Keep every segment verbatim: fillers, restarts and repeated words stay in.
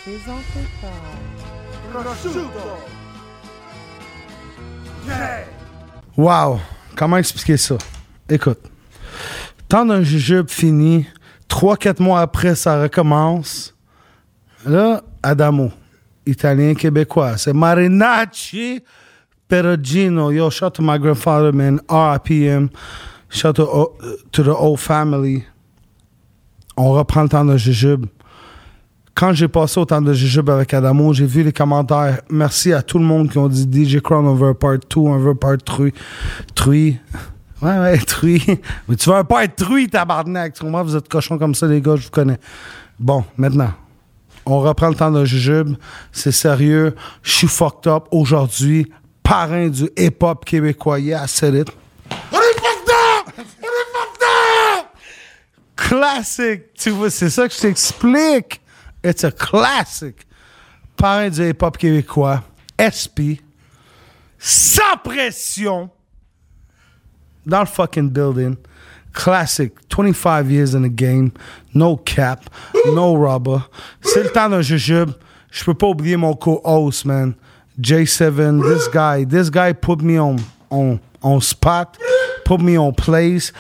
Présenté par Prosciutto. Yeah. Wow! Comment expliquer ça? Écoute, temps d'un jujube fini, trois quatre mois après, ça recommence. Là, Adamo, italien québécois, c'est Marinacci Perugino. Yo, shout to my grandfather, man. R I P him. Shout to, uh, to the whole family. On reprend le temps de jujube. Quand j'ai passé au temps de jujube avec Adamo, j'ai vu les commentaires. Merci à tout le monde qui ont dit D J Crown, on veut un part deux, on veut un part trois. Truie. Ouais, ouais, truie. Mais tu veux un part trois, tabarnak. Tu comprends? Vous êtes cochons comme ça, les gars, je vous connais. Bon, maintenant, on reprend le temps de jujube. C'est sérieux. Je suis fucked up aujourd'hui. Parrain du hip-hop québécois. Yeah, I said it. On est fucked up! On est fucked up! Classique. Tu vois, c'est ça que je t'explique. It's a classic. Parrain du hip-hop québécois. S P. Sans pression. Dans le fucking building. Classic. twenty-five years in the game. No cap. No rubber. C'est le temps d'un jujube. Je peux pas oublier mon co-host, man. J seven. This guy. This guy put me on, on, on spot. Put me on place.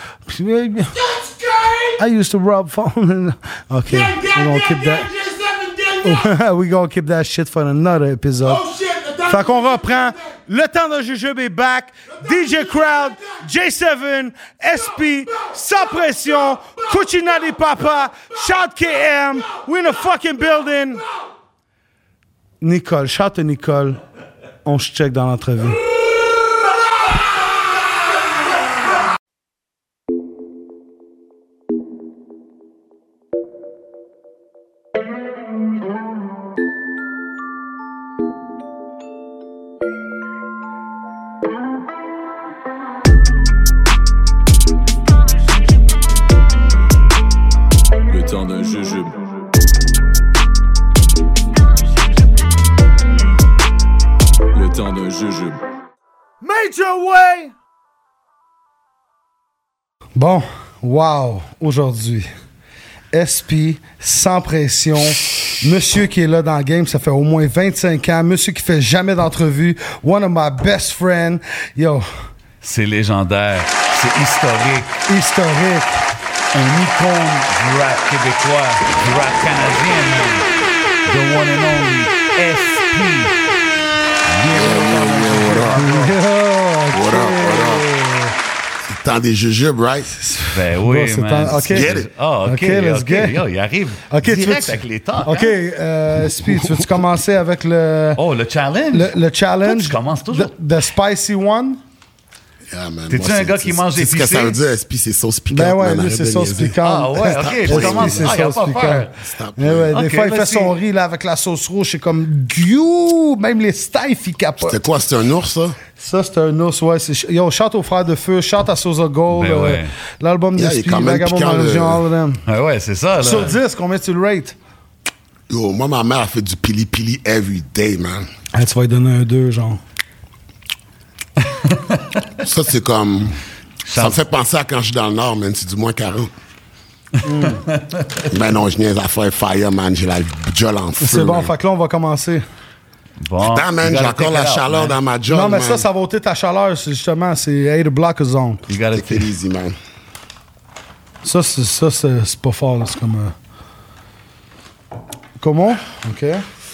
I used to rub phone. Okay. Yeah, yeah, we're gonna yeah, keep yeah, that. yeah, seven, yeah, yeah. we gonna keep that shit for another episode. Oh shit! Fait qu'on reprend. Le temps de jujube est back. D J Crowd, J seven, S P, Sans Pression, Cucinati Papa, shout K M. We in the fucking building. Nicole, shout to Nicole. On se check dans l'entrevue. Le temps d'un jujube. Le temps d'un jujube. Major way! Bon, wow, aujourd'hui, S P, Sans Pression, monsieur qui est là dans le game, ça fait au moins vingt-cinq ans, monsieur qui fait jamais d'entrevue, one of my best friends, yo. C'est légendaire, c'est historique, Historique. un icône du rap québécois, du rap canadien, man. The one and only S P. Yo, What up, what up? C'est le temps des jujubes, right? Ben oui, Bon, c'est man. temps- ok. Get it. Ah, OK, Ok, let's OK. get. Yo, il arrive Ok, tu direct veux- avec les temps. OK, euh, S P, tu veux-tu commencer avec le, Oh, le challenge? le, le challenge? Toi, tu commences toujours. The, the Spicy One? Yeah, man. T'es-tu Moi, un c'est- gars qui c'est- mange c'est ce que épicé? ça veut dire, S P, c'est sauce piquante. Ben ouais, man, lui, arrête c'est de sauce niaiser. piquante. Ah ouais, OK, tu Oui, commences. c'est Ah, y a sauce pas piquante. peur. Stop. Mais ouais, Ok, des fois, il fait vas-y. son riz là, avec la sauce rouge, c'est comme guiou, même les staffs, ils capotent. C'était quoi? C'était un ours, ça? Ça, c'est un ours, ouais. C'est... Yo, chante aux Frères de Feu, chante à Sosa Gold, Ben euh, ouais. l'album Yeah, de il est Speed, quand même Vagabond piquant, Manager, le- all of them. Ah ouais, c'est ça, là. Sur dix, combien tu le rates? Yo, moi, ma mère a fait du pili-pili every day, man. Ah, tu vas lui donner un deux, genre. Ça, c'est comme... Ça me Charles- fait penser à quand je suis dans le Nord, man. C'est du moins quarante. Ben non, je niaise à faire fire, man. J'ai la jolle en feu. C'est bon, man. fait que là, on va commencer. Bon. Attends, man, you j'ai gotta encore take la it out, chaleur man. dans ma jolle, non, mais man. ça, ça va ôter ta chaleur, c'est justement, c'est eight block zone. You gotta Take it easy, man. Ça, c'est, ça, c'est, c'est pas fort, là, c'est comme... euh, Comment? OK.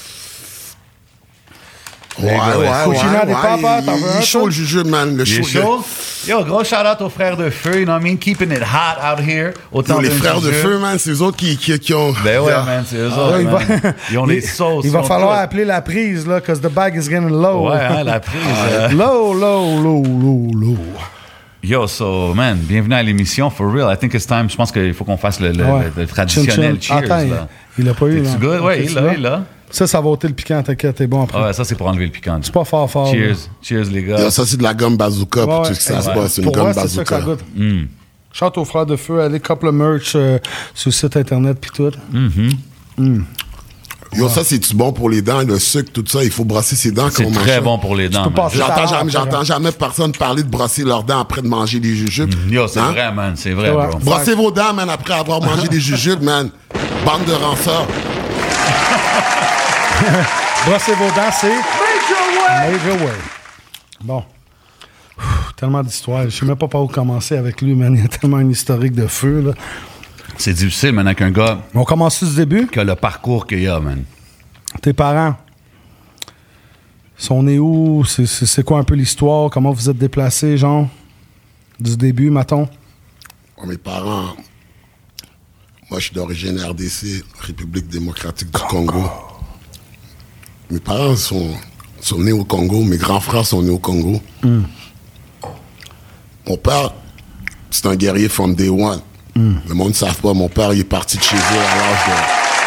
Ouais, ouais, ouais. Cucina des ouais, papas, il- t'en veux il un, est chaud, toi? le jujube, man. Le Il est chaud. chaud. Yo, gros shout-out aux frères de feu, you know what I mean? Keeping it hot out here. Autant Yo, les d'un frères de jujube. feu, man, c'est eux autres qui, qui, qui ont... Ben ouais, Yeah. man, c'est eux Là, autres, il, man. va, Ils ont les sauces. il va ils ont falloir tout. appeler la prise, là, cause the bag is getting low. Ouais, hein, la prise. euh. Low, low, low, low, low. Yo, so, man, bienvenue à l'émission, for real. I think it's time. Je pense qu'il faut qu'on fasse le, le, Ouais. le- le traditionnel Chin, chin. cheers, Attends, là. il l'a pas eu, là. T'es-tu good? Ouais, Ok, il tu l'a, l'as? il l'a. Ça, ça va ôter le piquant, t'inquiète, t'es bon après. Ah ouais, ça, c'est pour enlever le piquant. C'est pas fort, fort. Cheers. là. Cheers, les gars. Yo, ça, c'est de la gomme bazooka, pour Ouais, tout ce que ça se ouais. passe. C'est une Pour gomme moi, c'est ça que ça bazooka. goûte. Chante aux Frères de Feu, allez, couple merch euh, sur le site internet pis tout. Yo, ça, c'est-tu bon pour les dents? Le sucre, tout ça, il faut brosser ses dents C'est quand on mange très ça. bon pour les dents. peux man. pas- J'entends Ça jamais, rentre, j'entends hein. jamais personne parler de brosser leurs dents après de manger des jujubes. Yo, c'est Hein? vrai, man. C'est vrai, Ouais. bro. Brossez vos dents, man, après avoir mangé des jujubes, man. Bande de ranceurs. Brossez vos dents, c'est... Major Way! Major Way. Bon. Ouf, tellement d'histoires. Je sais même pas par où commencer avec lui, man. Il y a tellement un historique de feu, là. C'est difficile maintenant qu'un gars On commence du début. qui a le parcours qu'il a, man. Tes parents, sont nés où? C'est, c'est, c'est quoi un peu l'histoire? Comment vous êtes déplacés, genre? Du début, mettons? Mes parents, moi je suis d'origine R D C, République démocratique du Congo. Mes parents sont, sont nés au Congo, mes grands frères sont nés au Congo. Mm. Mon père, c'est un guerrier from day one. Mm. Le monde ne savent pas, mon père il est parti de chez eux à l'âge de...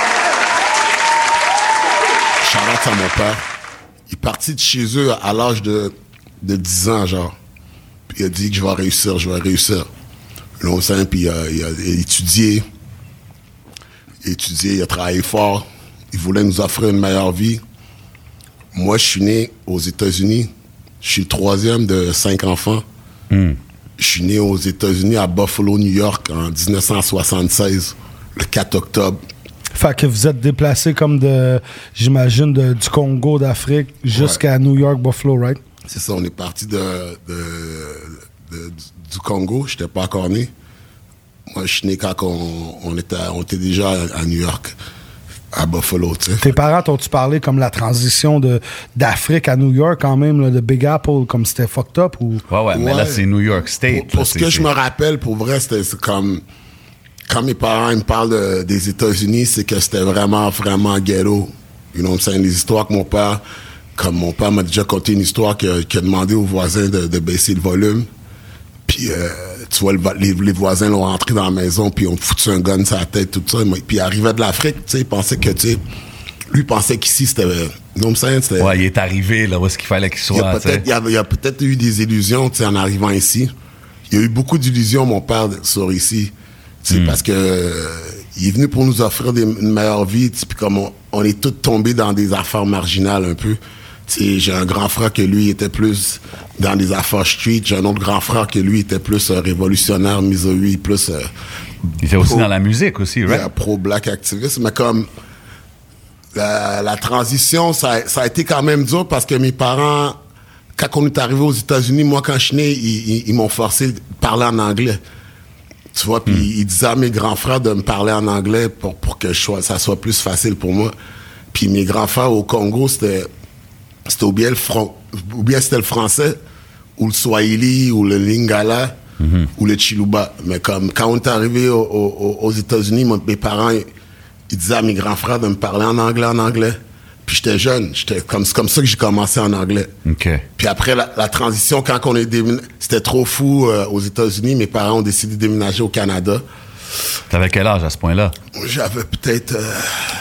Shout-out à mon père. Il est parti de chez eux à l'âge de, de dix ans, genre. Puis il a dit que je vais réussir, je vais réussir. Longtemps, puis euh, il, a, il a étudié. Il a étudié, il a travaillé fort. Il voulait nous offrir une meilleure vie. Moi, je suis né aux États-Unis. Je suis le troisième de cinq enfants. Mm. Je suis né aux États-Unis, à Buffalo, New York, en dix-neuf cent soixante-seize, le quatre octobre. Fait que vous êtes déplacé comme de, j'imagine, de, du Congo, d'Afrique, jusqu'à ouais. New York, Buffalo, right? C'est ça, on est parti de, de, de, du Congo. Je n'étais pas encore né. Moi, je suis né quand on, on, était, on était déjà à New York, à Buffalo, tu sais. Tes parents t'ont-tu parlé comme la transition de, d'Afrique à New York quand même, là, de Big Apple, comme c'était fucked up? Ou... Ouais, ouais, mais ouais. Là, c'est New York State. Pour, pour là, ce que c'est... je me rappelle, pour vrai, c'était c'est comme... Quand mes parents ils me parlent de, des États-Unis, c'est que c'était vraiment, vraiment ghetto. You know what I'm saying? Les histoires que mon père... Comme mon père m'a déjà conté une histoire qui a, qui a demandé aux voisins de, de baisser le volume. Puis, euh, tu vois, le, les, les voisins l'ont rentré dans la maison, puis ont foutu un gun sur la tête, tout ça. Puis, il arrivait de l'Afrique, tu sais, il pensait que, tu sais... Lui, il pensait qu'ici, c'était... You know what I'm saying? C'était... Ouais, il est arrivé, là, où est-ce qu'il fallait qu'il soit, il y a peut-être, il y a, il y a peut-être eu des illusions, tu sais, en arrivant ici. Il y a eu beaucoup d'illusions, mon père, sur ici. Tu sais, mm. parce que... Euh, il est venu pour nous offrir des, une meilleure vie, puis comme on, on est tous tombés dans des affaires marginales, un peu. T'sais, j'ai un grand frère que lui était plus dans les affaires street. J'ai un autre grand frère que lui était plus euh, révolutionnaire, Missouri, plus... Euh, il était aussi pro, dans la musique aussi, right? Yeah, pro-black activiste. Mais comme la, la transition, ça, ça a été quand même dur parce que mes parents, quand on est arrivé aux États-Unis, moi, quand je suis né, ils, ils, ils m'ont forcé de parler en anglais. Tu vois, puis mm. ils disaient à mes grands frères de me parler en anglais pour, pour que je sois, ça soit plus facile pour moi. Puis mes grands frères au Congo, c'était... C'était ou bien, le fron- ou bien c'était le français, ou le swahili, ou le lingala, mm-hmm. ou le chiluba. Mais comme quand on est arrivé au, au, aux États-Unis, moi, mes parents, ils, ils disaient à mes grands frères de me parler en anglais, en anglais. Puis j'étais jeune, j'étais comme, c'est comme ça que j'ai commencé en anglais. Okay. Puis après la, la transition, quand on est déménagé, c'était trop fou euh, aux États-Unis, mes parents ont décidé de déménager au Canada. T'avais quel âge à ce point-là? J'avais peut-être... Euh,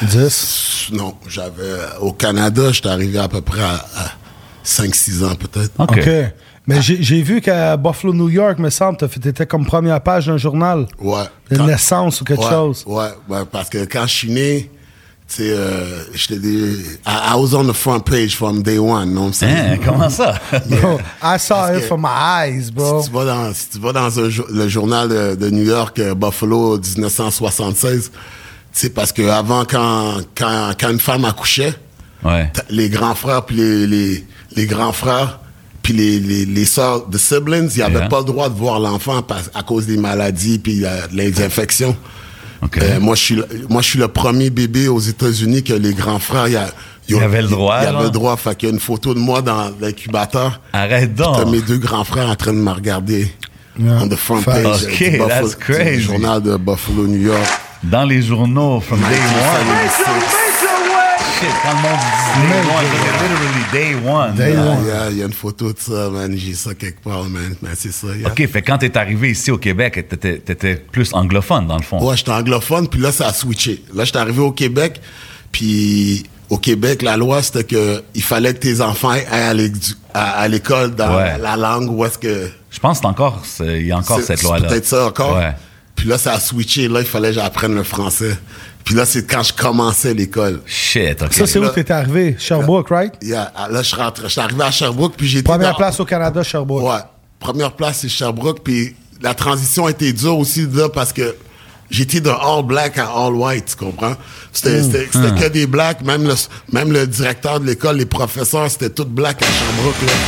dix? Non, j'avais... Euh, au Canada, j'étais arrivé à peu près à, à cinq six ans, peut-être. OK. okay. Mais ah. j'ai, j'ai vu qu'à Buffalo, New York, me semble, t'étais comme première page d'un journal. Ouais. De quand, naissance ou quelque ouais, chose. Ouais, ouais, parce que quand je suis né... Tu sais, euh, j'étais des... I, I was on the front page from day one, non? Hein, comment ça? Yeah. Bro, I saw it from my eyes, bro. Si tu vas dans, si tu vas dans un, le journal de, de New York, euh, Buffalo, dix-neuf cent soixante-seize, tu sais, parce que avant, quand, quand, quand une femme accouchait, ouais. les grands frères, puis les, les, les grands frères, puis les, les, les sœurs de siblings, ils n'avaient yeah. pas le droit de voir l'enfant parce, à cause des maladies puis euh, les infections. Okay. Euh, moi, je suis, moi, je suis le premier bébé aux États-Unis que les grands frères, il y a, il y avait le droit. Il y avait le droit. Fait qu'il y a une photo de moi dans l'incubateur. Arrête donc. T'as mes deux grands frères en train de me regarder. Yeah. On the front page. OK, du Buffalo, that's crazy. Du journal de Buffalo, New York. Dans les journaux, from day one. Shit, quand le monde dit day one, c'est literally day one. Day one. Il y, y a une photo de ça, man. J'ai ça quelque part, man. Mais c'est ça. Yeah. OK, fait quand t'es arrivé ici au Québec, t'étais, t'étais plus anglophone, dans le fond. Ouais, j'étais anglophone, puis là, ça a switché. Là, j'étais arrivé au Québec, puis au Québec, la loi, c'était que il fallait que tes enfants aillent à, à, à l'école dans ouais. la, la langue où est-ce que... Je pense qu'il y a encore c'est, cette loi-là. C'est peut-être ça encore. Ouais. Puis là, ça a switché. Là, il fallait que j'apprenne le français. Puis là, c'est quand je commençais l'école. Shit, OK. Ça, c'est là, où t'étais arrivé? Sherbrooke, right? Yeah. Là, je rentre, je suis arrivé à Sherbrooke, puis j'ai Première dans... place au Canada, Sherbrooke. Ouais. Première place, c'est Sherbrooke. Puis la transition a été dure aussi, là, parce que j'étais de all black à all white, tu comprends? C'était, Mm. c'était, c'était Mm. que des blacks, même le, même le directeur de l'école, les professeurs, c'était tout black à Sherbrooke, là.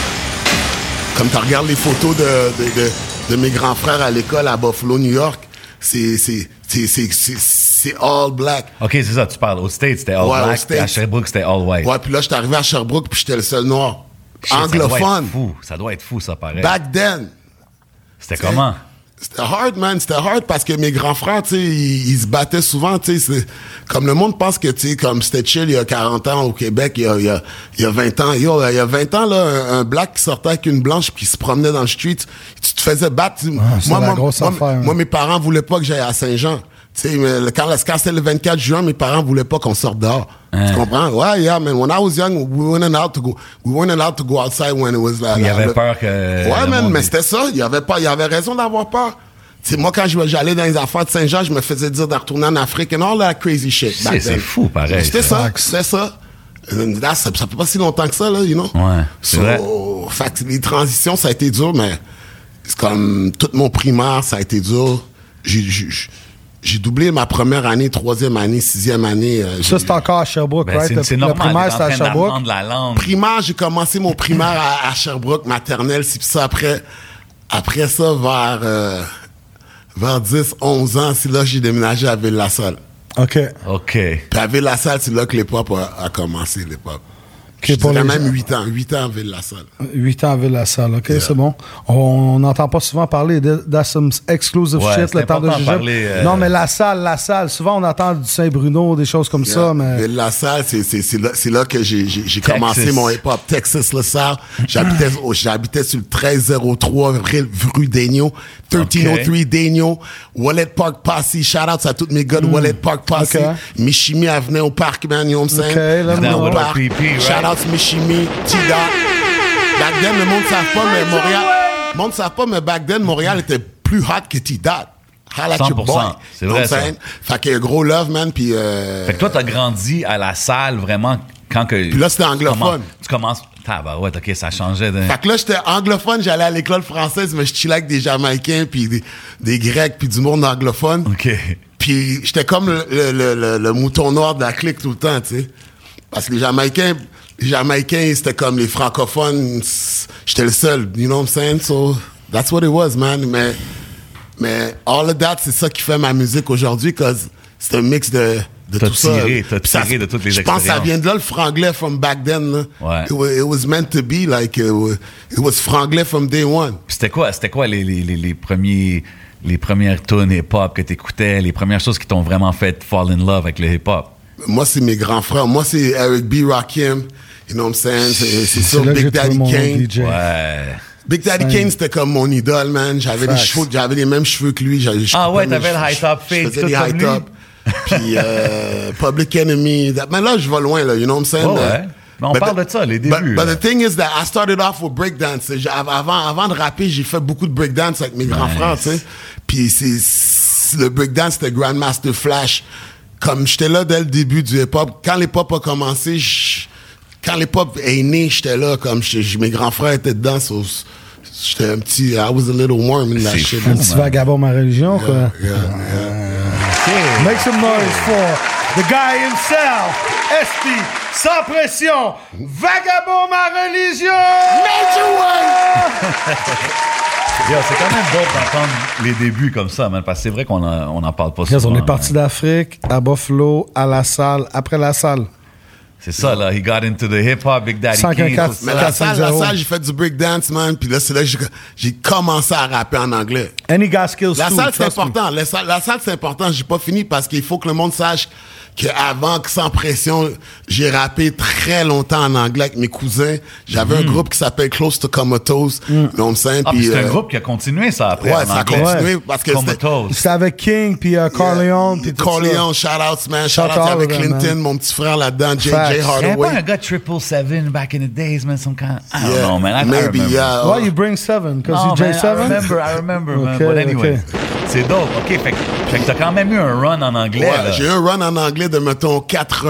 Comme tu regardes les photos de, de, de, de mes grands frères à l'école à Buffalo, New York, c'est, c'est, c'est, c'est, c'est, c'est all black. OK, c'est ça, tu parles. Au States, c'était all Ouais, au black. States. À Sherbrooke, c'était all white. Ouais, puis là, j'étais arrivé à Sherbrooke, puis j'étais le seul noir. Shit, Ça doit Anglophone. être fou. Ça doit être fou, ça paraît. Back then. C'était comment? C'était hard, man. C'était hard parce que mes grands frères, tu sais, ils, ils se battaient souvent, tu sais. c'est- Comme le monde pense que, tu sais, comme c'était chill il y a quarante ans au Québec, il y a, il y a, il y a vingt ans. Yo, il y a vingt ans, là, un, un black qui sortait avec une blanche puis qui se promenait dans le street, tu te faisais battre. Ah, c'est la grosse moi, affaire, moi, hein. mes parents voulaient pas que j'aille à Saint-Jean. Tu sais, mais le- quand, quand c'était le vingt-quatre juin, mes parents voulaient pas qu'on sorte dehors. Hein. Tu comprends? Ouais, yeah, man. When I was young, we weren't allowed to go, we weren't allowed to go outside when it was like. Il y avait peur que. Ouais, le man, monde- mais c'était ça. Il y avait pas, il y avait raison d'avoir peur. Tu sais, moi, quand je- j'allais dans les affaires de Saint-Jean, je me faisais dire de retourner en Afrique and all that crazy shit. C'est- back c'est then. fou, pareil, C'était ça. ça, c'était ça. And that, ça. Ça fait pas si longtemps que ça, là, you know? Ouais, c'est So, vrai. fait que les transitions, ça a été dur, mais c'est comme tout mon primaire, ça a été dur. J'ai, j'ai, j'ai doublé ma première année, troisième année, sixième année. euh, Ça, j'ai- c'est encore à Sherbrooke, Ben, right? c'est, Le- c'est le normal. primaire, t'es en c'était à train Sherbrooke. d'apprendre la langue. primaire, j'ai commencé mon primaire à, à Sherbrooke, maternelle, c'est puis ça après, après ça, vers, euh, vers dix, onze ans, c'est là que j'ai déménagé à Ville-la-Salle. OK. OK. Puis à Ville-la-Salle, c'est là que l'hip-hop a, a commencé, l'hip-hop. OK, Je pour dirais les même gens. huit ans, huit ans à Ville-la-Salle. huit ans à Ville-la-Salle, OK, c'est bon. On n'entend pas souvent parler de that's some exclusive Ouais, shit, c'est le temps de important de jujube. parler, euh, Non, mais la salle, la salle, souvent on entend du Saint-Bruno, des choses comme ça, mais... Ville-la-Salle, c'est, c'est, c'est, là, c'est là que j'ai, j'ai, j'ai Texas. commencé mon hip-hop. Texas, le Salle. J'habitais, au- j'habitais sur le treize zéro trois rue rue Daigneault, treize oh trois Daigneaux, Wallet Park Posse. Shout-out à tous mes gars de Wallet Park Posse. Ok. Michimi, elle venait au parc, man, you know what I'm saying? Ok, là, Elle venait Down au with parc. P P, right? Shout-out to Michimi, T-Dot. Back then, le monde ne savent pas, mais Montréal... Le monde ne savent pas, mais back then, Montréal était plus hot que T-Dot. Holla at your cent pour cent. boy. C'est You know vrai, what I'm ça. saying? Fait que gros love, man, puis... Euh... Fait que toi, t'as grandi à la salle vraiment quand que. Puis là, c'était anglophone. Tu commences. Tu commences tabarouette, OK, ça changeait de. Fait que là, j'étais anglophone, j'allais à l'école française, mais je chillais avec des Jamaïcains, puis des, des Grecs, puis du monde anglophone. OK. Puis j'étais comme le, le, le, le, le mouton noir de la clique tout le temps, tu sais. Parce que les Jamaïcains, les Jamaïcains, c'était comme les francophones, c- j'étais le seul, you know what I'm saying? So, that's what it was, man. Mais, mais all of that, c'est ça qui fait ma musique aujourd'hui, cause c'est un mix de, de T'as tout ça. tiré, t'as Puis ça- tiré de toutes les Je pense que ça expériences. vient de là, le franglais from back then, là. Ouais. It was, it was meant to be, like, it was, it was franglais from day one. Puis c'était quoi, c'était quoi les, les, les, les premiers. Les premières tunes hip-hop que t'écoutais, les premières choses qui t'ont vraiment fait fall in love avec le hip-hop? Moi, c'est mes grands frères. Moi, c'est Eric B. Rakim. You know what I'm saying? C'est, c'est C'est sûr, là que Big j'ai trouvé Daddy mon nom de Kane. D J. Ouais. Big Daddy Fine. Kane, c'était comme mon idole, man. J'avais les Facts. cheveux, j'avais les mêmes cheveux que lui. J'avais- je Ah coupais ouais, mes t'avais le cheveux. high top Je fade, faisais tout des comme high lui. top. Puis, euh, Public Enemy. That- mais là, je vais loin, là. You know what I'm saying? Ouais, Uh, ouais. Mais on but parle the- de ça, les But, débuts, but là. the thing is that I started off with breakdance. J'ai- Avant, avant de rapper, j'ai fait beaucoup de breakdance avec mes grands Nice. frères, tu sais. Puis c'est, c'est- le breakdance, c'était Grandmaster Flash. Comme j'étais là dès le début du hip-hop. Quand l'hip-hop a commencé, je- quand l'hip-hop est né, j'étais là. Comme j'étais- j'- mes grands frères étaient dedans. so j'étais un petit... I was a little warm in that C'est shit. fou, Un petit vagabond ma religion, quoi. Yeah, yeah. Make some noise for the guy himself, S P, sans pression, vagabond ma religion! Yo, c'est quand même dope d'entendre les débuts comme ça, man, parce que c'est vrai qu'on en, on en parle pas Regarde, souvent. on est parti man. d'Afrique, à Buffalo, à la salle, après la salle. C'est ça, là. He got into the hip-hop, Big Daddy cinq un Kane. quatre. tout Mais ça. la quatre salle, la zéro. salle, j'ai fait du breakdance, man. Puis là, c'est là que j'ai, j'ai commencé à rapper en anglais. And he got skills La too, salle, c'est trust me. important. La salle, la salle, c'est important. J'ai pas fini parce qu'il faut que le monde sache qu'avant, que sans pression, j'ai rappé très longtemps en anglais avec mes cousins. J'avais un groupe qui s'appelle Close to Comatose. Mm. Donc, c'est, Ah, puis puis, c'est un euh, groupe qui a continué ça après. Ouais, en ça a anglais. continué parce que c'était- Comatose. C'était avec King, puis euh, Corleone, puis tout ça. Corleone, shout-outs, man. Shout Shout-outs out, avec man. Clinton, mon petit frère là-dedans, J J Facts. Il y avait pas un Hardaway. gars triple seven back in the days, man, some kind. I don't Yeah, know, man. I, I maybe, remember. yeah. Why you bring seven? Because No, you J man, seven? I remember, I remember, man. Okay, But anyway, okay. c'est dope. OK, fait, que- fait que t'as quand même eu un run en anglais, Ouais, là. j'ai eu un run en anglais de, mettons,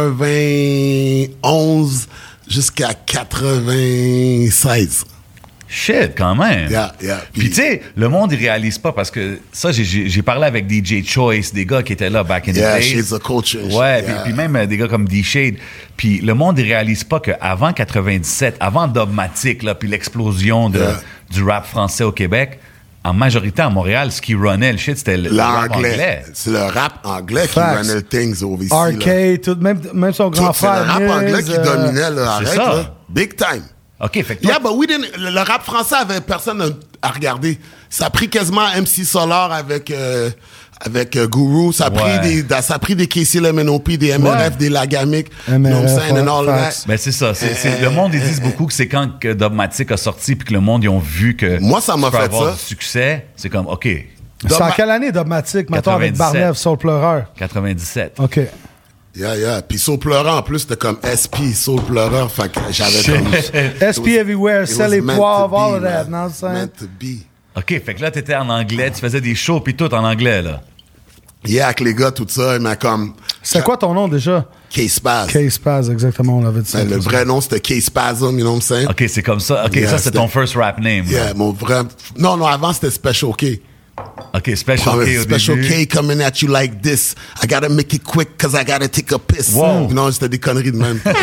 quatre-vingt-onze jusqu'à quatre-vingt-seize. Shit, quand même. Yeah, yeah. Puis, tu sais, le monde, il réalise pas parce que ça, j'ai, j'ai, j'ai parlé avec D J Choice, des gars qui étaient là back in Yeah, the days. Shades of Culture. Ouais, Yeah. puis, puis même euh, des gars comme D-Shade. Puis le monde, il réalise pas qu'avant quatre-vingt-dix-sept, avant Dogmatic, là, puis l'explosion de, Yeah. du rap français au Québec, en majorité à Montréal, ce qui runnait le shit, c'était le, le rap L'anglais. anglais. C'est le rap anglais qui Facts. runnait le things over ici. R K, tout, même, même son grand Tout, c'est le frère. rap anglais Niz, qui euh, dominait, là. c'est Arrête, ça. là. Big time. OK, fait que toi, Yeah, but we didn't, le, le rap français avait personne à, à regarder. Ça a pris quasiment M C Solar avec, euh, avec euh, Guru. Ça a, Ouais. pris des, ça a pris des K C, M N O P, des M R F, Ouais. des Lagamic. M R F, you know what I'm saying, and all ouais, that. facts. ben c'est ça. C'est, c'est- Euh, le monde, ils disent beaucoup que c'est quand que Dogmatic a sorti puis que le monde, ils ont vu que Moi, ça m'a tu peux fait avoir ça. du succès. C'est comme, OK, C'est en Dogma- quelle année, Dogmatic, mettons, avec quatre-vingt-dix-sept. Barnev, Soul Pleureur? quatre-vingt-dix-sept. OK. Yeah, yeah. Puis Soul Pleureur, en plus, c'était comme S P, Soul Pleureur. Fait que j'avais comme... S P Everywhere, It was Sell les meant poivres, to all of be, that, man. non, c'est Meant to be. OK, fait que là, t'étais en anglais, tu faisais des shows puis tout en anglais, là. Yeah, avec les gars, tout ça, il m'a comme... C'est quoi ton nom déjà? K-Spaz. K-Spaz, exactement, on l'avait dit. Ben, le vrai nom, c'était K-Spasm, you know what I'm saying? OK, c'est comme ça. OK, Yeah, ça, c'est c'était- ton first rap name. là. Yeah, mon vrai... Non, non, avant, c'était Special K. OK, Special K au Special début. K coming at you like this. I gotta make it quick cause I gotta take a piss. Wow. You know, c'était des conneries de même. ça,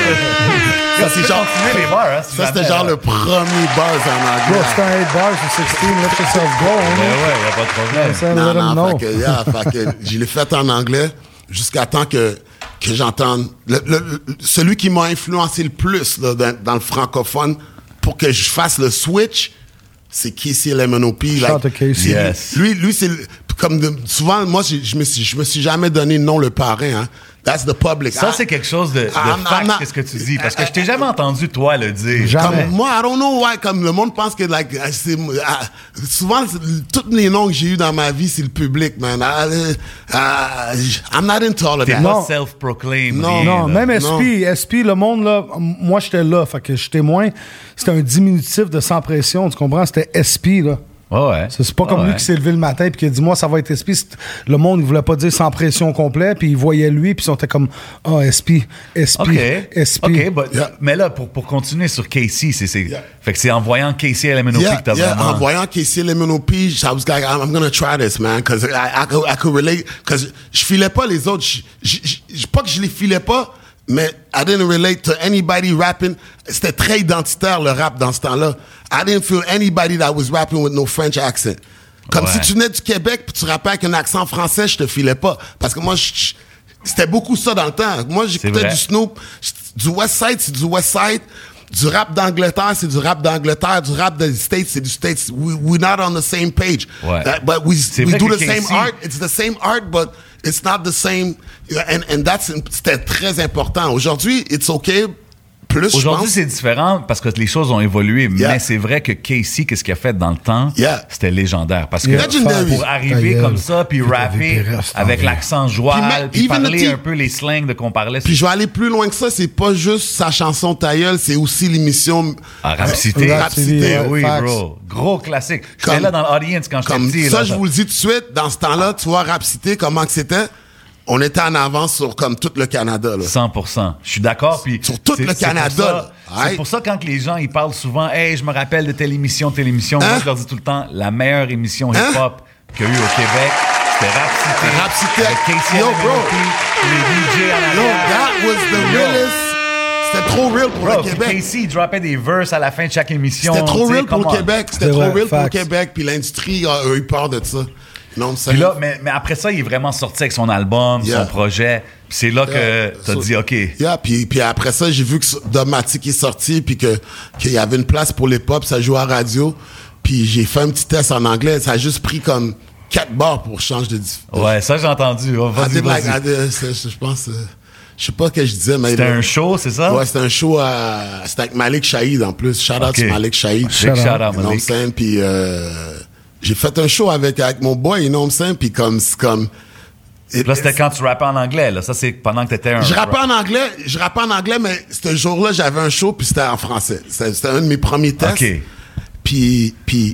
Ça, c'est c'est genre, continuer les bars, hein, si ça, jamais, c'était genre là. le premier buzz en Bro, anglais. c'est un eight bars sur seize, let yourself go. Ben Hein? ouais, y a pas de problème. Ça, Non, let them non, know. fait que, yeah, fait que je l'ai fait en anglais jusqu'à temps que, que j'entende. Le, le- le- celui qui m'a influencé le plus là, dans, dans le francophone pour que je fasse le switch, c'est K C L M N O P. Shout out to K C. Yes. Lui, lui c'est le- comme de- souvent, moi, j'ai- je me suis, je me suis jamais donné le nom le parrain. Hein. That's the public. Ça, Ah, c'est quelque chose de, de I'm- fact, I'm not- qu'est-ce que tu dis. Parce que je t'ai jamais entendu, toi, le dire. Jamais. Comme moi, I don't know why, comme le monde pense que, like, euh, c'est, ah, souvent, c'est- tous les noms que j'ai eu dans ma vie, c'est le public, man. Ah, euh, ah, I'm not into all of T'es that. pas Non. self-proclaimed. Non, rien, Non, là. même S P, Non. S P, le monde, là, m- moi, j'étais là, fait que je suis témoin. C'était un diminutif de sans pression, tu comprends? C'était S P, là. Ouais, ouais. C'est c'est pas Ouais, comme lui ouais. qui s'est levé le matin puis qui a dit moi ça va être S P. C'est- Le monde il voulait pas dire sans pression complet puis il voyait lui puis ils étaient comme ah oh, S P, S P, OK. S P. OK, but- Yeah. mais là, pour, pour continuer sur K C, c'est, c'est, Yeah. fait que c'est en voyant K C L M N O P Yeah, que t'as yeah, vraiment... en voyant K C L M N O P, I was like, I'm, I'm gonna try this, man, because I, I, could, I could relate, because je filais pas les autres, je, je, je, pas que je les filais pas, mais I didn't relate to anybody rapping. C'était très identitaire, le rap, dans ce temps-là. I didn't feel anybody that was rapping with no French accent. Comme Ouais. si tu venais du Québec puis tu rappais avec un accent français, je te filais pas. Parce que moi, je- je- c'était beaucoup ça dans le temps. Moi, j'écoutais vrai. du Snoop. Du West Side, c'est du West Side. Du rap d'Angleterre, c'est du rap d'Angleterre. Du rap des States, c'est du States. We, we're not on the same page. Ouais. That- but we, C'est we vrai do que the same K C art. It's the same art, but it's not the same. And, and that's, c'était très important. Aujourd'hui, it's okay. Plus, je Aujourd'hui, pense. c'est différent parce que les choses ont évolué, Yeah. mais c'est vrai que K C, qu'est-ce qu'il a fait dans le temps, Yeah. c'était légendaire. Parce que Yeah. Legendary. pour Ta arriver gueule. comme ça, puis Puis t'avais rapper des restes en avec vie. l'accent Puis joual, même- puis even parler the- un peu les slangs de qu'on parlait. Puis je vais aller plus loin que ça. C'est pas juste sa chanson Tailleul, c'est aussi l'émission. Ah, Rap Cité. Rap Rap City, Cité. ouais. oui, facts. bro. Gros classique. J'étais Comme- là dans l'audience quand j'étais Comme petit. ça, là. je vous le dis tout de suite, dans ce temps-là, tu vois, Rap Cité, comment que c'était? On était en avance sur comme tout le Canada, là. cent pour cent. Je suis d'accord. Puis Sur tout c'est- le c'est pour Canada, ça- là. C'est Ouais. pour ça quand les gens ils parlent souvent, hey, je me rappelle de telle émission, telle émission. Hein? Moi, je leur dis tout le temps, la meilleure émission Hein? hip-hop qu'il y a eu au Québec, c'était Rap Cité. Rap Cité. Avec K C Yo, M N O P, bro. les D J en Yo, arrière. that was the Yo. realest. C'était trop real pour Bro, le puis Québec. K C, il droppait des verses à la fin de chaque émission. C'était trop tu sais, real pour come le on. Québec. C'était C'est trop vrai, real pour le facts. Québec. Puis l'industrie a eu peur de ça. Non, c'est Puis là, mais, mais après ça, il est vraiment sorti avec son album, Yeah. son projet. Puis c'est là que Yeah. t'as So- dit, OK. Yeah, puis, puis après ça, j'ai vu que Dogmatic est sorti, puis que, qu'il y avait une place pour les pop, ça jouait à radio. Puis j'ai fait un petit test en anglais. Ça a juste pris comme quatre bars pour changer de... diff- Ouais, ça, j'ai entendu. Oh, I vas-y, did like, vas-y. I did- c'est- je pense... euh, je sais pas ce que je disais, mais... C'était un show, c'est ça? Ouais, c'était un show à... C'était avec Malik Shahid, en plus. Shout out Ok. to Malik Shahid. Big Shout out. shout out, You know what I'm Malik. saying? Puis euh, j'ai fait un show avec, avec mon boy, you know what I'm saying? Puis comme... c'est comme it- Là, c'était quand tu rappais en anglais. Là. Ça, c'est pendant que t'étais un... Je rappais en anglais, je rappais en anglais, mais ce jour-là, j'avais un show, puis c'était en français. C'était c'était un de mes premiers tests. OK. Puis, puis,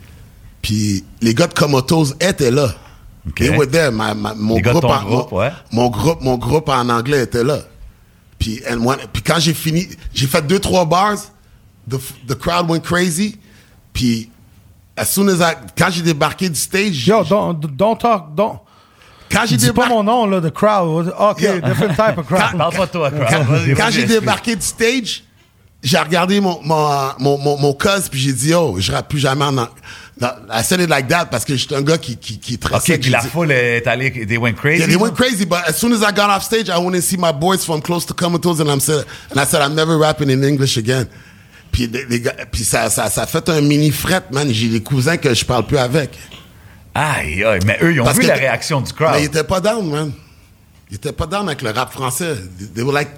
puis les gars de Comotos étaient là. OK. They were there. Ma- ma- mon, Les gars de groupe ton en, groupe, mon, ouais. mon groupe, mon groupe en anglais était là. Puis, and when- puis quand j'ai fini, j'ai fait deux, trois bars, the, the crowd went crazy. Puis, as soon as I, quand j'ai débarqué du stage... Yo, don't, don't talk, don't... Quand j'ai Dis pas débarqué... mon nom, là, the crowd. OK, Yeah. different type of crowd. Parle pas de toi, crowd. Quand, Vas-y, quand vas-y, j'ai explique. débarqué du stage, j'ai regardé mon, mon, mon, mon, mon cuz, puis j'ai dit, oh, je rappe plus jamais en... en I said it like that parce que j'étais un gars qui, qui, qui est très OK, sec. puis la J'ai dit- foule est allée, they went crazy. Yeah, they went là? crazy, but as soon as I got off stage, I went and see my boys from Close to Comatose, and I'm said, and I said, I'm never rapping in English again. Puis, les, les gars, puis ça, ça, ça a fait un mini fret, man. J'ai des cousins que je parle plus avec. Aïe, aïe, mais eux, ils ont Parce vu que- la réaction du crowd. Mais ils étaient pas down, man. Ils étaient pas down avec le rap français. They, they were like,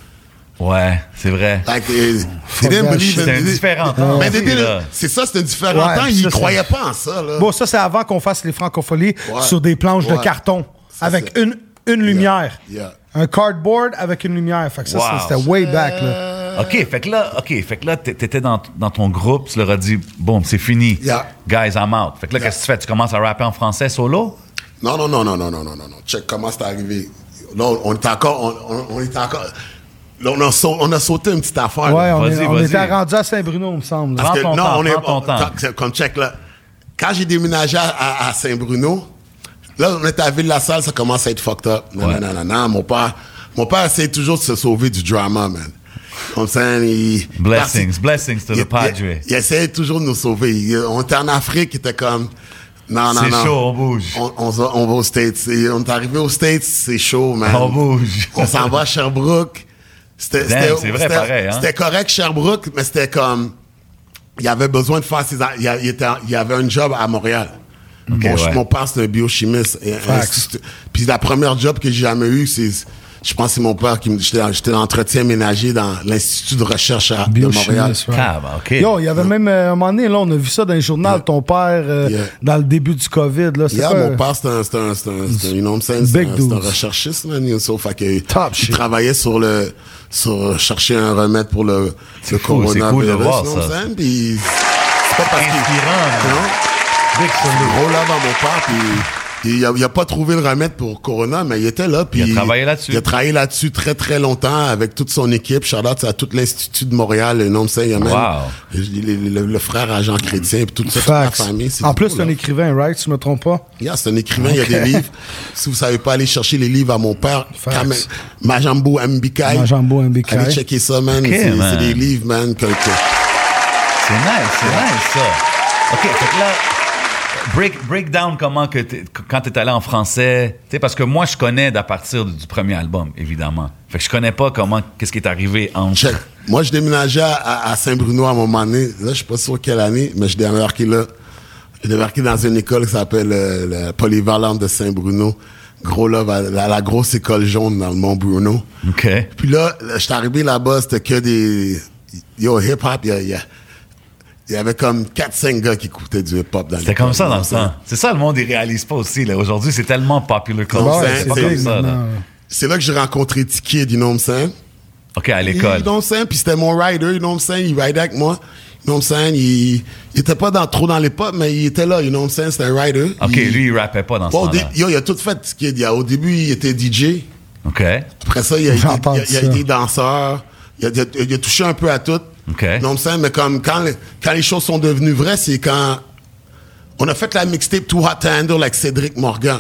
Ouais, c'est vrai. like, they, they didn't that believe shit. in- C'est un they- différent temps Mais they aussi, didn't- là. c'est ça, c'est un différent Ouais, temps. puis Ils ça, c'est- croyaient pas en ça, là. Bon, ça, c'est avant qu'on fasse les francophonies Ouais. sur des planches de Ouais. carton Ça, avec c'est- une, une lumière. Yeah. Un cardboard avec une lumière. Fait que ça, Wow. ça, c'était way back, là. OK, fait que là, OK, fait que là, t- t'étais dans, dans ton groupe, tu leur as dit, bon, c'est fini. Yeah. Guys, I'm out. Fait que là, Yeah. qu'est-ce que tu fais? Tu commences à rapper en français solo? Non, non, non, non, non, non, non, non, non. Check comment c'est arrivé. Là, on, on est encore, on, on, on est encore. Là, on a, sau- on a sauté une petite affaire. Ouais, là. on, Vas-y, est, on vas-y. était rendu à Saint-Bruno, il me semble. là. Prends Parce que, ton non, temps, on est prends ton temps. quand- Comme check là. Quand j'ai déménagé à, à- à Saint-Bruno, là, on était à Ville-la-Salle, ça commence à être fucked up. Non, Ouais. non, non, non, non. Mon père, mon père essaie toujours de se sauver du drama, man. Comme ça, il. Blessings, parce- blessings to il- the Padre. Il, il essayait toujours de nous sauver. Il- on était en Afrique, il était comme. Non, non, C'est non. chaud, on bouge. On, on, va- on va aux States. Et on est arrivé aux States, c'est chaud, man. On bouge. On s'en va à Sherbrooke. C'était, Damn, c'était- c'est vrai, c'était- pareil, hein? C'était correct, Sherbrooke, mais c'était comme. Il avait besoin de faire ses. Il, y a- il était, il y avait un job à Montréal. mon, ouais. mon père, c'était un biochimiste. Et- Facts. et- Puis la première job que j'ai jamais eue, c'est. Je pense que c'est mon père qui me. J'étais, j'étais en entretien ménager dans l'Institut de recherche à, de Montréal. Biochimiste, ouais. Ah, ben, OK. Yo, il y avait même, euh, un moment donné, là, on a vu ça dans les journaux, Yeah. ton père, euh, Yeah. dans le début du COVID, là. C'est Yeah, pas- mon père, c'était un, c'était un, c'était un, c'était un, you know what I'm saying? Big C'était un, c'était un dude. recherchiste, man. you know, so, fait que, Top il shit. travaillait sur le, sur chercher un remède pour le, C'est le cool, c'est coronavirus. cool de voir you know what ça. I'm saying? Puis, c'est pas parce qu'il, Inspirant, you know? Big salute. Gros là dans mon père, puis il a, il a pas trouvé le remède pour Corona, mais il était là. Puis Il a travaillé là-dessus. Il a travaillé là-dessus très, très longtemps avec toute son équipe. Shout-out à tout l'Institut de Montréal, le nom de ça, il y a même Wow. le, le- le- le frère à Jean Chrétien, puis toute, ça, toute la Facts. famille. c'est En tout plus, cool, c'est un là. écrivain, right? Si je me trompe pas. Yeah, c'est un écrivain, il y a des livres. Si vous savez pas aller chercher les livres à mon père, Facts. quand même, Majambo Mbikai. Majambo Mbikai. Allez checker ça, man. Ok, c'est, man. c'est des livres, man. Que, que- C'est nice, c'est nice, ça. OK, fait que là, break, break down comment que t'es- quand t'es allé en français, tu sais, parce que moi, je connais à partir du premier album, évidemment. Fait que je connais pas comment, qu'est-ce qui est arrivé entre... Check. Moi, je déménageais à, à- à Saint-Bruno à un moment donné. Là, je suis pas sûr quelle année, mais je débarqué là. J'ai débarqué dans une école qui s'appelle euh, la Polyvalente de Saint-Bruno. Gros là, la, la grosse école jaune dans le Mont-Bruno. OK. Puis là, là, j'étais arrivé là-bas, c'était que des... Yo, hip-hop, il y a... il y a- il y avait comme quatre cinq gars qui écoutaient du hip-hop dans C'était l'école, comme ça dans le tu sais. temps. C'est ça, le monde, il réalise pas aussi. Là. Aujourd'hui, c'est tellement popular culture. Ouais, c'est pas c'est comme big ça. Là. maintenant. C'est là que j'ai rencontré T-Kid, you know what I'm saying? OK, à You l'école. know what I'm saying? Puis c'était mon rider, you know what I'm saying? Il ridait avec moi. You know what I'm saying? Il, il était pas dans, trop dans les pop, mais il était là, you know what I'm saying? C'était un rider. OK, il, lui, il rappait pas dans ce Bon, au temps-là. dé- yo, il a tout fait, T-Kid. Il a- Au début, il était D J. OK. Après ça, il a, J'ai été, il entendu a, il a ça. été danseur. Il a, il a- il a touché un peu à tout. OK. You know what I'm saying? Mais comme quand, les- quand les choses sont devenues vraies, c'est quand on a fait la mixtape Too Hot to Handle avec Cédric Morgan.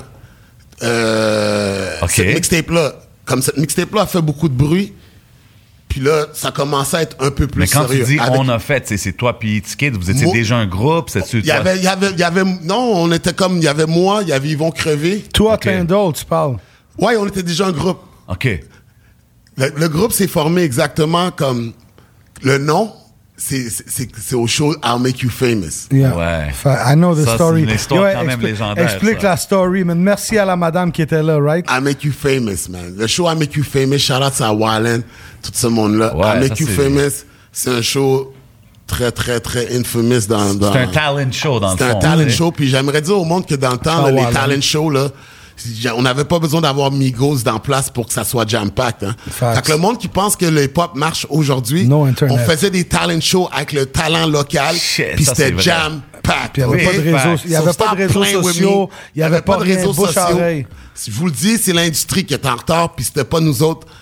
Euh, OK. Cette mixtape-là, comme cette mixtape-là a fait beaucoup de bruit, puis là, ça commençait à être un peu plus Mais quand sérieux. tu dis Avec- on a fait, c'est, c'est toi puis T-Kid, vous étiez Moi- déjà un groupe, c'est-tu Il y avait, il y avait, il y avait, non, on était comme, il y avait moi, il y avait Yvon Crevé. Toi, Ok. Tindall, tu parles. Ouais, on était déjà un groupe. OK. Le, le groupe s'est formé exactement comme le nom, c'est, c'est, c'est, c'est au show I'll Make You Famous. Yeah. Ouais. Fa- I know the Ça, c'est story. une histoire quand même expli- légendaire, Explique ça. la story, man. Merci à la madame qui était là, right? I Make You Famous, man. Le show I Make You Famous, shout out à Wallen, tout ce monde-là. Ouais, I Make ça, You c'est- Famous, c'est un show très, très, très infamous dans... dans C'est un talent show dans le C'est fond. un talent tu sais. show, puis j'aimerais dire au monde que dans le temps, Ah, là, les Wallen. talent shows, là, on n'avait pas besoin d'avoir Migos dans place pour que ça soit jam-packed. Hein. Facts. Fait que le monde qui pense que le hip-hop marche aujourd'hui, No internet. on faisait des talent shows avec le talent local, Shit, puis ça, c'était c'est vrai. jam-packed. Puis il n'y avait ok? pas de réseaux, il y So avait pas stop de réseaux playing with sociaux, me. il n'y avait pas de réseaux bouche à sociaux. oreille. Si je vous le dis, c'est l'industrie qui est en retard, puis c'était pas nous autres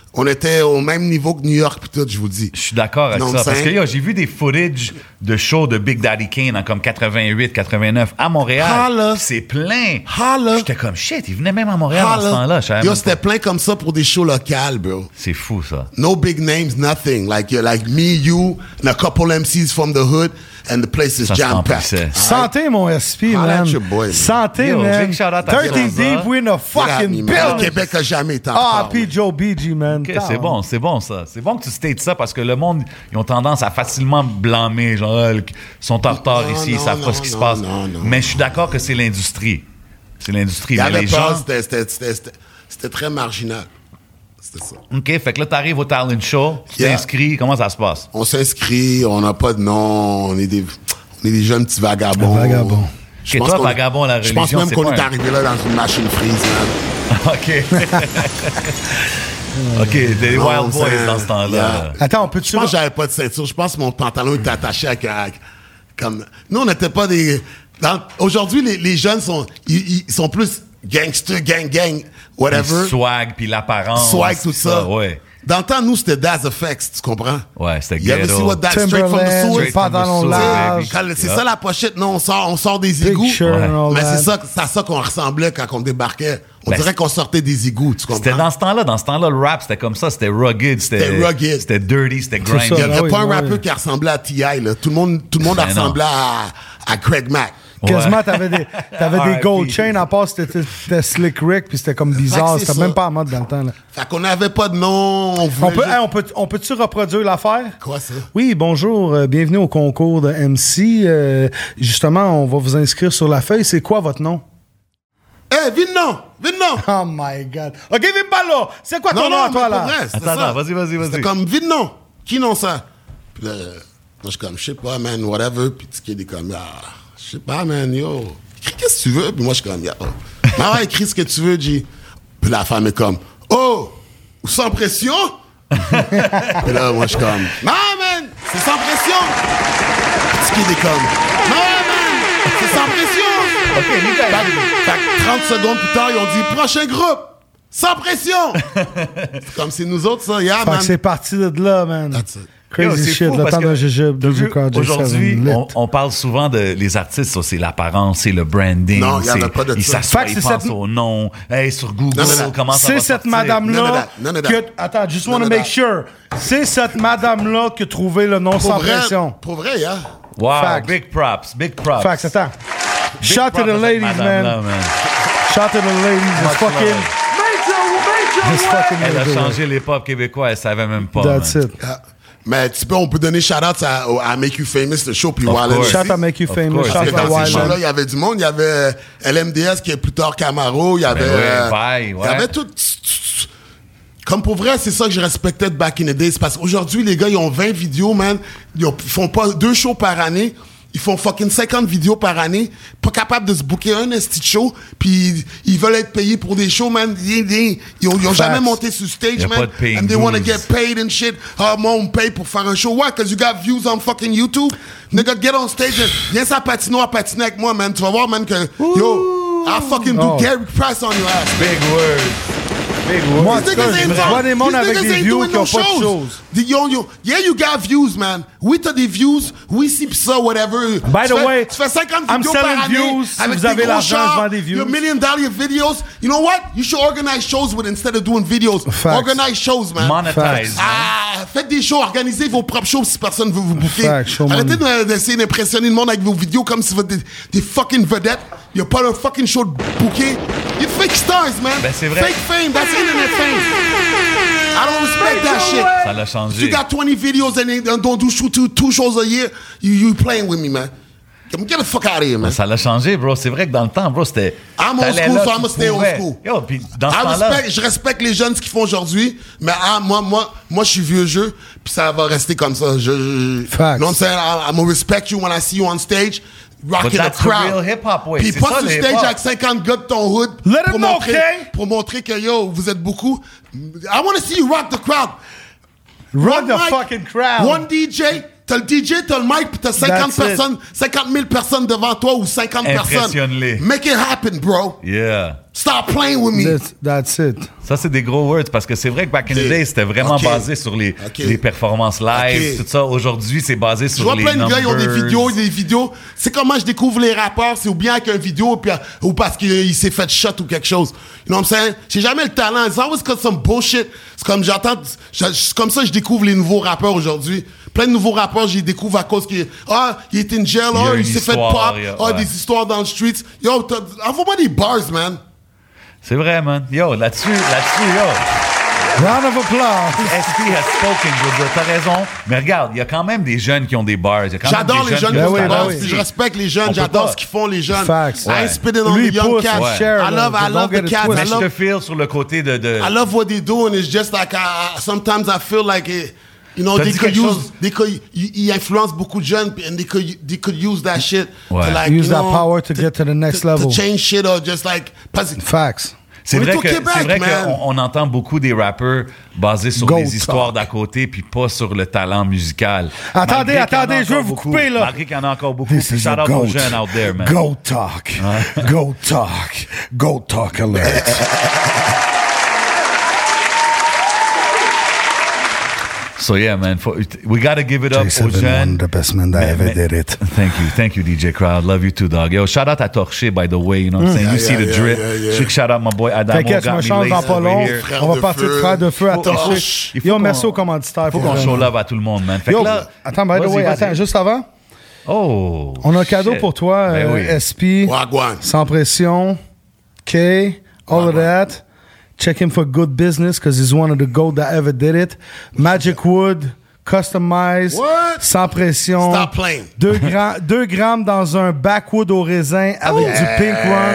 On était au même niveau que New York, puis tout, je vous dis. Je suis d'accord avec Non, ça. Parce c'est- que yo, j'ai vu des footage de shows de Big Daddy Kane en comme quatre-vingt-huit, quatre-vingt-neuf à Montréal. Holla. C'est plein. Holla. J'étais comme shit, ils venaient même à Montréal dans ce Holla. temps-là. je savais Yo, même c'était pas. plein comme ça pour des shows locales, bro. C'est fou, ça. No big names, nothing. Like, you're like me, you, and a couple M Cs from the hood, and the place is Ça se jam-packed. remplissait. Santé, mon S P, Holla man. at your boy, man. Santé, Yo, man. big shout out à thirty Gonza. deep, we in a fucking Le building. Québec a jamais été en Ah, retard, puis man. Joe B G, man. Ok, c'est bon, c'est bon ça. C'est bon que tu states ça parce que le monde, ils ont tendance à facilement blâmer, genre, ah, ils sont en retard Non, ici, ils non, savent pas non, ce qui se non, passe. non, non. Mais je suis d'accord que c'est l'industrie. C'est l'industrie. Il y Mais avait les peur, gens. c'était- c'était- c'était c'était- c'était très marginal. C'était ça. OK, fait que là, t'arrives au talent show, tu Yeah. t'inscris, comment ça se passe? On s'inscrit, on n'a pas de nom, on est des, on est des jeunes petits vagabonds. Vagabonds. Je Ok, pense toi, qu'on- vagabond, la Je pense religion, même c'est qu'on pas est un- arrivé là dans une machine freeze, man. OK. OK, des Non, Wild Boys c'est- dans ce temps-là. Yeah. Attends, on peut-tu... Je pense que j'avais pas de ceinture. Je pense que mon pantalon était attaché avec, avec- comme. Nous, on n'était pas des. dans- Aujourd'hui, les, les jeunes sont, ils, ils sont plus gangster, gang, gang, whatever. Le swag, puis l'apparence. Swag, tout ça. Ouais. Dans le temps, nous, c'était Daz Effects, tu comprends? Ouais, c'était You ever ghetto. see what that straight from the Timberland, sewer? Straight from the pantalon sewer, large. baby. Quand le- C'est Yeah. ça la pochette, non, on sort, on sort des Big égouts. shirt and all Mais that. c'est ça, c'est à ça qu'on ressemblait quand on débarquait. On Ben, dirait qu'on sortait des égouts, tu comprends? C'était dans ce temps-là, dans ce temps-là, le rap, c'était comme ça, c'était rugged, c'était C'était rugged. c'était dirty, c'était ça. Il n'y grimy. avait Ah oui, pas un oui. rappeur qui ressemblait à T I là. Tout le monde, tout le monde Ben non. ressemblait à, à Craig Mack. Quasiment, Ouais. t'avais des, t'avais des R I P. gold chains, à part c'était c'était Slick Rick, puis c'était comme bizarre. c'est C'était ça. même pas en mode dans le temps, là. Fait qu'on n'avait pas de nom. On voulait On peut, juste- hey, on peut, on peut-tu reproduire l'affaire? Quoi ça? Oui, bonjour, euh, bienvenue au concours de M C. Euh, justement, on va vous inscrire sur la feuille. C'est quoi votre nom? Eh, vite non! Vite non! Oh my God. OK, Vimbalo, c'est quoi ton Non, nom non, à mais toi, pour là? vrai, c'était Attends, ça. attends, vas-y, vas-y, vas-y. C'était comme vite non! Qui non ça? Puis là, moi je suis comme, je sais pas, man, whatever. Puis tu est comme, ah, je sais pas, man, yo. Écris qu'est-ce que tu veux? Puis moi je suis comme, yo. Ah ouais, écris ce que tu veux, G. Puis la femme est comme, oh! Sans pression? Puis là, moi je suis comme, non, man, c'est sans pression! Puis tu est comme, non, man, c'est sans pression! OK, nickel. Fait, fait que trente secondes plus tard, ils ont dit prochain groupe, sans pression. C'est comme c'est nous autres, ça. Yeah, Fait man. que c'est parti de là, man. That's it. Crazy Yo, c'est shit, fou le parce temps que d'un jujube de t'as vu, Project aujourd'hui, sept, lit. on, on parle souvent de les artistes, ça, c'est l'apparence, c'est le branding. Non, il y en a c'est- pas de ils ça. s'assoient, Fait que ils c'est pensent cette- au nom. Hey, sur Google, Non, non, non. comment ça C'est va cette None sortir? of madame-là that, none of that. que... Attends, just want None to of make that. sure. C'est cette madame-là qui a trouvé le nom Pour sans vrai, pression. pour vrai, yeah. Wow, Facts. big props, big props. Facts, attends. Big Shout to props the à cette ladies, madame-là, man. man. Shout to the ladies. It's Much fucking... love. It's fucking Elle a good. changé les pop québécois, elle savait même pas. That's man. it. Yeah. Mais tu peux, on peut donner shout-out à, à Make You Famous, le show, puis Of Wallen course. aussi. Shout to Make You Of Famous. course. Shout Parce que to dans ces shows-là, Wyland. il y avait du monde. Il y avait L M D S qui est plus tard Camaro. Il y avait. Ben ouais, euh, bye, Il y ouais. avait tout. Comme pour vrai, c'est ça que je respectais de back in the days. Parce qu'aujourd'hui, les gars, ils ont vingt vidéos, man. Ils, ont- ils font pas deux shows par année. Ils font fucking cinquante vidéos par année. Pas capable de se booker un esti de show. Puis ils veulent être payés pour des shows, man. Ils, ils, ils ont, ils ont jamais monté sur stage, Y a man. pas de paying And they want to dues. get paid and shit. Ah, moi, on me paye pour faire un show. Why? Because you got views on fucking YouTube. Nigga, get on stage and viens ça patinoire patiner avec moi, man. Tu vas voir, man, que yo, I'll fucking do Oh. Gary Price on your ass. Big word. Big word. Moi, en These tout cas, niggas je ain't vois des mondes these avec niggas des ain't views doing qui ont no pas de shows. choses. The- yo, yo, yeah, you got views, man. Oui, t'as des views. Oui, si pis ça, whatever. By Tu the fais- way, tu fais cinquante I'm vidéos selling par année. views. Si avec vous des avez gros l'argent, chars, je vends des views. Your million dollar videos. You know what? You should organize shows with instead of doing videos. Facts. Organize shows, man. Monetize. Ah, faites des shows, organisez vos propres shows si personne veut vous booker. Facts, show Arrêtez money. de- d'essayer d'impressionner le monde avec vos vidéos comme si vous êtes des, des fucking vedettes. Il a pas un fucking show de booker. You fake stars, man. Ben, c'est vrai. Fake fame. That's internet fame. I don't respect that shit. Ça l'a If changé. you got twenty videos and they don't do shoot two, two shows a year, you you playing with me, man. Get the fuck out of here, man. Ça l'a changé, bro. C'est vrai que dans le temps, bro, c'était. I'm old t'allais school, là, so tu I'ma stay old pouvais. school. Yo, puis dans ce I temps-là. respect, je respecte les jeunes ce qu'ils font aujourd'hui, mais ah, moi, moi, moi, je suis vieux jeu, puis ça va rester comme ça. Je, je, Facts. you know what I'm saying? I, I'm gonna respect you when I see you on stage, rocking But the that's the crowd. real hip-hop way. Puis C'est pas ça, sur le stage hip-hop. avec cinquante gars de ton hood Let pour them know, montrer, okay? pour montrer que yo, vous êtes beaucoup. I want to see you rock the crowd. Rock One the mic, fucking crowd. One D J, t'as le D J, t'as le mic, puis t'as cinquante That's it. personnes, cinquante mille personnes devant toi ou cinquante personnes. Impressionne-les. Make it happen, bro. Yeah. Stop playing with me. That's, that's it. Ça, c'est des gros words parce que c'est vrai que back in the Ok. day, c'était vraiment Ok. basé sur les, Ok. les performances live, Ok. tout ça. Aujourd'hui, c'est basé Je sur vois les plein de numbers. gars, ils ont des vidéos, des vidéos. C'est comment je découvre les rappeurs, c'est ou bien avec une vidéo, puis, ou parce qu'il s'est fait shot ou quelque chose. You know what I'm saying? J'ai jamais le talent. It's always got some bullshit. C'est comme j'entends, je- c'est comme ça que je découvre les nouveaux rappeurs aujourd'hui. Plein de nouveaux rappeurs, j'y découvre à cause qu'il ah, il était in jail, Il y a ah, une il s'est fait histoire, pop, il y a- ah, ouais. des histoires dans le streets. Yo, t'as- envoie-moi des bars, man. C'est vrai, man. Yo, là-dessus, là-dessus, yo. Round of applause. S P has spoken, je veux dire, t'as raison. Mais regarde, il y a quand même des jeunes qui ont des bars. Il y a quand même J'adore des les jeunes qui qui ont font Ben des oui, bars, ben oui. puis je respecte les On jeunes, peut j'adore pas. ce qu'ils font, les jeunes. Facts. I Ouais. ain't spitting on Lui, the young pousse, cats. ouais. share, I love, là. I love Don't get the it cats. twisted. I Mais je love te feel sur le côté de... de... I love what they do, and it's just like I, I, sometimes I feel like it, you know T'as they dit could quelque use chose- they could ils ils influencent beaucoup de jeunes and they could they could use that shit Ouais. to like Use you that know, power to get to the next to, level. to change shit or just like parce que Facts. C'est On est vrai au que Québec, c'est vrai man. qu'on on entend beaucoup des rappeurs basés sur Go les histoires talk. d'à côté puis pas sur le talent musical. Attendez, Malgré qu'il y en a attendez, je veux encore vous beaucoup, couper, là. Malgré qu'il y en a encore beaucoup. This Puis is shout a out aux goat. jeunes out there, man. Go talk. Go talk. Go talk alert. So yeah, man, for, we gotta give it up J aux seven, one jeunes. of the best men that Mais- ever mais- did it. Thank you, thank you, D J Crowd. Love you too, dog. Yo, shout out à Torché, by the way. You know what I'm saying? Yeah, you see yeah, the yeah, drip. yeah, yeah. Je sais que shout out my boy Adamo. T'inquiète, je got me me change dans laced pas over long. here. Frère On va de partir de feu. frère de feu à Faut- torcher. il faut Yo, qu'on- merci aux commanditaires. Faut pour qu'on vrai. show love à tout le monde, man. Fait Yo, que là, attends, by the vas-y, way, vas-y. attends, juste avant, Oh. on a un cadeau shit. pour toi, Ben euh, oui. S P, Wagwan. sans pression, K, all of that. Check him for good business because he's one of the gold that ever did it. Magic Wood, customized, What? sans pression. Stop playing. Deux, gra- deux grammes dans un backwood au raisin avec du pink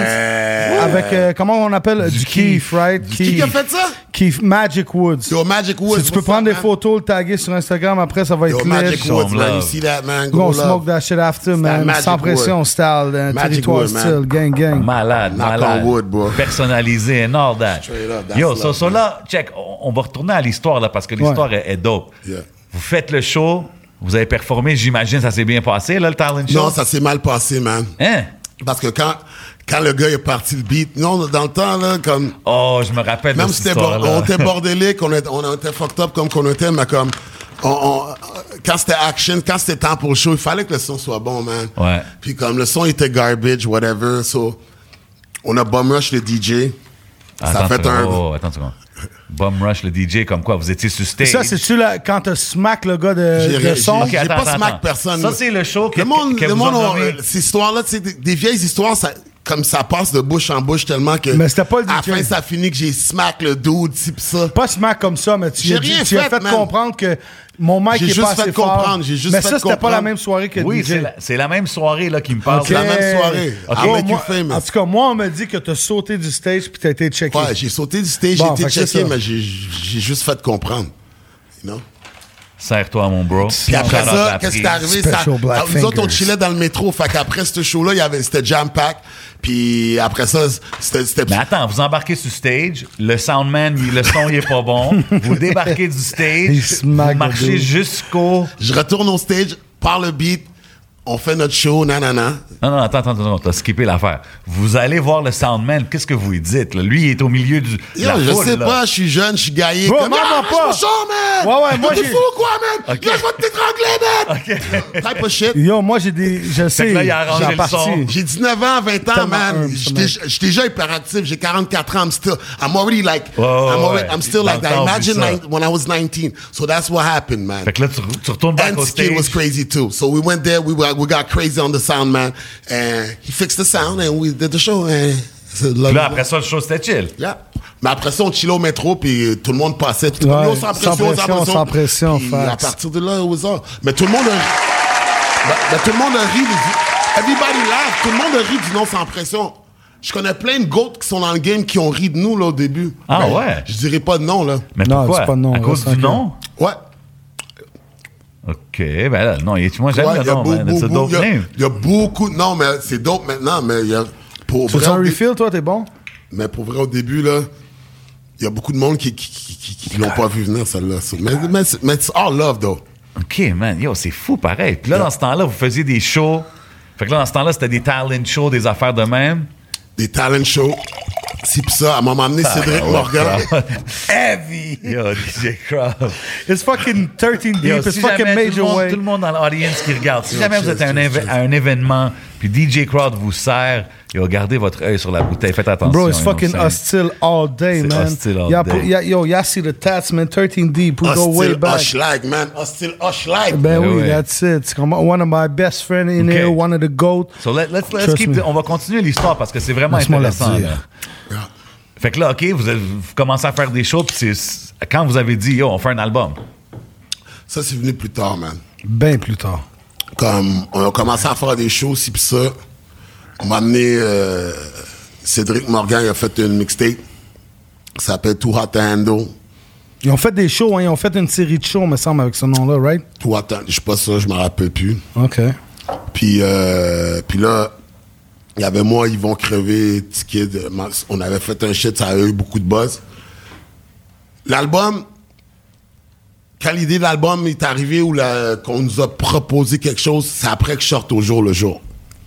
runs. Avec, euh, comment on appelle? Du, keef, right? Qui a fait ça? Keef, Magic Woods. Yo, Magic Woods. Si tu peux what's prendre up, des man? photos, le taguer sur Instagram, après ça va être Yo, lit. Magic Show Woods, them man. You love. see that, man? Go Go smoke love. that shit after, that man. Magic Sans pression, Wood. style, euh, Magic territoire Wood, man. style, gang, gang. Malade, Knock malade. on wood, bro. Personnalisé and all that. Straight up, that's Yo, love, so, so man. là, check, on, on va retourner à l'histoire, là, parce que l'histoire est, est dope. Yeah. Vous faites le show, vous avez performé, j'imagine, ça s'est bien passé, là, le talent show? Non, ça s'est mal passé, man. Hein? Parce que quand, quand le gars est parti le beat, non, dans le temps, là, comme, Oh, je me rappelle même de si cette c'était bor- histoire-là. on était bordélique, on était, on était fucked up comme qu'on était, mais comme, on, on- quand c'était action, quand c'était temps pour le show, il fallait que le son soit bon, man. Ouais. Puis comme le son était garbage, whatever, so, on a bum rush le D J. Ça Attends a fait une un... seconde. Oh, attends une seconde. Bum Rush, le D J, comme quoi, vous étiez sur stage. Ça, c'est-tu là, quand t'as smack le gars de, J'ai de rien- son? Ok, J'ai attends, pas attends, smack attends. personne. Ça, c'est le show que, Le monde, que le vous monde, ont ont- nommé. euh, ces histoires-là, tu sais, des, des vieilles histoires, ça, comme ça passe de bouche en bouche tellement que. Mais c'était pas le À la D J. fin, ça finit que j'ai smack le dude, ci pis ça. Pas smack comme ça, mais tu, J'ai as dit- rien tu as fait, fait man. comprendre que mon mic J'ai est juste pas fait assez fort. comprendre, j'ai juste mais fait ça, c'était pas comprendre. la même soirée que Oui, le D J. c'est la, c'est la même soirée là, qui me parle. Ok. C'est la même soirée. Ok. I'll Moi, make you moi- famous. en tout cas, moi, on m'a dit que t'as sauté du stage puis t'as été checké. Ouais, j'ai sauté du stage, Bon, j'ai fait été que c'est checké, ça. mais j'ai j'ai juste fait comprendre. You know? Serre-toi, mon bro. Puis après Shout out ça, à qu'est-ce qui est Prise. arrivé? Ça, Special Black ah, nous autres, on Fingers. chillait dans le métro. Fait qu'après ce show-là, il y avait, c'était jam-pack. Puis après ça, c'était... c'était- Mais attends, vous embarquez sur stage, le soundman, il- le son, il est pas bon. Vous débarquez du Il stage, smack vous the marchez dude. jusqu'au... Je retourne au stage, par le beat, on fait notre show, nanana. Non, non, attends, attends, attends, t'as skippé l'affaire. Vous allez voir le soundman, qu'est-ce que vous lui dites? Là? Lui, il est au milieu du, de Yo, la je foule, sais là. pas, je suis jeune, je suis gaillé. Bro, Comme, moi, ah, moi, lâche pas. mon son, man! Ouais, ouais, moi, T'es j'ai- fou ou quoi, man? Ok. Laisse-moi t'étrangler, man! Type of shit. Yo, moi, j'ai des. Je sais. que là, il a arrangé j'ai le parti. son. J'ai dix-neuf ans, vingt ans, Tellement man. humble, ce J'étais mec. j'étais déjà hyperactif. J'ai quarante-quatre ans. I'm still, I'm already like, Ouais, ouais, I'm, already, ouais. I'm still Dans like le that. temps, on Imagine vit ça. like, when I was nineteen. So that's what happened, man. Fait que là, tu, tu retournes back And au this kid was stage. crazy too. So we went there. We were, we got crazy on the sound man, and he fixed the sound, and we did the show. And it's a Puis lovely- là, après ça, le show, c'était chill. Yeah. Mais après ça, on chillait au métro, puis tout le monde passait. Puis Ouais, yo, sans pression, sans pression, sans pression, Puis facts. à partir de là, it was on. Mais tout le monde a ri. Ben, ben, tout le monde a ri. du- Everybody laugh. Tout le monde a ri du non sans pression. Je connais plein de goats qui sont dans le game qui ont ri de nous, là, au début. Ah Ben, ouais? Je dirais pas de nom, là. Mais Non, pourquoi? c'est pas non, À cause reste du tranquille. nom? Ouais. OK, ben là, non, il- moi, j'aime Ouais, le il y a nom, beau- man. It's a beau- dope il y a- name. Il y a beaucoup. Non, mais c'est dope maintenant, mais il y a. Pour Tu vrai, veux un au dé- refill, toi, t'es bon? Mais pour vrai, au début, là, il y a beaucoup de monde qui, qui, qui, qui, qui l'ont pas vu venir, celle-là. So, mais, mais, c'est- mais it's all love, though. OK, man, yo, c'est fou, pareil. Puis là, dans ce temps-là, vous faisiez des shows. Fait que là, dans ce temps-là, c'était des talent shows, des affaires de même. Des talent shows. Si pis ça, elle m'a amené Cédric Ah, ouais, Morgan. Crowd. Heavy. Yo, D J Crowd. It's fucking thirteen deep. Yo, It's si fucking jamais tout le, major monde, way. tout le monde dans l'audience qui regarde, si jamais vous êtes à un, cheers, éve- cheers. à un événement, puis D J Crowd vous sert, yo, gardez votre œil sur la bouteille. Faites attention. Bro, it's you know fucking what I'm saying? hostile all day, C'est man. hostile all Y'all day. put- y'all- yo, y'all see the tats, man. thirteen deep. We go way Hostile back. Hushlag, man. Hostile Hushlag. Ben Ben oui, ouais. that's it. C'est comme one of my best friends in Okay. here, one of the GOAT. So let, let's, let's Trust keep me. the- on va continuer l'histoire parce que c'est vraiment Laisse-moi leur intéressant. dire. Là. Yeah. Fait que là, OK, vous, avez- vous commencez à faire des shows, puis c'est quand vous avez dit, yo, on fait un album. Ça, c'est venu plus tard, man. Ben plus tard. Comme, on a commencé à faire des shows, si pis ça. On m'a amené euh, Cédric Morgan, il a fait une mixtape. Ça s'appelle Too Hot to Handle. Ils ont fait des shows, hein. Ils ont fait une série de shows, me semble, avec ce nom-là, right? Too Hot to Je sais pas ça, je me rappelle plus. OK. Puis, euh, puis là, il y avait moi, ils vont crever, T-Kid. On avait fait un shit, ça a eu beaucoup de buzz. L'album, quand l'idée de l'album est arrivée ou la- qu'on nous a proposé quelque chose, c'est après que je sorte au jour le jour.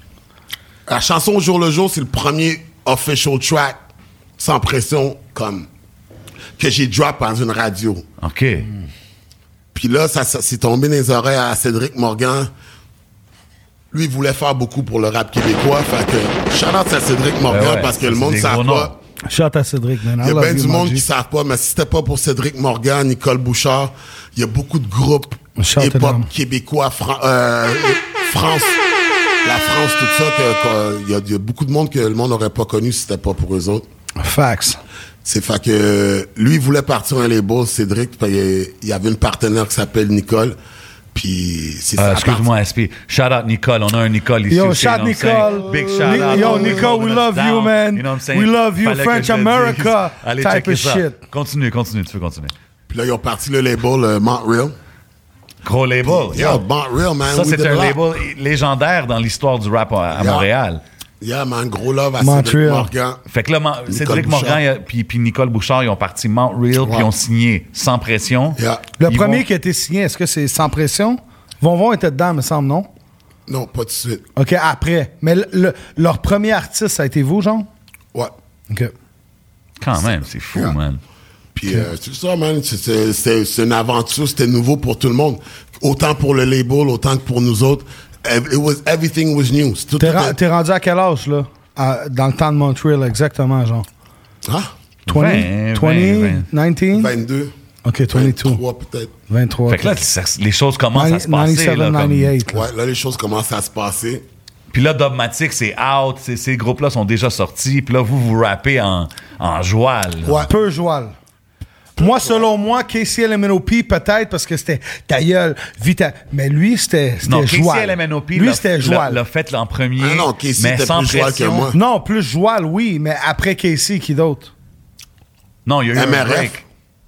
La chanson au jour le jour, c'est le premier official track, sans pression, comme, que j'ai drop dans une radio. OK. Puis là, ça, ça s'est tombé dans les oreilles à Cédric Morgan. Lui, il voulait faire beaucoup pour le rap québécois. Fait que, shout out à Cédric Morgan, Ben ouais, parce que ça, le c'est monde ne des savent gros noms. pas. Shout à Cédric, man. Il I y a love bien you, du mon monde G. qui ne savent pas, mais si c'était pas pour Cédric Morgan, Nicole Bouchard, il y a beaucoup de groupes Shout to hip-hop them. québécois, Fran- euh, France, la France, tout ça, que- que- il y, a- il y a beaucoup de monde que le monde n'aurait pas connu si c'était pas pour eux autres. Facts. C'est fait que lui, il voulait partir un label, Cédric, puis il y avait une partenaire qui s'appelle Nicole. Puis c'est Euh, ça. Excuse-moi, S P. Shout out Nicole. On a un Nicole ici. Yo, aussi, shout you know what I'm saying? Nicole. Big shout Ni- out. yo, Always Nicole, holding we us love you, down. man. You know what I'm saying? We love you, Fallait que French je le America dise. Allez, type checker of ça. shit. Continue, continue. Tu peux continuer. Puis là, ils ont parti le label euh, Montreal. Gros label. Yeah, Yo. Montreal, man. Ça, we c'est did un a lot. label légendaire dans l'histoire du rap à, à Yeah. Montréal. Yeah, man, gros love à Montreal. Cédric Morgan. Fait que là, Man- Cédric Bouchard. Morgan il a- puis, puis Nicole Bouchard, ils ont parti Montreal, puis Ouais. ils ont signé sans pression. Yeah. Le Ils premier vont- qui a été signé, est-ce que c'est Sans Pression? Von Von était dedans, me semble, non? Non, pas tout de suite. OK, après. Mais le- le- leur premier artiste, ça a été vous, genre? Ouais. OK. Quand même, c'est fou, Yeah. man. Puis euh, c'est ça, man. C'est- C'est c'est- c'est une aventure, c'était nouveau pour tout le monde. Autant pour le label, autant que pour nous autres. It was, everything was new. C'est tout- T'es, tout- ren- t'es rendu à quel âge, là? À- dans le temps de Montreal, exactement, genre? Ah, vingt, vingt, vingt, vingt. dix-neuf? vingt-deux. OK, vingt-deux. vingt-trois peut-être. vingt-trois. Fait que là, ça- les choses commencent à se passer. quatre-vingt-dix-sept, Là, comme- quatre-vingt-dix-huit. là. Ouais, là, les choses commencent à se passer. Puis là, Dogmatic, c'est out. c'est- Ces groupes-là sont déjà sortis. Puis là, vous, vous rappez en, en joie. là. Ouais. Peu joual. Moi, selon moi, K C L M N O P, peut-être, parce que c'était ta gueule, vite. à- Mais lui, c'était Non, c'était K C joual. L M N O P Lui, l'a- c'était l'a- joual. l'a fait en premier. Ah non, K C mais était sans plus joual que pression. moi. Non, plus joual, oui, mais après K C, qui d'autre? Non, il y a eu M un R F. break.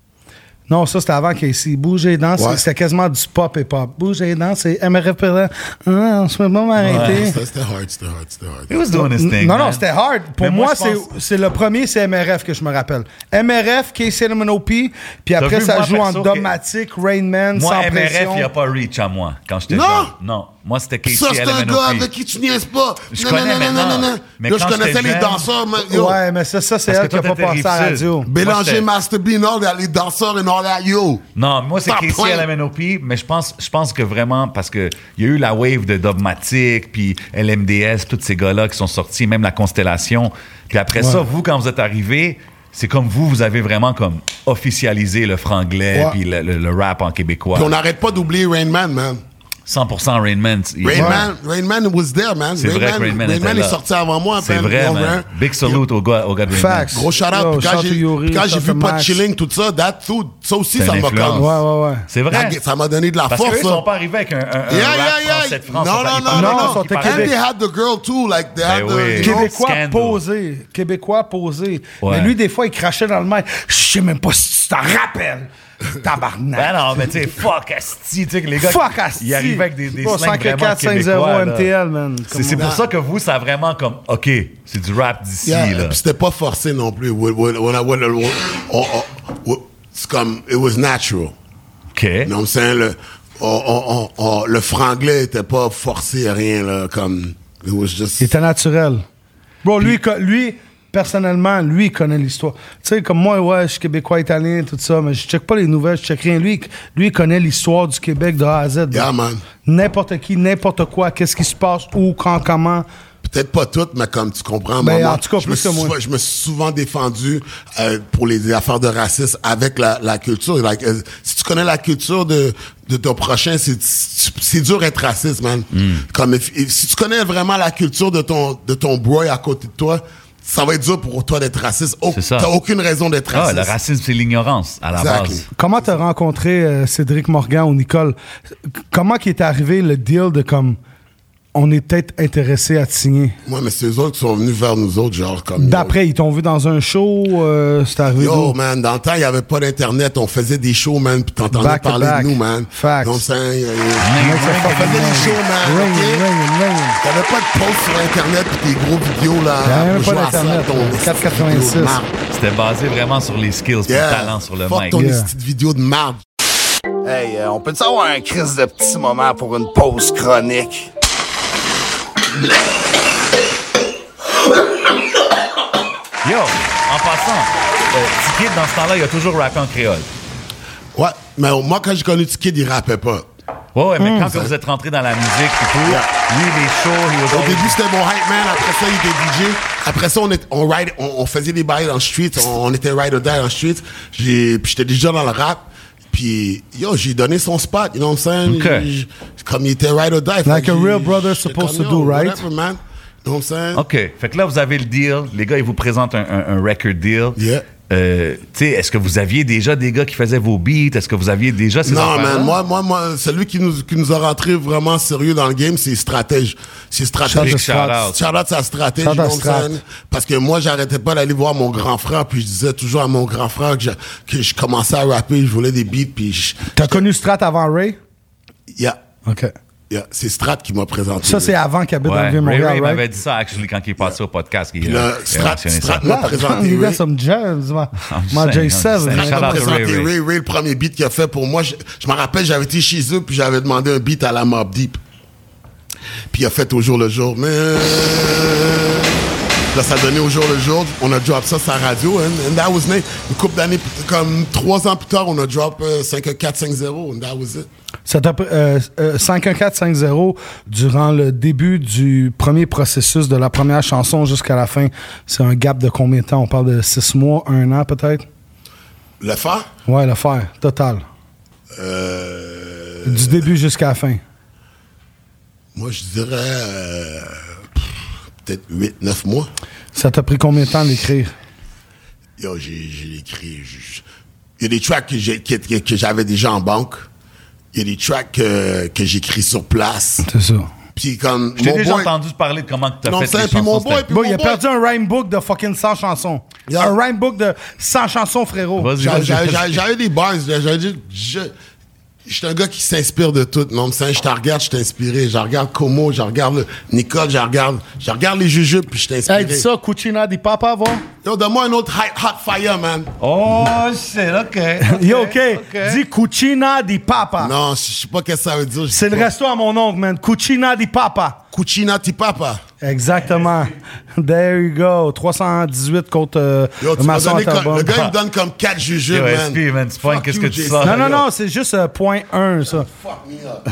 Non, ça, c'était avant K C. Bouger les dents, c'est- Ouais. c'était quasiment du pop et pop. Bouger les dents, c'est M R F. Ah, on se peut pas m'arrêter. C'était c'était hard, c'était hard, c'était hard. He was doing his thing. Non, non, man. c'était hard. Pour Mais moi, moi, je c'est pense- c'est le premier, c'est M R F que je me rappelle. M R F, K C L M N O P, puis après, vu, ça moi, joue en perso, que- Dogmatic, Rain Man, Moi, Sans M R F, pression. il n'y a pas reach à moi quand j'étais Non! jeune. Non. Moi, c'était K Ça, C c'est L un M N O gars P. avec qui tu niaises pas. Je non, connais non, non, non, maintenant. non, non. Mais Là, quand je connaissais j'étais les jeune- danseurs. man. Yo, Ouais, mais ça, ça c'est Parce elle que qui a toi, pas t'étais passé à la Rive-Sud. radio. Moi, Bélanger j'étais- Master Bean, all that, les danseurs et all that, yo. Non, moi, c'est Top K C L M point. N O P, mais je pense, je pense que vraiment, parce qu'il y a eu la wave de Dogmatic, puis L M D S, tous ces gars-là qui sont sortis, même la Constellation. Puis après ça, vous, quand vous êtes arrivés, c'est comme vous, vous avez vraiment comme officialisé le franglais, Ouais. puis le, le- le rap en québécois. Puis on n'arrête pas d'oublier Rain Man, man. cent pour cent Rain Man. il- Rain Ouais. Man, Rain Man was there, man. C'est vrai que Rain Man était est là. sorti avant moi. C'est man. vrai, Yo, man. man. Big salute au gars, au gars de Rain Man. Facts. Gros shout-out. Yo, Puis quand shout j'ai to Yuri, puis quand j'ai shout vu to pas de Max. chilling, tout ça, that too, ça aussi, C'est ça une m'a influence. comme... Ouais, ouais, ouais. C'est vrai. La- Ça m'a donné de la Parce force, qu'eux, ils ça. sont pas arrivés avec un, un, un Yeah, rap yeah, français yeah. de France. Non, Ils non, parlaient- non, ils non, parlaient- non, non. ils sont And Québec. they had the girl too, like they had Ben the, oui. you know, Québécois Scandal. posé. Québécois posé. Ouais. Mais lui, des fois, il crachait dans le mic. Je sais même pas si tu t'en rappelles. Tabarnak. Ben non, mais tu sais, fuck Asti, tu sais, que les gars, Fuck Asti. ils arrivaient avec des, des Bon, slangs cinq vraiment quatre cinq zéro québécois, là. M T L, man. C'est c'est pour ça que vous, ça a vraiment comme, OK, c'est du rap d'ici, Yeah, là. puis c'était pas forcé non plus. When- when- when I- when I- when- oh, oh, oh, c'est comme, it was natural. OK. You know what I'm saying? Le, oh, oh, oh, oh, le franglais était pas forcé à rien, là, comme, it was just... Il était naturel. Bro, lui, co- lui, personnellement, lui, il connaît l'histoire. Tu sais, comme moi, ouais, je suis québécois, italien, tout ça, mais je check pas les nouvelles, je check rien. Lui, lui, il connaît l'histoire du Québec de A à Z. Yeah, man. N'importe qui, n'importe quoi, qu'est-ce qui se passe, où, quand, comment. Peut-être pas toutes, mais comme tu comprends, Ben, moi, en tout cas, je, plus me que moi. souvent- je me suis souvent défendu euh, pour les affaires de racisme avec la, la culture. Like, euh, si tu connais la culture de, de ton prochain, c'est, c'est dur d'être raciste, man. Mm. Comme if- if- si tu connais vraiment la culture de ton, de ton boy à côté de toi, ça va être dur pour toi d'être raciste. Oh, C'est ça. T'as aucune raison d'être Ah, raciste. le racisme, c'est l'ignorance, à la Exactly. base. Comment t'as rencontré euh, Cédric Morgan ou Nicole? Comment qu'il est arrivé le deal de comme, on est peut-être intéressé à te signer? Moi, mais c'est eux autres qui sont venus vers nous autres, genre comme... D'après, ils t'ont vu dans un show, euh, c'est arrivé Yo, d'où? man, dans le temps, il n'y avait pas d'Internet. On faisait des shows, man, puis t'entendais Back to parler back. de nous, man. Facts. Donc, ça, euh, Mec, ça on fait faisait des shows, man, Ring, ok? ring, ring. T'avais pas de post sur Internet puis des gros vidéos, là. Il y avait même pour pas jouer à ça, d'Internet, ton quatre quatre-vingt-six. vidéo de marde. C'était basé vraiment sur les skills et Yeah. le talent sur le Fuck mic. ton Yeah. petite vidéo de marde. Hey, euh, on peut-tu avoir un crise de petit moment pour une pause chronique? Yo, en passant, euh, T-Kid, dans ce temps-là, il a toujours rappé en créole. Ouais, mais moi, quand j'ai connu T-Kid, il rappait pas. Ouais, ouais, mais quand que vous êtes rentré dans la musique et tout, Yeah. lui, les shows, he was Au always- début, c'était mon hype man. Après ça, il était D J. Après ça, on, est, on, ride, on, on faisait des bails dans le street. On, on était ride or die dans le street. J'ai, puis j'étais déjà dans le rap. Puis, yo, j'ai donné son spot. You know what I'm saying? Ok. J'ai- Comme il était ride or die. Like fait a que real j'ai- brother j'étais supposed comme, to yo, do, right? whatever, man. You know what I'm saying? OK. Fait que là, vous avez le deal. Les gars, ils vous présentent un, un, un record deal. Yeah. Euh, tu sais, est-ce que vous aviez déjà des gars qui faisaient vos beats? Est-ce que vous aviez déjà ces Non, affaires-là? man, moi, moi, moi, celui qui nous, qui nous a rentré vraiment sérieux dans le game, c'est Stratège. C'est Stratège. Big shout out. Shout out à Stratège, Shout out you know à what I'm Strat. saying? Parce que moi, j'arrêtais pas d'aller voir mon grand frère, puis je disais toujours à mon grand frère que je, que je commençais à rapper, je voulais des beats, puis je, T'as connu Strat avant Ray? yeah, OK. yeah, c'est Strat qui m'a présenté. Ça, c'est avant qu'il habite dans le Ouais, Ray Vieux-Montréal, Ray m'avait right? dit ça, actually, quand il est passé au podcast. Il, Puis a- là, il a Strat, mentionné Strat ça. m'a Là, présenté you got Ray. some jazz, ma, I'm ma saying, J sept. I'm saying. man. Shout Il m'a out to présenté Ray Ray. Ray. Ray, le premier beat qu'il a fait pour moi, je, je me rappelle, j'avais été chez eux, puis j'avais demandé un beat à la Mobb Deep. Puis il a fait au jour le jour. Mais là, ça a donné au jour le jour. On a drop ça sur la radio. And, and that was nice. Une couple d'années, plus- comme trois ans plus tard, on a drop euh, cinq un quatre cinq zéro. And that was it. Ça t'a pris, euh, euh, cinq un quatre cinq zéro durant le début du premier processus de la première chanson jusqu'à la fin. C'est un gap de combien de temps? On parle de six mois, un an peut-être? Le faire? Ouais, l'affaire, total. Euh, Du début jusqu'à la fin. moi, je dirais euh, pff, peut-être huit neuf mois. Ça t'a pris combien de temps d'écrire? Yo, j'ai, j'ai écrit. je- Il y a des tracks que, j'ai, que, que- que j'avais déjà en banque. Il y a des tracks que, que j'écris sur place. C'est ça. Puis comme. J'ai mon déjà boy- entendu parler de comment tu as Non, fait c'est- les puis chansons. mon boy, c'était- puis Bon, mon il a boy- perdu un rhyme book de fucking cent chansons. Yeah. Un rhyme book de cent chansons, frérot. Vas-y, J'a- vas-y, j'a- vas-y. j'a- J'avais des bars. J'avais dit, je, je suis un gars qui s'inspire de tout. Non, je te regarde, je suis inspiré. Je regarde Como, je regarde le- Nicole, je regarde, je regarde les jujubes, puis je suis inspiré. Hey, dis ça, Cucina di Papa, va. Yo, donne-moi un autre hot, hot fire, man. Oh, shit, OK. Yo, OK. Dis Cucina di Papa. Non, je sais pas qu'est-ce que ça veut dire. je C'est sais le pas. resto à mon oncle, man. Cucina di Papa. Cucina ti papa. Exactement. There you go. trois cent dix-huit contre euh, Yo, tu m'as Masson donné comme, Atterbom. le gars, il me donne comme quatre jujubes, Yo, man. S P, man, c'est pas Fuck qu'est-ce you, que tu Jason. sors. Non, non, Yo, non, c'est juste euh, point un, ça. Fuck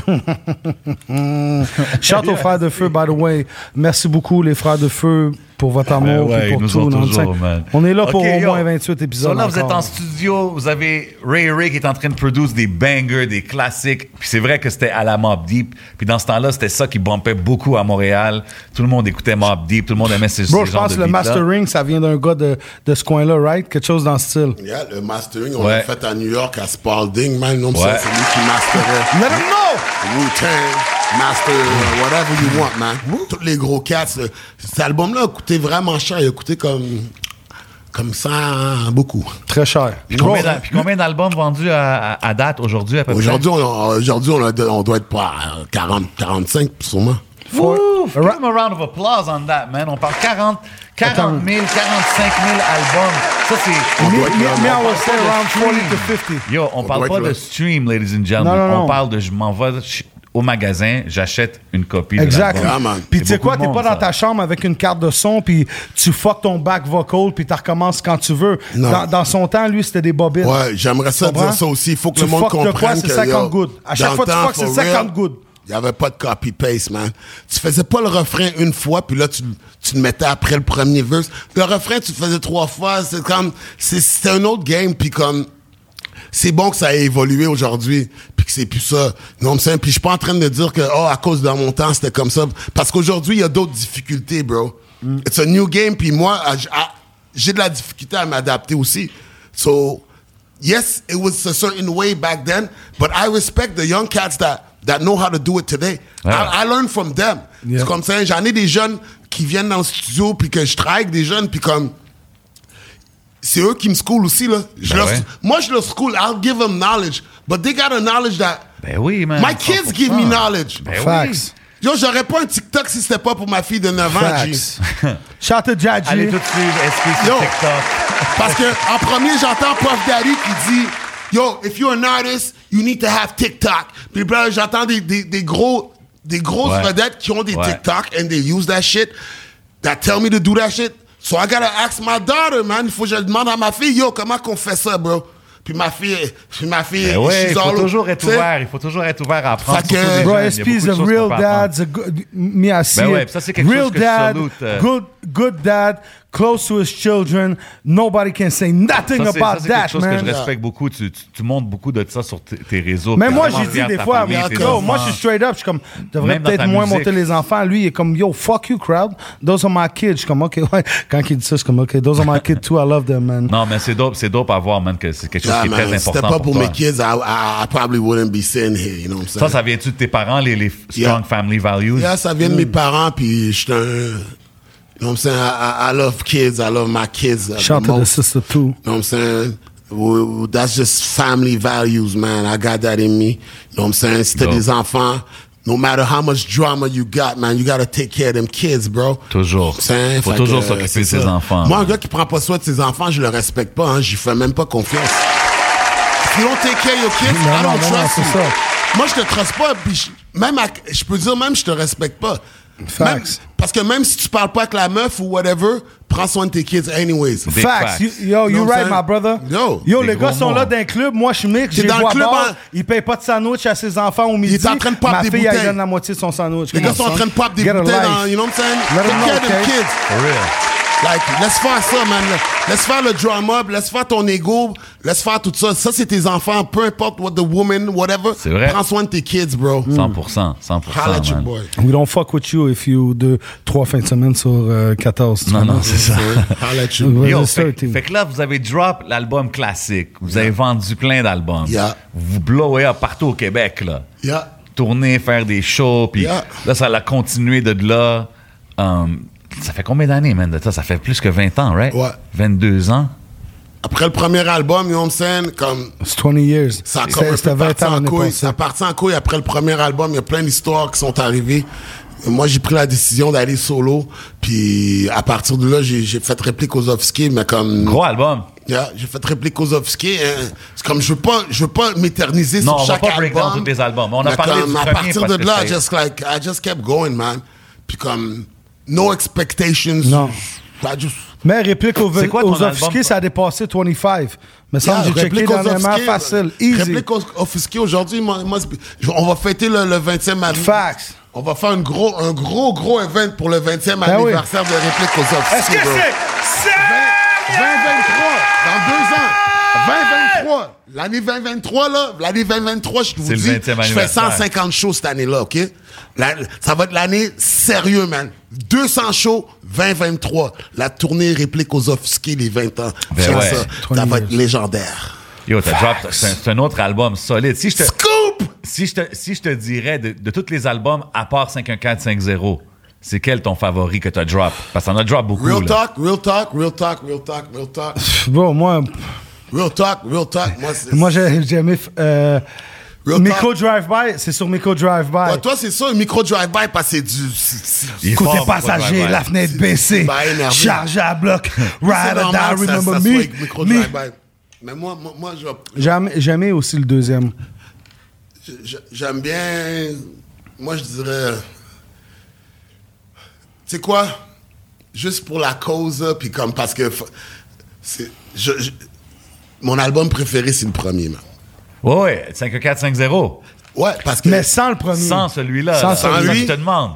me up. Shout aux frères de feu, by the way. Merci beaucoup, les frères de feu, pour votre amour Ben ouais, et pour ils nous tout. ont non, toujours, t'sais, man. On est là pour Ok, au yo. moins vingt-huit épisodes. So là, vous êtes encore. en studio, vous avez Ray Ray qui est en train de produire des bangers, des classiques. Puis c'est vrai que c'était à la Mobb Deep. Puis dans ce temps-là, c'était ça qui bumpait beaucoup à Montréal. Tout le monde écoutait Mobb Deep, tout le monde aimait ces, Bro, ces je genres pense de que le beats-là. mastering, ça vient d'un gars de, de ce coin-là, right? Quelque chose dans ce style. Yeah, le mastering, on Ouais. l'a fait à New York, à Spalding, man. Non, Ouais. ça, c'est lui qui masterait. Let him know! Wu-Tang, Master, uh, whatever you want, man. Tous les gros cats. euh, Cet album-là a coûté vraiment cher. Il a coûté comme, comme ça, hein, beaucoup. Très cher. Puis combien, d'a- puis combien d'albums vendus à, à- à date aujourd'hui à peu près? Aujourd'hui, on, aujourd'hui on, a- on doit être pas à quarante, quarante-cinq, sûrement. Woo! Give Ra- him a round of applause on that, man. On parle quarante, quarante mille, quarante-cinq mille albums. Ça, c'est... On Me, doit être me, là, me, man. I would say around forty to fifty. Yo, on, On parle doit pas être de là. stream, ladies and gentlemen. Non, non, non. On parle de je m'en vais ch- au magasin, j'achète une copie Exact. de l'album. Yeah, man. Puis tu sais C'est quoi, beaucoup t'es de pas monde, dans ça. ta chambre avec une carte de son, puis tu fuck ton back vocal, puis tu recommences quand tu veux. Non. Dans, dans son temps, lui, c'était des bobines. Ouais, j'aimerais ça Comprends? dire ça aussi. Il faut que Tu le monde fuck de quoi, comprenne c'est que, cinquante yo, good. À chaque dans fois le que tu temps, fuck, c'est for cinquante real, good. Il n'y avait pas de copy-paste, man. Tu faisais pas le refrain une fois, puis là, tu, tu le mettais après le premier verse. Le refrain, tu le faisais trois fois. C'est comme... C'est, c'est un autre game, puis comme... C'est bon que ça ait évolué aujourd'hui, puis que c'est plus ça. Non, mais puis je suis pas en train de dire que, oh, à cause de mon temps, c'était comme ça. Parce qu'aujourd'hui, il y a d'autres difficultés, bro. Mm. It's a new game, puis moi, j'ai de la difficulté à m'adapter aussi. So, yes, it was a certain way back then, but I respect the young cats that, that know how to do it today. Ouais. I, I learn from them. Yeah. C'est comme ça, j'en ai des jeunes qui viennent dans le studio, puis que je travaille avec des jeunes, puis comme... C'est eux qui me school aussi, là. Je Ben leur- ouais. Moi, je leur school. I'll give them knowledge. But they got a knowledge that... Ben oui, man. My kids cent pour cent. give me knowledge. Ben oui. Facts. Yo, j'aurais pas un TikTok si c'était pas pour ma fille de neuf ans, G. Facts. Shout to Jaji. Allez tout de suite, S P sur Yo. TikTok. Parce que en premier, j'entends Puff Daddy qui dit... Yo, if you're an artist, you need to have TikTok. Puis là, j'entends des, des, des gros... Des grosses Ouais. vedettes qui ont des Ouais. TikTok and they use that shit. That tell me to do that shit. So I gotta ask my daughter, man. Il faut que je le demande à ma fille. Yo, comment qu'on fait ça, bro? Puis ma fille... Puis ma fille... Ben ouais, she's il faut all- toujours être t'sais, ouvert. Il faut toujours être ouvert à apprendre. Fait que- surtout des Bro, jeunes. S Il y a P is beaucoup a de choses real qu'on peut apprendre. dad. a good, me, I see Ben ouais, it. puis ça, c'est quelque real chose que je dad, salute, euh. good, good dad, close to his children. Nobody can say nothing Ça, c'est, about ça, c'est that, quelque chose man. que je respecte beaucoup. Tu, tu, tu montres beaucoup de ça sur t- tes réseaux. Mais T'es moi, vraiment j'ai fier dit de des ta fois, famille, mais tes yo, moi, je enfants. suis straight up. Je suis comme, devrais Même dans peut-être ta moins musique. monter les enfants. Lui, il est comme, yo, fuck you, crowd. Those are my kids. Je suis comme, OK, ouais. Quand il dit ça, je suis comme, OK, those are my kids too. I love them, man. Non, mais c'est dope, c'est dope à voir, man, que c'est quelque chose Yeah, qui est man, très si c'était important pas pour pour toi. mes kids, I, I, I probably wouldn't be sitting here, you know what I'm saying? Ça, ça vient-tu de tes parents, les, les strong Yeah. family values? Yeah, ça vient de mes parents, puis je suis un... You know what I'm saying? I, I, I love kids. I love my kids. uh, Shout the to the most. sister, too. You know what I'm saying? W- w- That's just family values, man. I got that in me. You know what I'm saying? Si t'as Dope. des enfants, no matter how much drama you got, man, you gotta take care of them kids, bro. Toujours. You know what I'm saying? Faut Fait toujours que, s'occuper c'est de ses ça. enfants. Moi, un gars qui prend pas soin de ses enfants, je le respecte pas, hein. J'y fais même pas confiance. If you don't take care of your kids, Non, I non, don't non, non, trust c'est you. ça. Moi, je te trust pas, puis je- même, à- je peux dire même, je te respecte pas. Facts. Même- parce que même si tu parles pas avec la meuf ou whatever, prends soin de tes kids anyways. Big Facts. facts. You- Yo, you Non, right, ça- my brother. Yo. Yo, Des les gars gros sont mots. là d'un club. Moi, je suis mix. Je T'es les dans le vois club boire. en- Ils payent pas de sandwich à ses enfants au midi. Il est en train de pop Ma des fille, elle bouteilles. donne la moitié de son sandwich. Les Come gars on, sont en son. train de pop des Get a bouteilles life. dans, you know what I'm saying? Let 'em Take know, care of them okay? kids. For real. Like, laisse faire ça, man. Laisse faire le drama, laisse faire ton ego, laisse faire tout ça. Ça, c'est tes enfants, peu importe what the woman, whatever. C'est vrai. Prends soin de tes kids, bro. cent pour cent. cent pour cent, Holla at your man. boy. We don't fuck with you if you deux, trois fins de semaine sur euh, quatorze. tu Non, comprends? non, c'est ça. Holla at you. Ouais. Yo, c'est fait, thirteen. fait que là, vous avez drop l'album classique. Vous avez vendu plein d'albums. Yeah. Vous blowez up partout au Québec, là. Yeah. Tourner, faire des shows, puis Yeah. là, ça l'a continué de là. Um, ça fait combien d'années, man, de ça? Ça fait plus que vingt ans, right? Ouais. vingt-deux ans? Après le premier album, you know what I'm saying? Comme, It's twenty years. ça a C'était- comme un peu C'était vingt parti ans en l'année couille. passée. Ça a parti en couille après le premier album. Il y a plein d'histoires qui sont arrivées. Moi, j'ai pris la décision d'aller solo. Puis, à partir de là, j'ai, j'ai fait réplique aux Offskis, mais comme... Gros album. Yeah, j'ai fait réplique aux Offskis. Hein. C'est comme, je veux pas, je veux pas m'éterniser Non, sur on va chaque pas break album. down tous les albums. On a Mais parlé comme, du à premier partir parce de que là, c'était- just like, I just kept going, man. Puis comme, no expectations. Non. I just... Mais réplique aux, C'est quoi ton aux album, Offskis, ça a dépassé vingt-cinq. Mais ça, Yeah, j'ai checké réplique aux dernièrement, Offskis, facile, easy. Réplique aux Offskis aujourd'hui, moi, moi, c'est- on va fêter le, le vingtième anniversaire. Facts. On va faire une gros, un gros, gros event pour le vingtième Ben oui. anniversaire de réplique aux Offskis. Est-ce que bro. c'est... vingt vingt-trois, dans deux ans. vingt vingt-trois. L'année vingt vingt-trois, là, l'année vingt vingt-trois, je vous C'est le dis, vingtième je fais anniversaire. cent cinquante shows cette année-là, OK? La- ça va être l'année sérieux, man. deux cents shows, vingt vingt-trois. La tournée réplique aux Offskis, les vingt ans. Ben Check ouais. ça. Ça va être légendaire. Yo, t'as drop, c'est un, c'est un autre album solide. Si je te, Scoop! si je te, si je te dirais de, de tous les albums, à part cinq un quatre cinq zéro, c'est quel ton favori que t'as drop? Parce que t'en as drop beaucoup. Real là. talk, real talk, real talk, real talk, real talk. Bon, moi, Real talk, real talk. Moi, c'est... moi j'ai j'ai aimé... Euh, Real Miko talk. Drive-By, c'est sur Miko Drive-By. Ouais, toi, c'est ça, un micro drive-by, parce que c'est du... c'est- c'est- Il est Côté fort, passager, Miko la Drive-By. fenêtre baissée, bah, énervé. charge à bloc, c'est ride or normal die, que ça- remember ça soit me. avec micro me. drive-by. Mais moi, moi, moi je vais- J'aime j'aimais aussi le deuxième. J- J'aime bien moi, je dirais... Tu sais quoi? Juste pour la cause, puis comme parce que... C'est, je, je, mon album préféré, c'est le premier, man. Ouais, ouais, cinq quatre cinq zéro. Ouais, parce que... Mais sans le premier. Sans celui-là. Sans là. celui-là. Je te demande.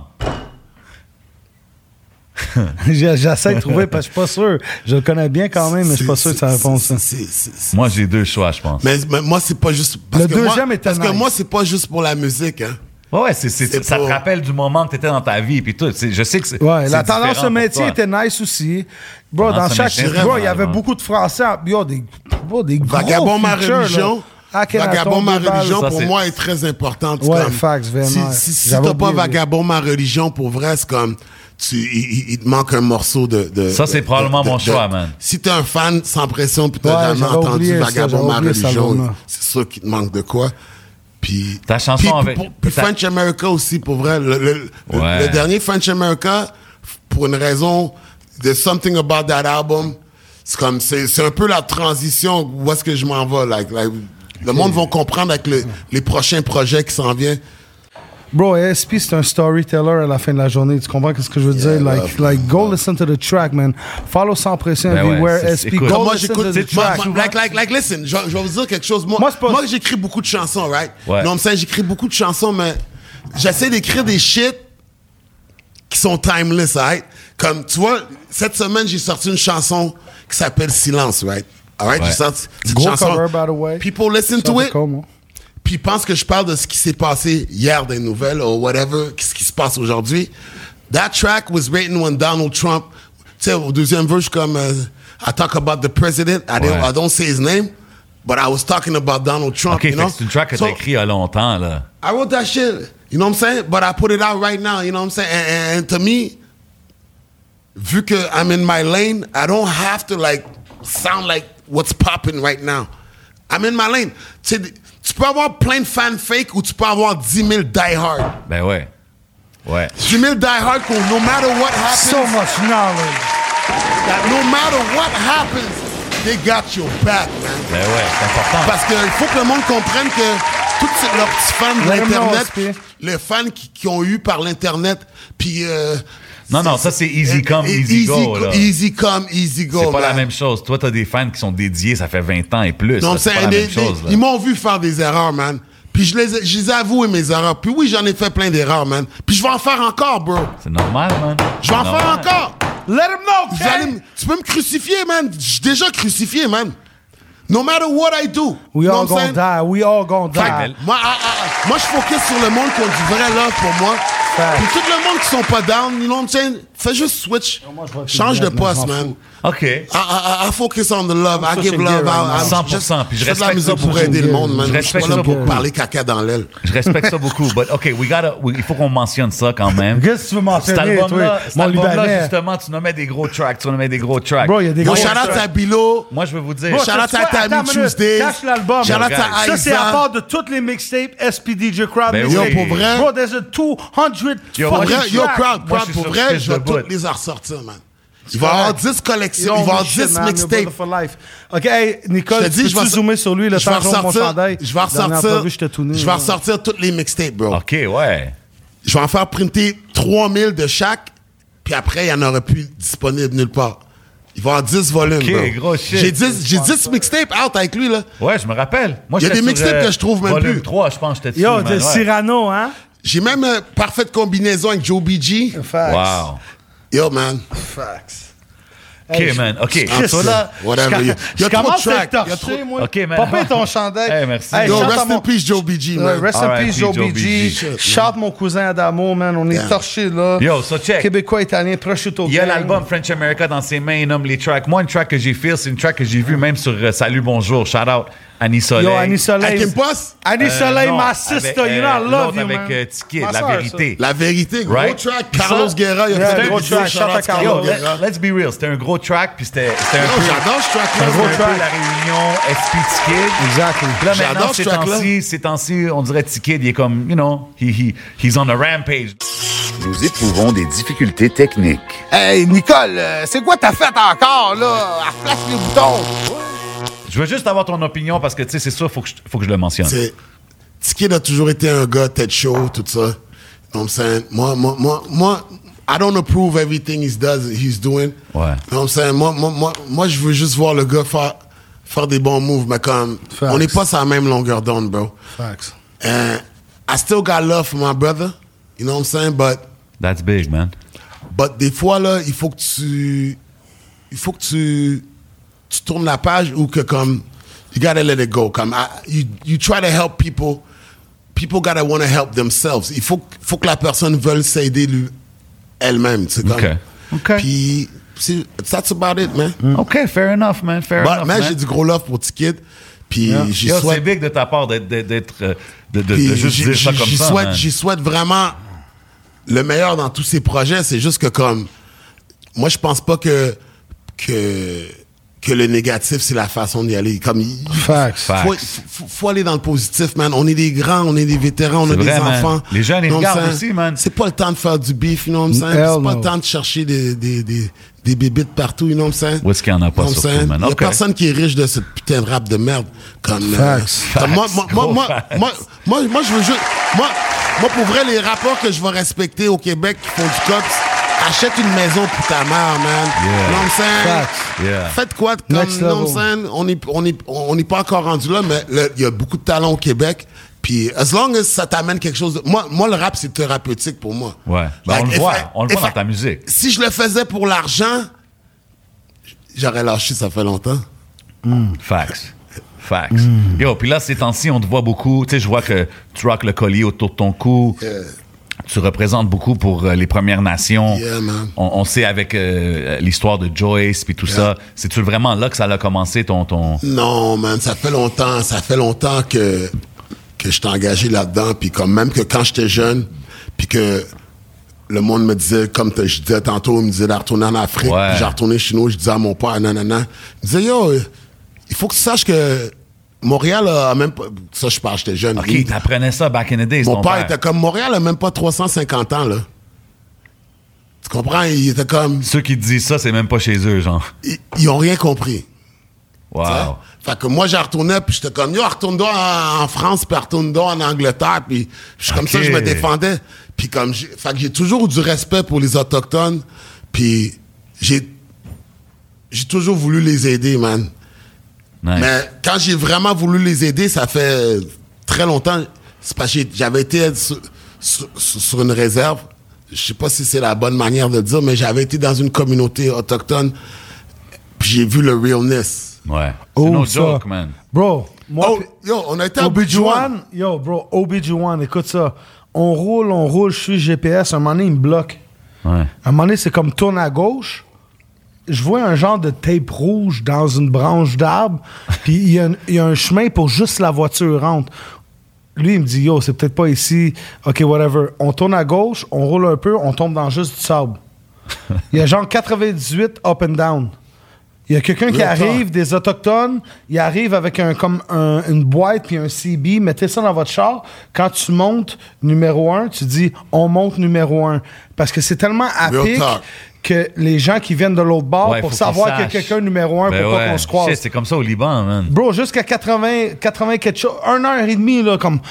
J'essaie de trouver parce que je suis pas sûr. Je le connais bien quand même, mais je suis pas sûr que ça répond ça. C'est, c'est, c'est, Moi, j'ai deux choix, je pense. mais, mais moi, c'est pas juste... Parce Le que deuxième moi, était Parce que nice. moi, c'est pas juste pour la musique, hein. Ouais, ouais, c'est, c'est, C'est ça pas- te rappelle du moment que t'étais dans ta vie puis tout. C'est, je sais que c'est. Ouais, c'est la tendance différent au métier pour toi. était nice aussi. Bro, Tendance dans au chaque. métier, Bro, il y avait vraiment. beaucoup de Français. Yo, des, bro, des gros Vagabond ma features, religion. là. Akhenaton, Vagabond ma deux balles. religion, Ça, pour c'est- moi, est très importante. Ouais, comme, facts, vraiment. Si, si, si J'avais t'as pas oublié, Vagabond ma religion, pour vrai, c'est comme... Tu, il, il- il te manque un morceau de... de Ça, c'est de- probablement de- mon de- choix, man. Si t'es un fan sans pression puis t'as Ouais, jamais j'avais entendu oublié ça, Vagabond j'avais ma oublié cet religion, album-là. c'est sûr qu'il te manque de quoi. Puis... Ta chanson puis, avec- Puis, puis ta- French America aussi, pour vrai. Le, le- le- Ouais. le dernier French America, pour une raison... There's something about that album. C'est comme... C'est, c'est un peu la transition où est-ce que je m'en vais. Like, like, le monde va comprendre avec le- les prochains projets qui s'en viennent. Bro, S P, c'est un storyteller à la fin de la journée. Tu comprends ce que je veux Yeah, dire? Like, love, like, go listen to the track, man. Follow sans pression Ben ouais, everywhere. c'est- S P, écoute. go Moi, listen j'écoute. to the moi, track. moi, like, like, like, listen, je, je vais vous dire quelque chose. Moi, Moi, moi, c'est pas- j'écris beaucoup de chansons, right? Ouais. Non, mais j'écris beaucoup de chansons, mais j'essaie d'écrire des shit qui sont timeless, right? Comme, tu vois, cette semaine, j'ai sorti une chanson qui s'appelle Silence, right? All right? Ouais. J'ai sorti cette Go chanson. cover, by the way. People listen Ça, to c'est it. cool, moi. Puis ils pensent que je parle de ce qui s'est passé hier des nouvelles ou whatever, ce qui se passe aujourd'hui. That track was written when Donald Trump, tu sais, au deuxième verse, je suis comme, uh, I talk about the president, I, don't, Ouais. I don't say his name, but I was talking about Donald Trump, Ok, you fait know? que c'est une track que So, t'as écrit il y a longtemps, là. I wrote that shit, you know what I'm saying? But I put it out right now, you know what I'm saying? And, and, and to me, vu que I'm in my lane, I don't have to like sound like what's popping right now. I'm in my lane. Tu sais, tu peux avoir plein de fans fake ou tu peux avoir dix mille die-hard. Ben ouais. Ouais. dix mille die-hard, no matter what happens, So much knowledge. that no matter what happens, they got your back, man. Ben ouais, c'est important. Parce qu'il faut que le monde comprenne que tous ces- leurs petits fans de Let 'em know, l'Internet, S P. les fans qui, qui ont eu par l'Internet, puis... Euh, Non, non, ça, c'est easy come, easy go, là. Easy come, easy go, C'est pas la man. même chose. Toi, t'as des fans qui sont dédiés, ça fait vingt ans et plus. Non, là, c'est c'est pas la des- même chose, des- là. ils m'ont vu faire des erreurs, man. Puis je les, ai- je les ai avouées, mes erreurs. Puis oui, j'en ai fait plein d'erreurs, man. Puis je vais en faire encore, bro. C'est normal, man. Je vais en Normal. faire encore. Let him know, Vous allez Ken! me- tu peux me crucifier, man. Je suis déjà crucifié, man. No matter what I do. We You know all what I'm gonna saying? die. We all gonna Fait die. que moi, ah, ah, ah, moi, je focus sur le monde qui a du vrai love pour moi. Fact. Puis tout le monde qui sont pas down, you know what I'm saying? Fais juste switch. moi, je vais Change de te dire, mais poste, je m'en man. fous. OK. I, I, I focus on the love. I ça, give c'est love. gay right I- I- now. cent pour cent, puis je fais de la respecte musique ça pour beaucoup. aider le monde, man. Je Je suis respecte pas là ça pour beaucoup. parler caca dans l'aile. Je respecte ça beaucoup. But OK, we gotta, we- il faut qu'on mentionne ça quand même. Qu'est-ce que tu veux Cet mentionner, album-là, toi? cet Mon album-là, Libanais. justement, tu nommais des gros tracks. Tu nommais des gros tracks. Bro, il y a des Yo, gros shout out tracks. à Bilo. Moi, je veux vous dire. Bro, Shout out sais-tu à quoi? Tammy Attends une minute. Tuesdays. Cache l'album. Shout out Regarde. à Ça, c'est à Aiza. part de toutes les mixtapes S P D J Crowd Ben mixtapes. oui. Yo, pour vrai. Bro, there's a two hundred Yo, Pour fucking vrai, yo, tracks. crowd, Moi, crowd, je suis pour sur vrai, Chris je vais de bout. toutes les en ressortir, man. Il va y avoir dix collections, il va y avoir dix mixtapes. For life. OK, hey, Nicole, Je te dis, peux je vais tu zoomer sur lui le je vais temps que je monte mon ressortir, chandail? je vais Dernière ressortir, entrevue, j'étais tout nu, je vais là. ressortir toutes les mixtapes, bro. OK, ouais. Je vais en faire printer trois mille de chaque, puis après, il n'y en aura plus disponible nulle part. Il va y avoir dix volumes, OK, bro. gros shit. J'ai dix, j'ai dix mixtapes out avec lui, là. Ouais, je me rappelle. Moi, Il y a j'étais des sur, mixtapes euh, que je trouve même volume plus. trois, je pense que j'étais dessus. Yo, man, de ouais. Cyrano, hein? J'ai même euh, parfaite combinaison avec Joe B G. Facts. Wow. Yo, man. Facts. OK, Hey, man. OK. Chris, ça, là, whatever. je- Il y a- il y a je trop de commence à tracks. être Il y a torché, trop- moi. OK, man. Papa ton chandail. Hey, merci. Yo, chante rest à in mon- peace, Joe B G, Ouais, man. rest in R I P peace, Joe Joe B B G. G. Shout mon cousin Adamo, man. On est Yeah. torchés, là. Yo, so check. Québécois, italien, prosciutto. Il y a gang. l'album French America dans ses mains, il nomme les tracks. Moi, une track que j'ai fait, c'est une track que j'ai vue même sur euh, Salut Bonjour. Shout out Annie Soleil. Yo, Annie Soleil. Avec une poste? Annie Euh, Soleil, non, ma sister. avec, You know, I euh, love l'autre you, avec man. euh, Ticket, Ma La sœur, Vérité. La vérité, gros Right? track. Puis Carlos ça- Guerra, il a Yeah, fait gros un vidéo, track, shout shout out out Carlos. Yo, Carlos let- Guerra. let's be real. C'était un gros track, puis c'était c'était un Yo, peu... J'adore ce track-là. C'était un gros peu track. la réunion S P Ticket. Exactly. Puis là, J'adore maintenant, ce ces track-là. temps-ci, ces temps-ci, on dirait Ticket, il est comme, you know, he, he, he's on a rampage. Nous éprouvons des difficultés techniques. Hey, Nicole, euh, c'est quoi t'as fait encore, là? Flash les boutons. Je veux juste avoir ton opinion parce que, tu sais, c'est sûr, faut que je, faut que je le mentionne. C'est- Ticket a toujours été un gars tête chaud, tout ça. know what I'm saying? Moi, moi, moi, moi, I don't approve everything he does, he's doing. Ouais. You know what I'm saying? Moi, moi, moi, moi, je veux juste voir le gars faire, faire des bons moves, mais comme, Facts. on n'est pas sur la même longueur d'onde, bro. Facts. And I still got love for my brother, you know what I'm saying? But, That's big, man. but des fois, là, il faut que tu, il faut que tu, tu tournes la page ou que comme, you gotta let it go. Comme, I, you, you try to help people, people gotta want to help themselves. Il faut, faut que la personne veuille s'aider lui, elle-même, tu sais, comme. OK. OK. Puis, c'est- that's about it, man. OK, fair enough, man. Fair But, enough, man, man. j'ai du gros love pour T-Kid. Puis, j'y Yo, c'est souhaite, big de ta part d'être, d'être, d'être, euh, de, de, puis de juste j'y- dire ça j'y- comme j'y ça, souhaite, man. j'y souhaite vraiment le meilleur dans tous ces projets. C'est juste que comme, moi, je pense pas que, que, que le négatif, c'est la façon d'y aller. Comme, il- Facts. faut, faut, faut aller dans le positif, man. On est des grands, on est des vétérans, on C'est a des vrai, man. enfants. Les jeunes, ils You know what I'm regardent saying? aussi, man. C'est pas le temps de faire du beef, you know what I'm saying? Hell C'est pas no. le temps de chercher des, des, des, des bébites partout, you know what I'm saying? Où est-ce qu'il y en a pas, You know what I'm surtout, saying? man? Il y a Ok. personne qui est riche de cette putain de rap de merde. Comme, euh, Facts. comme moi, moi, moi, Gros moi, facts. moi, moi, moi, je veux juste, moi, moi, pour vrai, les rappeurs que je vais respecter au Québec qui font du cops, achète une maison pour ta mère, man. Yeah. You know what I'm saying? Facts. Yeah. Faites quoi comme, Next you know what I'm level. saying? On est, on est, on n'est pas encore rendu là, mais le- il y a beaucoup de talent au Québec. Puis, as long as ça t'amène quelque chose de... Moi, moi, le rap, c'est thérapeutique pour moi. Ouais. Ben, on le if voit. I- On le if voit dans I- ta musique. Si je le faisais pour l'argent, j'aurais lâché, ça fait longtemps. Facts. Facts. Mm. Yo, puis là, ces temps-ci, on te voit beaucoup. Tu sais, je vois que tu rock le collier autour de ton cou. Yeah. Tu représentes beaucoup pour euh, les Premières Nations. Yeah, man. On, on sait avec euh, l'histoire de Joyce puis tout ça. C'est-tu vraiment là que ça a commencé, ton... ton... Non, man, ça fait longtemps, ça fait longtemps que, que je t'ai engagé là-dedans. Puis comme même que quand j'étais jeune, puis que le monde me disait, comme te- je disais tantôt, il me disait de retourner en Afrique. Ouais. Puis j'ai retourné chez nous, je disais à mon père, nanana. Il me disait, yo, il faut que tu saches que Montréal a même pas... Ça, je parle, j'étais jeune. OK, Il- t'apprenais ça back in the days, Mon ton père père. était comme, Montréal a même pas trois cent cinquante ans, là. Tu comprends? Il était comme... Ceux qui te disent ça, c'est même pas chez eux, genre. Ils, ils ont rien compris. Wow. T'sais? Fait que moi, j'y retournais, puis j'étais comme, yo, retourne-toi en, en France, puis retourne-toi en Angleterre, puis je suis comme Ok. ça, je me défendais. Puis comme, j'ai, fait que j'ai toujours eu du respect pour les Autochtones, puis j'ai, j'ai toujours voulu les aider, man. Nice. Mais quand j'ai vraiment voulu les aider, ça fait très longtemps, c'est parce que j'ai- j'avais été sur, sur- sur une réserve, je sais pas si c'est la bonne manière de le dire, mais j'avais été dans une communauté autochtone, puis j'ai vu le realness. Ouais. C'est Oh, no ça. joke, man. Bro, moi... Oh, yo, on a été à Obi-Wan. Obi-Wan, yo, bro, Obi-Wan, écoute ça. On roule, on roule, je suis G P S, un moment donné, il me bloque. Ouais. À un moment donné, c'est comme tourne à gauche. Je vois un genre de tape rouge dans une branche d'arbre, puis il y, a un- il y a un chemin pour juste la voiture rentre. Lui, il me dit, yo, c'est peut-être pas ici. OK, whatever. On tourne à gauche, on roule un peu, on tombe dans juste du sable. Il y a genre quatre-vingt-dix-huit up and down. Il y a quelqu'un qui Real arrive, talk. des Autochtones, il arrive avec un, comme un- une boîte puis un C B, mettez ça dans votre char. Quand tu montes numéro un, tu dis on monte numéro un. Parce que c'est tellement à Real pic talk. que les gens qui viennent de l'autre bord Ouais, pour faut savoir qu'ils qu'il y a sachent. quelqu'un numéro un Ben pour ouais. pas qu'on se croise. Shit, c'est comme ça au Liban, man. Bro, jusqu'à quatre-vingts, quatre-vingts quelque chose, une heure et demie, là, comme.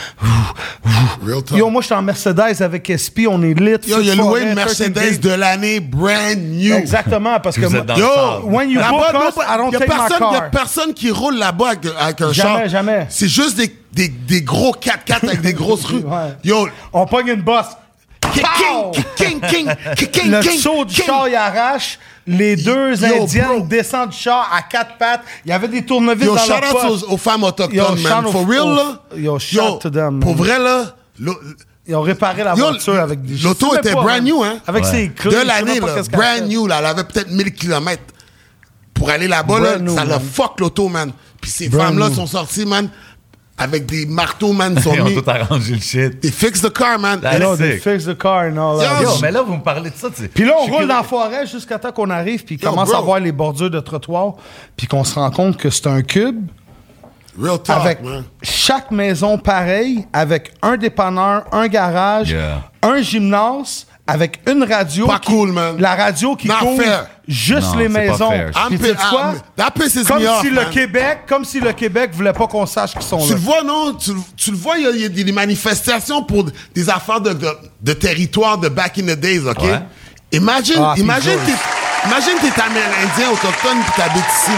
Real talk. Yo, moi, j'étais en Mercedes avec S P, on est lit. Yo, feu il a de loué forêt, une thirteen Mercedes days. de l'année brand new. Exactement, parce que. Vous moi- êtes dans Yo, le sable. when you là-bas, book us, nobody- I don't y a take my personne, y a car. personne qui roule là-bas avec, avec un Jamais, char. jamais. C'est juste des, des, des gros quatre quatre avec des grosses rues. Ouais. Yo, On pogne une bosse. king, Pow! king, king, king, king, Le king, saut du king. char, il arrache. Les deux Yo, Indiennes bro. descendent du char à quatre pattes. Il y avait des tournevis Yo, dans shout leur out poche. aux, aux femmes autochtones, Yo, man. shout For aux- real, aux- là. yo, shout to them, Pour man. vrai, là. l'au- Ils ont réparé la Yo, voiture avec des... je l'auto sais même était pas, brand man. new, hein? Avec Ouais. ses clés. De je sais l'année, même pas là. qu'est-ce qu'elle Brand fait. new, là. Elle avait peut-être mille kilomètres. Pour aller là-bas, là, Brand new, ça l'a man. fuck l'auto, man. Puis ces Brand femmes-là new. sont sorties, man, avec des marteaux, man. Sont Ils ont mis. tout arrangé le shit. They fix the car, man. That's Yo, sick. they fix the car and all that. Yo, Yo, mais là, vous me parlez de ça, tu sais. Puis là, on Je suis roule dans la curieux. forêt jusqu'à temps qu'on arrive, puis Yo, commence bro. à voir les bordures de trottoir, puis qu'on se rend compte que c'est un cube Real talk, avec man. chaque maison pareille, avec un dépanneur, un garage, Yeah. un gymnase, avec une radio. Pas qui, cool, man. La radio qui Not couvre fair. juste Non, les c'est pas maisons. fair. Puis I'm tu sais pi- quoi? I'm- that pisses Comme me off, si le man. Québec, comme si le Québec voulait pas qu'on sache qu'ils sont Tu là. le vois, non? Tu, tu le vois, il y a- il y, a des manifestations pour des affaires de, de, de territoire de back in the days, OK? Ouais. Imagine, Ah, puis imagine, George. t'es, imagine t'es amérindien, autochtone, puis t'habites ici,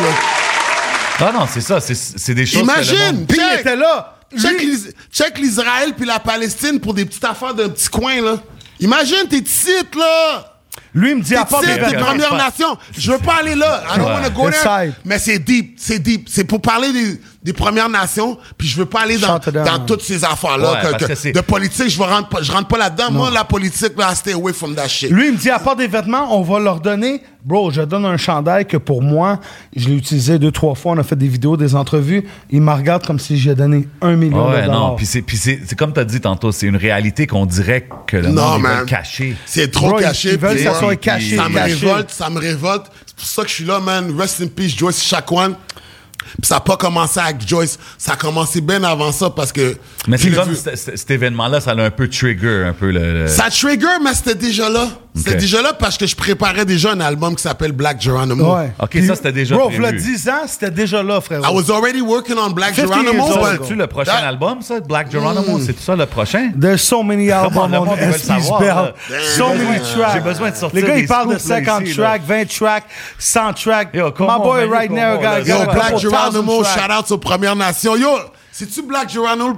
là. Ah non, c'est ça. C'est, c'est des choses que le Imagine! monde- Puis il check, était là. check, Lui- l'Is- check l'Israël puis la Palestine pour des petites affaires d'un petit coin, là. Imagine, t'es ici, là. Lui, il me dit, à part C'est des des correct, Premières pas- Nations. Je veux pas aller là. I don't Ouais. wanna go It's there. side. Mais c'est deep. C'est deep. C'est pour parler des, des Premières Nations. Puis je veux pas aller dans, Shut it down. dans toutes ces affaires-là. Ouais, que- parce que- que c'est- de politique, je, veux rentre pas, je rentre pas là-dedans. Moi, la politique, là, I stay away from that shit. Lui, il me dit, à part des vêtements, on va leur donner... Bro, je donne un chandail que pour moi, je l'ai utilisé deux, trois fois. On a fait des vidéos, des entrevues. Il me regarde comme si j'ai donné un million Ouais, de non. dollars. Puis c'est, puis c'est, c'est comme tu as dit tantôt, c'est une réalité qu'on dirait que le Non, monde ils man. veulent cacher. C'est trop Bro, ils- caché. ils veulent puis que ça moi, soit caché, Ça me caché. révolte, ça me révolte. C'est pour ça que je suis là, man. Rest in peace, Joyce Chacoan. Puis ça n'a pas commencé avec Joyce. Ça a commencé bien avant ça parce que... Mais je c'est l'ai comme vu. cet, cet- cet événement-là, ça l'a un peu trigger, un peu le. le- Ça trigger, mais c'était déjà là. C'était Ok. déjà là parce que je préparais déjà un album qui s'appelle Black Geronimo. Ouais. Ok, Puis, ça, c'était déjà Bro, prévu. v'là dix ans, c'était déjà là, frérot. I was already working on Black fifty Geronimo. years old. but C'est-tu le prochain that- album, ça? Black Geronimo? C'est ça le prochain? There's so many Come on, albums le on monde veut le S P's savoir, belt. là. So J'ai many besoin- tracks. j'ai besoin de sortir Les gars, des ils parlent de scoops, là, cinquante ici, là. tracks, vingt tracks, cent tracks. Yo, come My on, boy man, right come now, on, got, là. got Yo, a Black couple Geronimo, thousand tracks. shout out aux Premières Nations. Yo, c'est-tu Black Geronimo?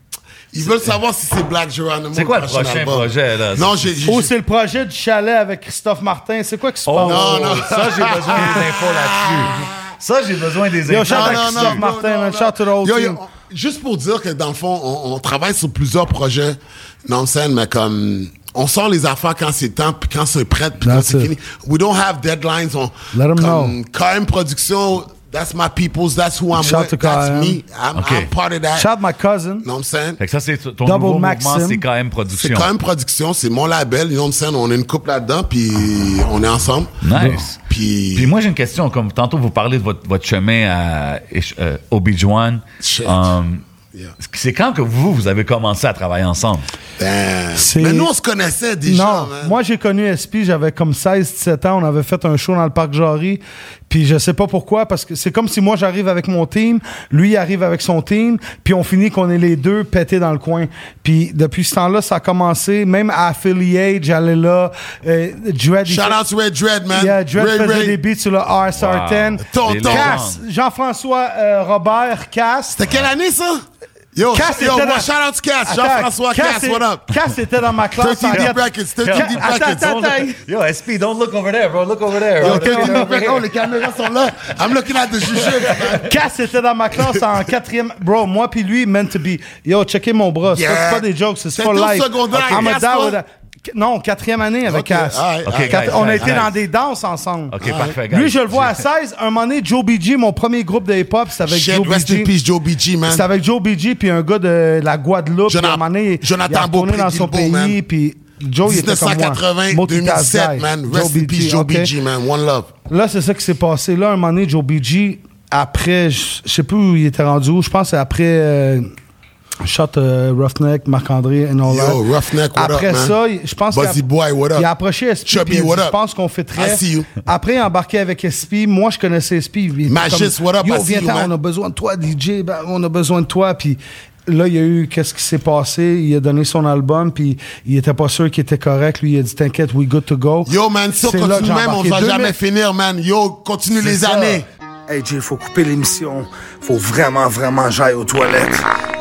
Ils veulent savoir si c'est Black Geronimo. C'est quoi le prochain album. projet, là? Non, j'ai... j'ai- Oh, c'est le projet du chalet avec Christophe Martin. C'est quoi qui se Oh, passe? Non, non. ça, j'ai besoin des infos là-dessus. Ça, j'ai besoin des Yo, infos. shout out à Non, non, Christophe non, Martin, non, man. non. Shout out to the whole Yo, yo, team. on- juste pour dire que dans le fond, on, on travaille sur plusieurs projets, non scène, mais comme on sort les affaires quand c'est temps, puis quand c'est prêt, puis quand That's c'est it. fini. We don't have deadlines. On, Let 'em comme K M Production, that's my peoples, that's who I'm Shout with, to that's K M. me. I'm, Okay. I'm part of that. Shout out my cousin. know what I'm saying? Fait que ça, c'est ton Double nouveau Maxim. mouvement, c'est K M C'est Production. K M Production, c'est mon label, you know what I'm saying? On est une couple là-dedans, puis on est ensemble. Nice. Puis, Puis moi, j'ai une question. Comme tantôt, vous parlez de votre, votre chemin à euh, Obi-Wan. Shit. Um, Yeah. C'est quand que vous, vous avez commencé à travailler ensemble? ben, C'est- mais nous, on se connaissait déjà, Non, man. moi j'ai connu S P, j'avais comme seize dix-sept ans, on avait fait un show dans le parc Jarry, puis je sais pas pourquoi, parce que c'est comme si moi j'arrive avec mon team, lui il arrive avec son team, puis on finit qu'on est les deux pétés dans le coin. Puis depuis ce temps-là, ça a commencé, même à Affiliate, j'allais là, euh, Dread... il Shout fait- out to Red Dread, man. Yeah, Dread Ray, faisait Ray. des beats sur le R S R dix. Tonton. Les Cass, légendes. Jean-François euh, Robert, Cass. C'était quelle année, ça? Yo, Cass yo, était moi, dans- shout out to Cass. Attends, Jean-François Cass, est- what up? Cass était dans ma classe. thirty en- deep brackets, thirty deep Attends, brackets. attends, attends. Yo, S P, don't look over there, bro. Look over there. Yo, Look thirty over deep brackets. here. Oh, les caméras sont là. I'm looking at the jujube. Cass était dans ma classe en quatrième. Bro, moi puis lui, meant to be. Yo, checkez mon bras. C'est Yeah. pas- C'est pas des jokes, c'est C'était pas au live. secondaire, I'm a Cass, down toi? with that. Non, quatrième année avec Ok, Cass. alright, Ok, alright. guys, On a guys, été guys. dans des danses ensemble. OK, parfait, guys. Lui, je le vois à seize. Un moment donné, Joe B G, mon premier groupe de hip-hop, c'est avec Shit, Joe B rest in G. peace, Joe B G, man. C'est avec Joe B G puis un gars de la Guadeloupe. Jonathan- puis à un moment donné, Jonathan il est retourné Beaupré dans son Guilbeault, pays, man. puis Joe, il était comme moi. dix-neuf cent quatre-vingts, deux mille Multitask sept, guy. man. Joe Rest in B peace, G, Joe ok? B G, man. One love. Là, c'est ça qui s'est passé. Là, un moment donné, Joe B G, après, je je sais plus où il était rendu où. Je pense que c'est après euh, Shot euh, Roughneck, Marc-André and all Yo, that. Roughneck, what Après up, man? ça, il- je pense Buzzy qu'il a, Boy, what up? il a approché S P. Chubby, puis il a dit, what up? je pense qu'on fait très. I see you. Après, il a embarqué avec S P. Moi, je connaissais S P. Il était Magis, comme, what up? Yo, I see you, viens-t'en, man. on a besoin de toi, D J. Ben, on a besoin de toi. Puis là, il y a eu qu'est-ce qui s'est passé. Il a donné son album, puis il était pas sûr qu'il était correct. Lui, il a dit, t'inquiète, we good to go. Yo, man, si on C'est là que continue j'ai même, on embarqué. va deux jamais mille finir, man. Yo, continue les ça. années. Hey Jay, faut couper l'émission. Faut vraiment, vraiment j'aille aux toilettes.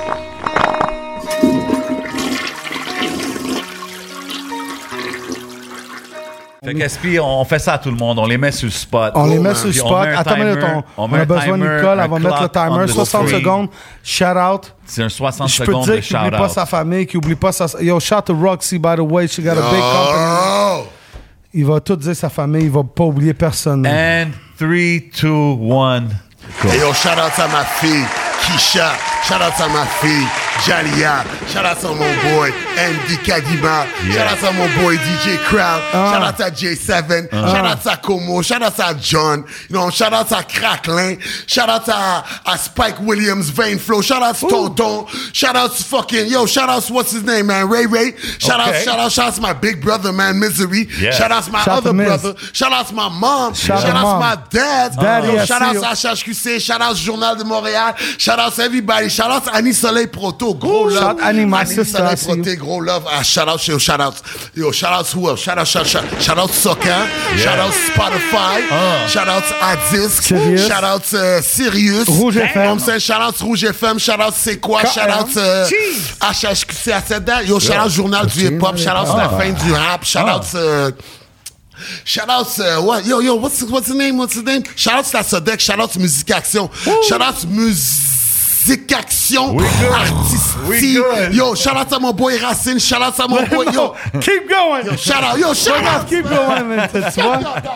Fait que S P, on fait ça à tout le monde. On les met sur le spot. On les met man. sur le Puis on spot. met un Attends, une minute, timer, on, on on met a un besoin de timer, Nicole. un Elle va mettre le clock on timer. the soixante screen. secondes. Shout out. C'est un soixante Je peux te secondes dire de qu'il oublie pas shout-out. sa famille, qu'il oublie pas sa... Yo, shout to Roxy, by the way. She got a big company. Oh! Il va tout dire sa famille. Il va pas oublier personne. And three, two, one. Go. Hey, yo, shout out à ma fille, Kisha. Shout out à ma fille, Jalia. Shout out to mon boy, Andy Kadima. Yeah. Shout out to mon boy, D J Crowd. Ah. Shout out to J seven. Shout out to Como. Shout out to John. You know, shout out to Cracklin. Shout out to uh, Spike Williams, Vein Flow. Shout out to Tonton. Shout out to fucking, yo, shout out to what's his name, man? Ray Ray. Shout Okay. out, shout out, shout out to my big brother, man, Misery. Yeah. Shout out to my Shout out other to Miz. brother. Shout out to my mom. Shout Shout, out out mom. to my dad. Daddy, Yo, I shout see out you. to H H Q C. Shout out to Journal de Montréal. Shout out to everybody. Shout out to Annie Soleil Proto. Gros Shout love. out Annie, my sister, Soleil I see you. Proto, gros love. Ah, shout out, yo, shout out. Yo, shout out to who else? Shout out, shout, shout, shout out to Soca. Shout out to Spotify. Shout out to Adisc. Sirius. Shout out to uh, Sirius. Rouge F M. You know what I'm saying? Shout out to Rouge F M. Shout out to C'est quoi? Shout out to uh, H H Q C. I said that. Yo, shout out Journal du Hip Hop. Shout out to la fin du rap. Shout out to... Shout out to what? Yo, yo, what's what's the name? What's the name? Shout out to la Sodec. Shout out to Musique Action. Shout out to Musique Action. We good. Artistique. We good. Yo, shout out to mon boy Racine. Shout out to mon boy. Yo, Keep going. yo, shout out. Yo, shout out. Keep going, man. Tu vois?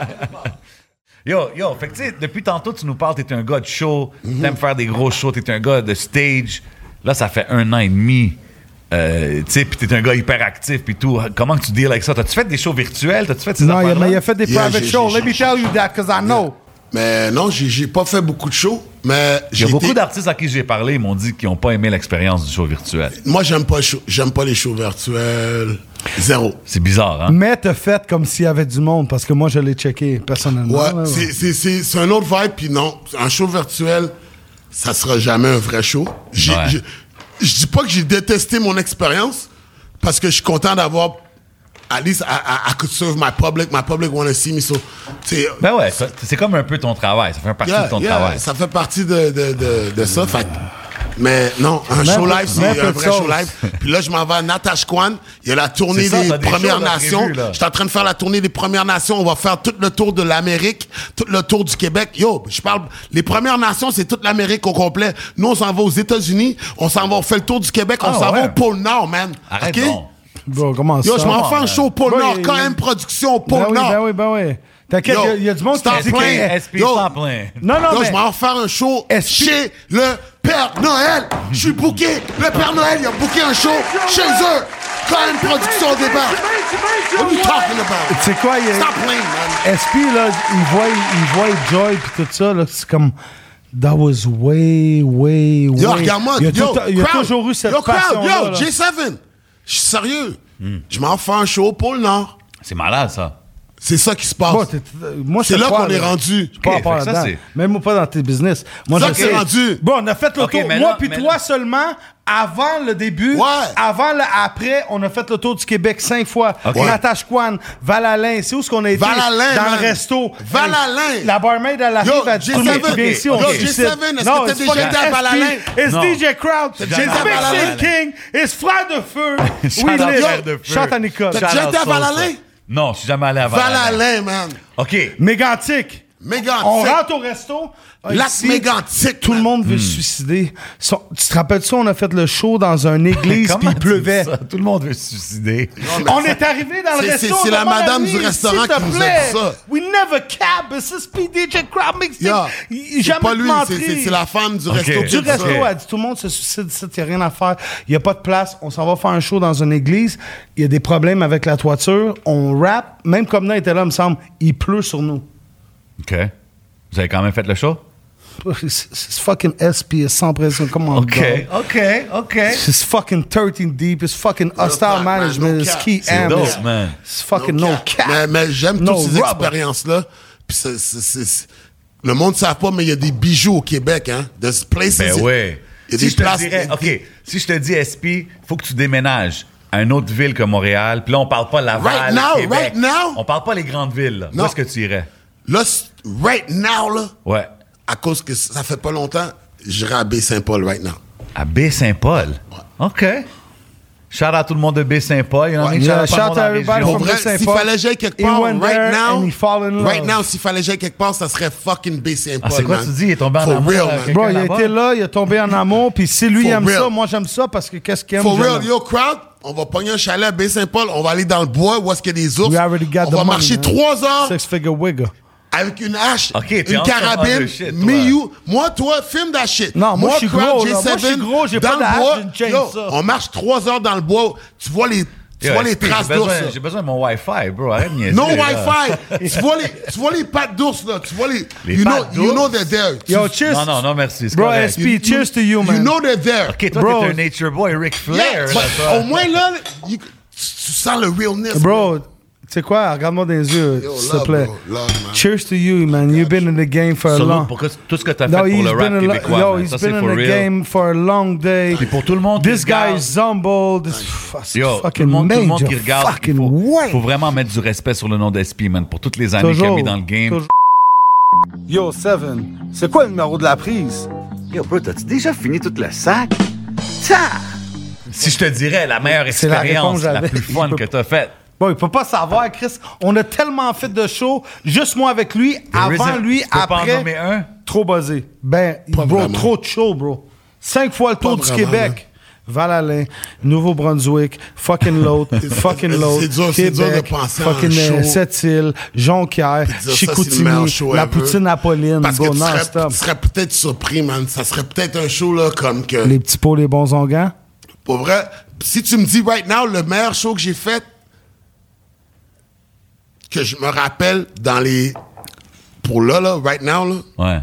Yo, yo, fait que tu sais, depuis tantôt, tu nous parles, t'es un gars de show, t'aimes faire des gros shows, t'es un gars de stage. Là, ça fait un an et demi. Euh, tu sais, puis t'es un gars hyper actif, puis tout. Comment que tu deals avec ça? T'as-tu fait des shows virtuels? T'as-tu fait ces Non, il a, affaires-là? mais il a fait des Yeah, private j'ai- shows. j'ai- Let me tell you that, because I know. Mais non, j'ai j'ai pas fait beaucoup de shows. Mais Il y j'ai a beaucoup été- d'artistes à qui j'ai parlé, ils m'ont dit qu'ils n'ont pas aimé l'expérience du show virtuel. Moi, j'aime pas, les shows- j'aime pas les shows virtuels. Zéro. C'est bizarre, hein? Mais t'as fait comme s'il y avait du monde, parce que moi, je l'ai checké personnellement. Ouais, Ouais, ouais. c'est- c'est- c'est c'est un autre vibe, puis non, un show virtuel, ça sera jamais un vrai show. J'ai- Ouais. j'ai- Je dis pas que j'ai détesté mon expérience, parce que je suis content d'avoir, at least I, I, I could serve my public, my public wanna see me, so, tu sais, Ben ouais, ça- c'est comme un peu ton travail, ça fait partie yeah, de ton yeah, travail. ça fait partie de, de, de, de ça, fait que- mais non, un Mais show un peu- live, mais un c'est peu un de vrai show sauce. live. Puis là, je m'en vais à Natashquan. Il y a la tournée C'est ça, des t'as des Premières shows, là, Nations. prévus, là. Je suis en train de faire la tournée des Premières Nations. On va faire tout le tour de l'Amérique, tout le tour du Québec. Yo, je parle, les Premières Nations, c'est toute l'Amérique au complet. Nous, on s'en va aux États-Unis. On s'en va, on fait le tour du Québec. On Ah, s'en ouais. va au pôle Nord, man. Arrête OK? donc. Bro, comment Yo, ça? je m'en fais un man. show au pôle Bro, Nord. il- Quand même production au pôle Ben oui, Nord. ben oui, ben oui. T'inquiète, Yo, il y a- il y, a du monde qui stop dit que... playing. S P, Yo. sans plein. Non, non, Yo, mais... je m'en vais faire un show Est-ce que- chez le Père Noël. Je suis booké. Le Père Noël, il a booké un show chez eux. Quand une production débarque. What are you talking about? Tu sais quoi, il y a- Stop playing, man. S P, là, il voit, il voit Joy puis tout ça, là, c'est comme... That was way, way, way... Yo, regarde-moi. Il y a, Yo, tout- il y a crowd. toujours eu cette Yo, crowd. passion-là. Yo, là. J sept. Je suis sérieux. Je m'en fais un show au pôle Nord. C'est malade, ça. C'est ça qui se passe. Bon, t'es- t'es- moi, je C'est te là crois, qu'on est rendu. Je peux Ok, en parler fait que ça, là-dedans. c'est- Même moi, pas dans tes business. Moi, C'est ça je qui est sais. rendu. Bon, on a fait le Ok, tour. mais Moi là- puis mais toi là- seulement, avant le début, Ouais. avant le après, on a fait le tour du Québec cinq fois. Ok. Natashquan, Val-Alain, c'est où ce qu'on a été? Val-Alain, Dans man. le resto. Val-Alain. La barmaid, elle arrive, Yo, elle dit, J tout le monde seven. qui vient ici, on Yo, se J suicide. seven, est-ce Non, que t'as it's déjà fucking été à S P, Val-Alain? It's Non. D J Crowd, it's déjà été à Big Val-Alain? City King, it's Frère de Feu. Shout We out live. Frère de Feu. Chante à Nicole. T'as déjà été à Shout out Val-Alain? Sosa. Non, je suis jamais allé à Val-Alain. Val-Alain, man. OK. Mégantic. Mégantic. On rentre au resto. Lac Ici, Mégantic, Tout le man. monde veut se suicider. So- tu te rappelles ça? On a fait le show dans une église puis Comment il tu pleuvait. dis ça? Tout le monde veut se suicider. mais On ça- est arrivé dans le c'est- resto. c'est- c'est on la demande à madame lui, du restaurant s'il te qui nous a plaît, dit ça. We never cab. This is P D J Crowd Mixtape. Yeah. Il- C'est Jamais pas de lui, menterie. c'est- c'est c'est la femme du Ok. resto. qui Du a dit ça. resto, elle dit tout le monde se suicide ici, il n'y a rien à faire. Il n'y a pas de place. On s'en va faire un show dans une église. Il y a des problèmes avec la toiture. On rap. Même comme là, était là, il me semble. Il pleut sur nous. OK. Vous avez quand même fait le show? C'est c'est fucking S P, c'est sans pression. Come on, OK, dog. OK, OK. It's fucking thirteen deep. It's fucking hostile cap, man. management. No It's cap. key C'est am. dope, It's- man. It's fucking no cap. Mais, mais j'aime No toutes ces rubber. expériences-là. Puis c'est- c'est- c'est- c'est- le monde ne savent pas, mais il y a des bijoux au Québec. Hein. There's places. Ben il- ouais. Il y a Si des je te places. dirais, OK, si je te dis S P, faut que tu déménages à une autre ville que Montréal. Puis là, on parle pas Laval, Right now, Québec. right now? On parle pas les grandes villes. Là. Où Non. est-ce que tu irais? Là, c- right now, là, Ouais. à cause que ça fait pas longtemps, j'irai à Baie-Saint-Paul right now. À Baie-Saint-Paul? OK. Shout à tout le monde de Baie-Saint-Paul. You know what I mean? Yeah, Shout out shout tout le monde to dans la everybody région. from Pour vrai, Baie-Saint-Paul. s'il fallait que j'aille quelque He part, went right there now, and he fall in love. right now, s'il fallait que j'aille quelque part, ça serait fucking Baie-Saint-Paul. Ah, c'est quoi man. tu dis? Il est tombé en For amour real, avec man. quelqu'un Bro, il a là-bas? été là, il a tombé en amour, puis si lui For aime real. ça, moi j'aime ça parce que qu'est-ce qu'il aime? For j'aime. real, yo, crowd, on va pogner un chalet à Baie-Saint-Paul, on va aller dans le bois où est-ce qu'il y a des ours. We already got on the va money, marcher man. trois heures Six figure wigger. avec une hache, Ok, t'es une en train de carabine. faire de shit, toi. Me you, moi, toi, filme that shit. Non, moi, je suis Crowd, gros, J là. sept, Moi, je suis gros, j'ai dans pas de le hache, bois, j'ai une chainsaw. yo, on marche trois heures dans le bois, tu vois les, tu Yo, vois les S P, traces j'ai d'ours. besoin, là. j'ai besoin de mon Wi-Fi, bro. Arrête de niaiser. No là. Wi-Fi. tu, vois les, tu vois les pattes d'ours, là. Tu vois les. Les you, know, pattes you know d'ours? they're there. Yo, Tu- cheers. Non, non, non, merci. c'est Bro, correct. S P, cheers to you, man. You know they're there. Ok, toi, Bro. t'es un nature boy, Ric Yeah, Flair. là, but toi. au moins, là, you- tu sens le realness. Bro, tu sais quoi? Regarde-moi dans les yeux, Yo, s'il te love, plaît. bro. Love, man. Cheers to you, man. You've been in the game for a Salute long... pour que- tout ce que t'as fait No, pour he's le rap been, a lo- québécois. yo, man. he's Ça, c'est been in for the real. game for a long day. Puis pour tout le monde qui This guy regarde- is humble. This f- Yo, tout fucking le monde, tout le monde major qui regarde, il fucking faut, way. faut vraiment mettre du respect sur le nom d'S P, man, pour toutes les années qu'il a Toujours. mis dans le game. Toujours. Yo, Seven, c'est quoi le numéro de la prise? Yo, bro, t'as-tu déjà fini toute le sac? Ça! Si je te dirais la meilleure C'est la expérience, réponse, la, j'avais. plus fun que t'as faite. Bon, il peut pas savoir, Chris. On a tellement fait de shows, juste moi avec lui, avant Reason- lui, tu peux pas en après. nommer un? Trop buzzé. Ben, Pas bro, vraiment. trop de shows, bro. Cinq fois le tour Pas du vraiment, Québec. Val-Alain, Nouveau-Brunswick, fucking L'Autre, fucking L'Autre, c'est dur- c'est dur de Québec, penser à un fucking show. euh, Sept-Îles, Jonquière, Dire ça, c'est le Chicoutimi, meilleur show la ever. poutine Apolline, Parce que bro, tu serais, non-stop. tu serais peut-être surpris, man. Ça serait peut-être un show, là, comme que. Les petits pots, les bons onguents. Pour vrai, si tu me dis right now, le meilleur show que j'ai fait, que je me rappelle dans les. Pour là, là, right now, là, Ouais.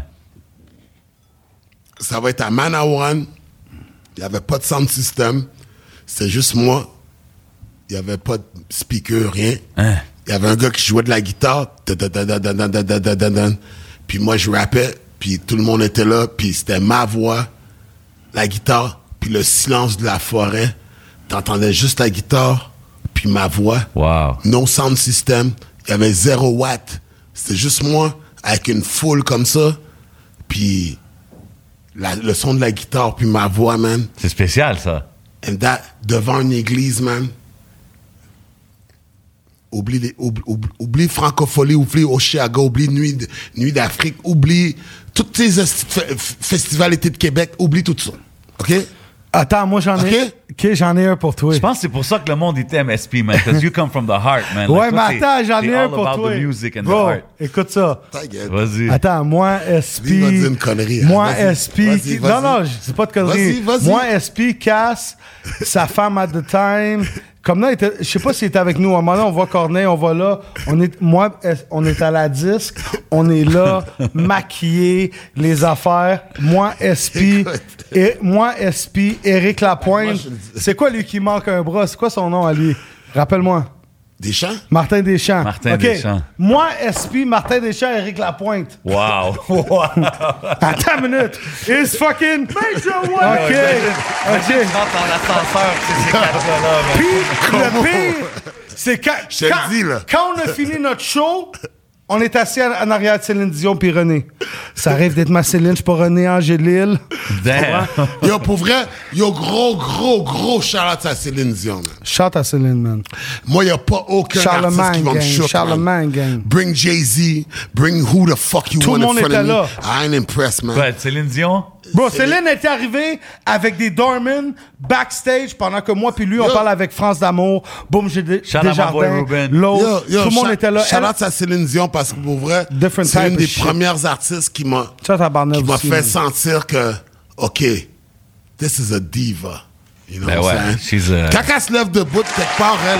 ça va être à Manawan. Il n'y avait pas de sound system. C'était juste moi. Il n'y avait pas de speaker, rien. Hein? Il y avait un gars qui jouait de la guitare. Da, da, da, da, da, da, da, da, da, da, da. Puis moi, je rappais. Puis tout le monde était là. Puis c'était ma voix, la guitare, puis le silence de la forêt. T'entendais juste la guitare, puis ma voix. Wow. No sound system. Il y avait zéro watt. C'était juste moi, avec une foule comme ça. Puis la- le son de la guitare, puis ma voix, man. C'est spécial, ça. And that, devant une église, man. Oublie, les, oublie, oublie, oublie Francophonie, oublie Oshiaga, oublie Nuit, d- Nuit d'Afrique, oublie toutes ces esti de fe- f- festivals été de Québec, oublie tout ça. OK? Attends, moi j'en ai. Ok. Ok, j'en ai un pour toi. Je pense que c'est pour ça que le monde il t'aime, S P, man. Because you come from the heart, man. Ouais, Like, toi, mais t'es- attends, j'en t'es ai un all pour about toi. the music and the Bro, heart. écoute ça. T'inquiète. Vas-y. Attends, moi, S P. Lui, il va dire une connerie, hein. Moi, Vas-y. S P. Vas-y, vas-y. Non, non, c'est pas de connerie. Vas-y, vas-y. Moi, S P casse sa femme at the time. Comme là, il était- je sais pas s'il était avec nous. À un moment donné, on voit Corneille, on va là. On est, moi, S- on est à la disque. On est là, maquillé, les affaires. Moi, S P. Écoute. Et, moi, S P. Éric Lapointe. Moi, je le dis. C'est quoi lui qui manque un bras? C'est quoi son nom à lui? Rappelle-moi. Deschamps? Martin Deschamps. Martin OK. Deschamps. Moi, S P, Martin Deschamps, Éric Lapointe. Wow. Attends une minute. It's fucking Major Way. OK. OK. Rentre dans l'ascenseur, c'est ces quatre-là, man. Puis, le pire, c'est quand, Je te le quand, dis, là. quand on a fini notre show, on est assis en arrière de Céline Dion puis René. Ça arrive d'être ma Céline, je suis pas René Angélil. Damn. Yo, pour vrai, yo, gros, gros, gros shout-out à Céline Dion, man. Shout à Céline, man. Moi, il n'y a pas aucun Charlemagne artiste qui va me gang, shoot, Charlemagne man. gang. Bring Jay-Z, bring who the fuck you Tout want le in monde front était of me. là. I ain't impressed, man. Ouais, Céline Dion. Bro, Céline était arrivée avec des Dorman backstage pendant que moi puis lui, on Yo. parle avec France d'Amour. Boum, j'ai des Shout out my boy Desjardins. Ruben. L'autre. Yo, yo, Tout le monde shout- était là. Shout Elle- out à Céline Dion parce que pour vrai, Different c'est type une of des shit. premières artistes qui m'a Shout à Barnett qui m'a aussi, fait man. sentir que, OK, this is a diva. You know Ben what ouais, I'm saying? she's a- Quand elle se lève debout, quelque part, elle,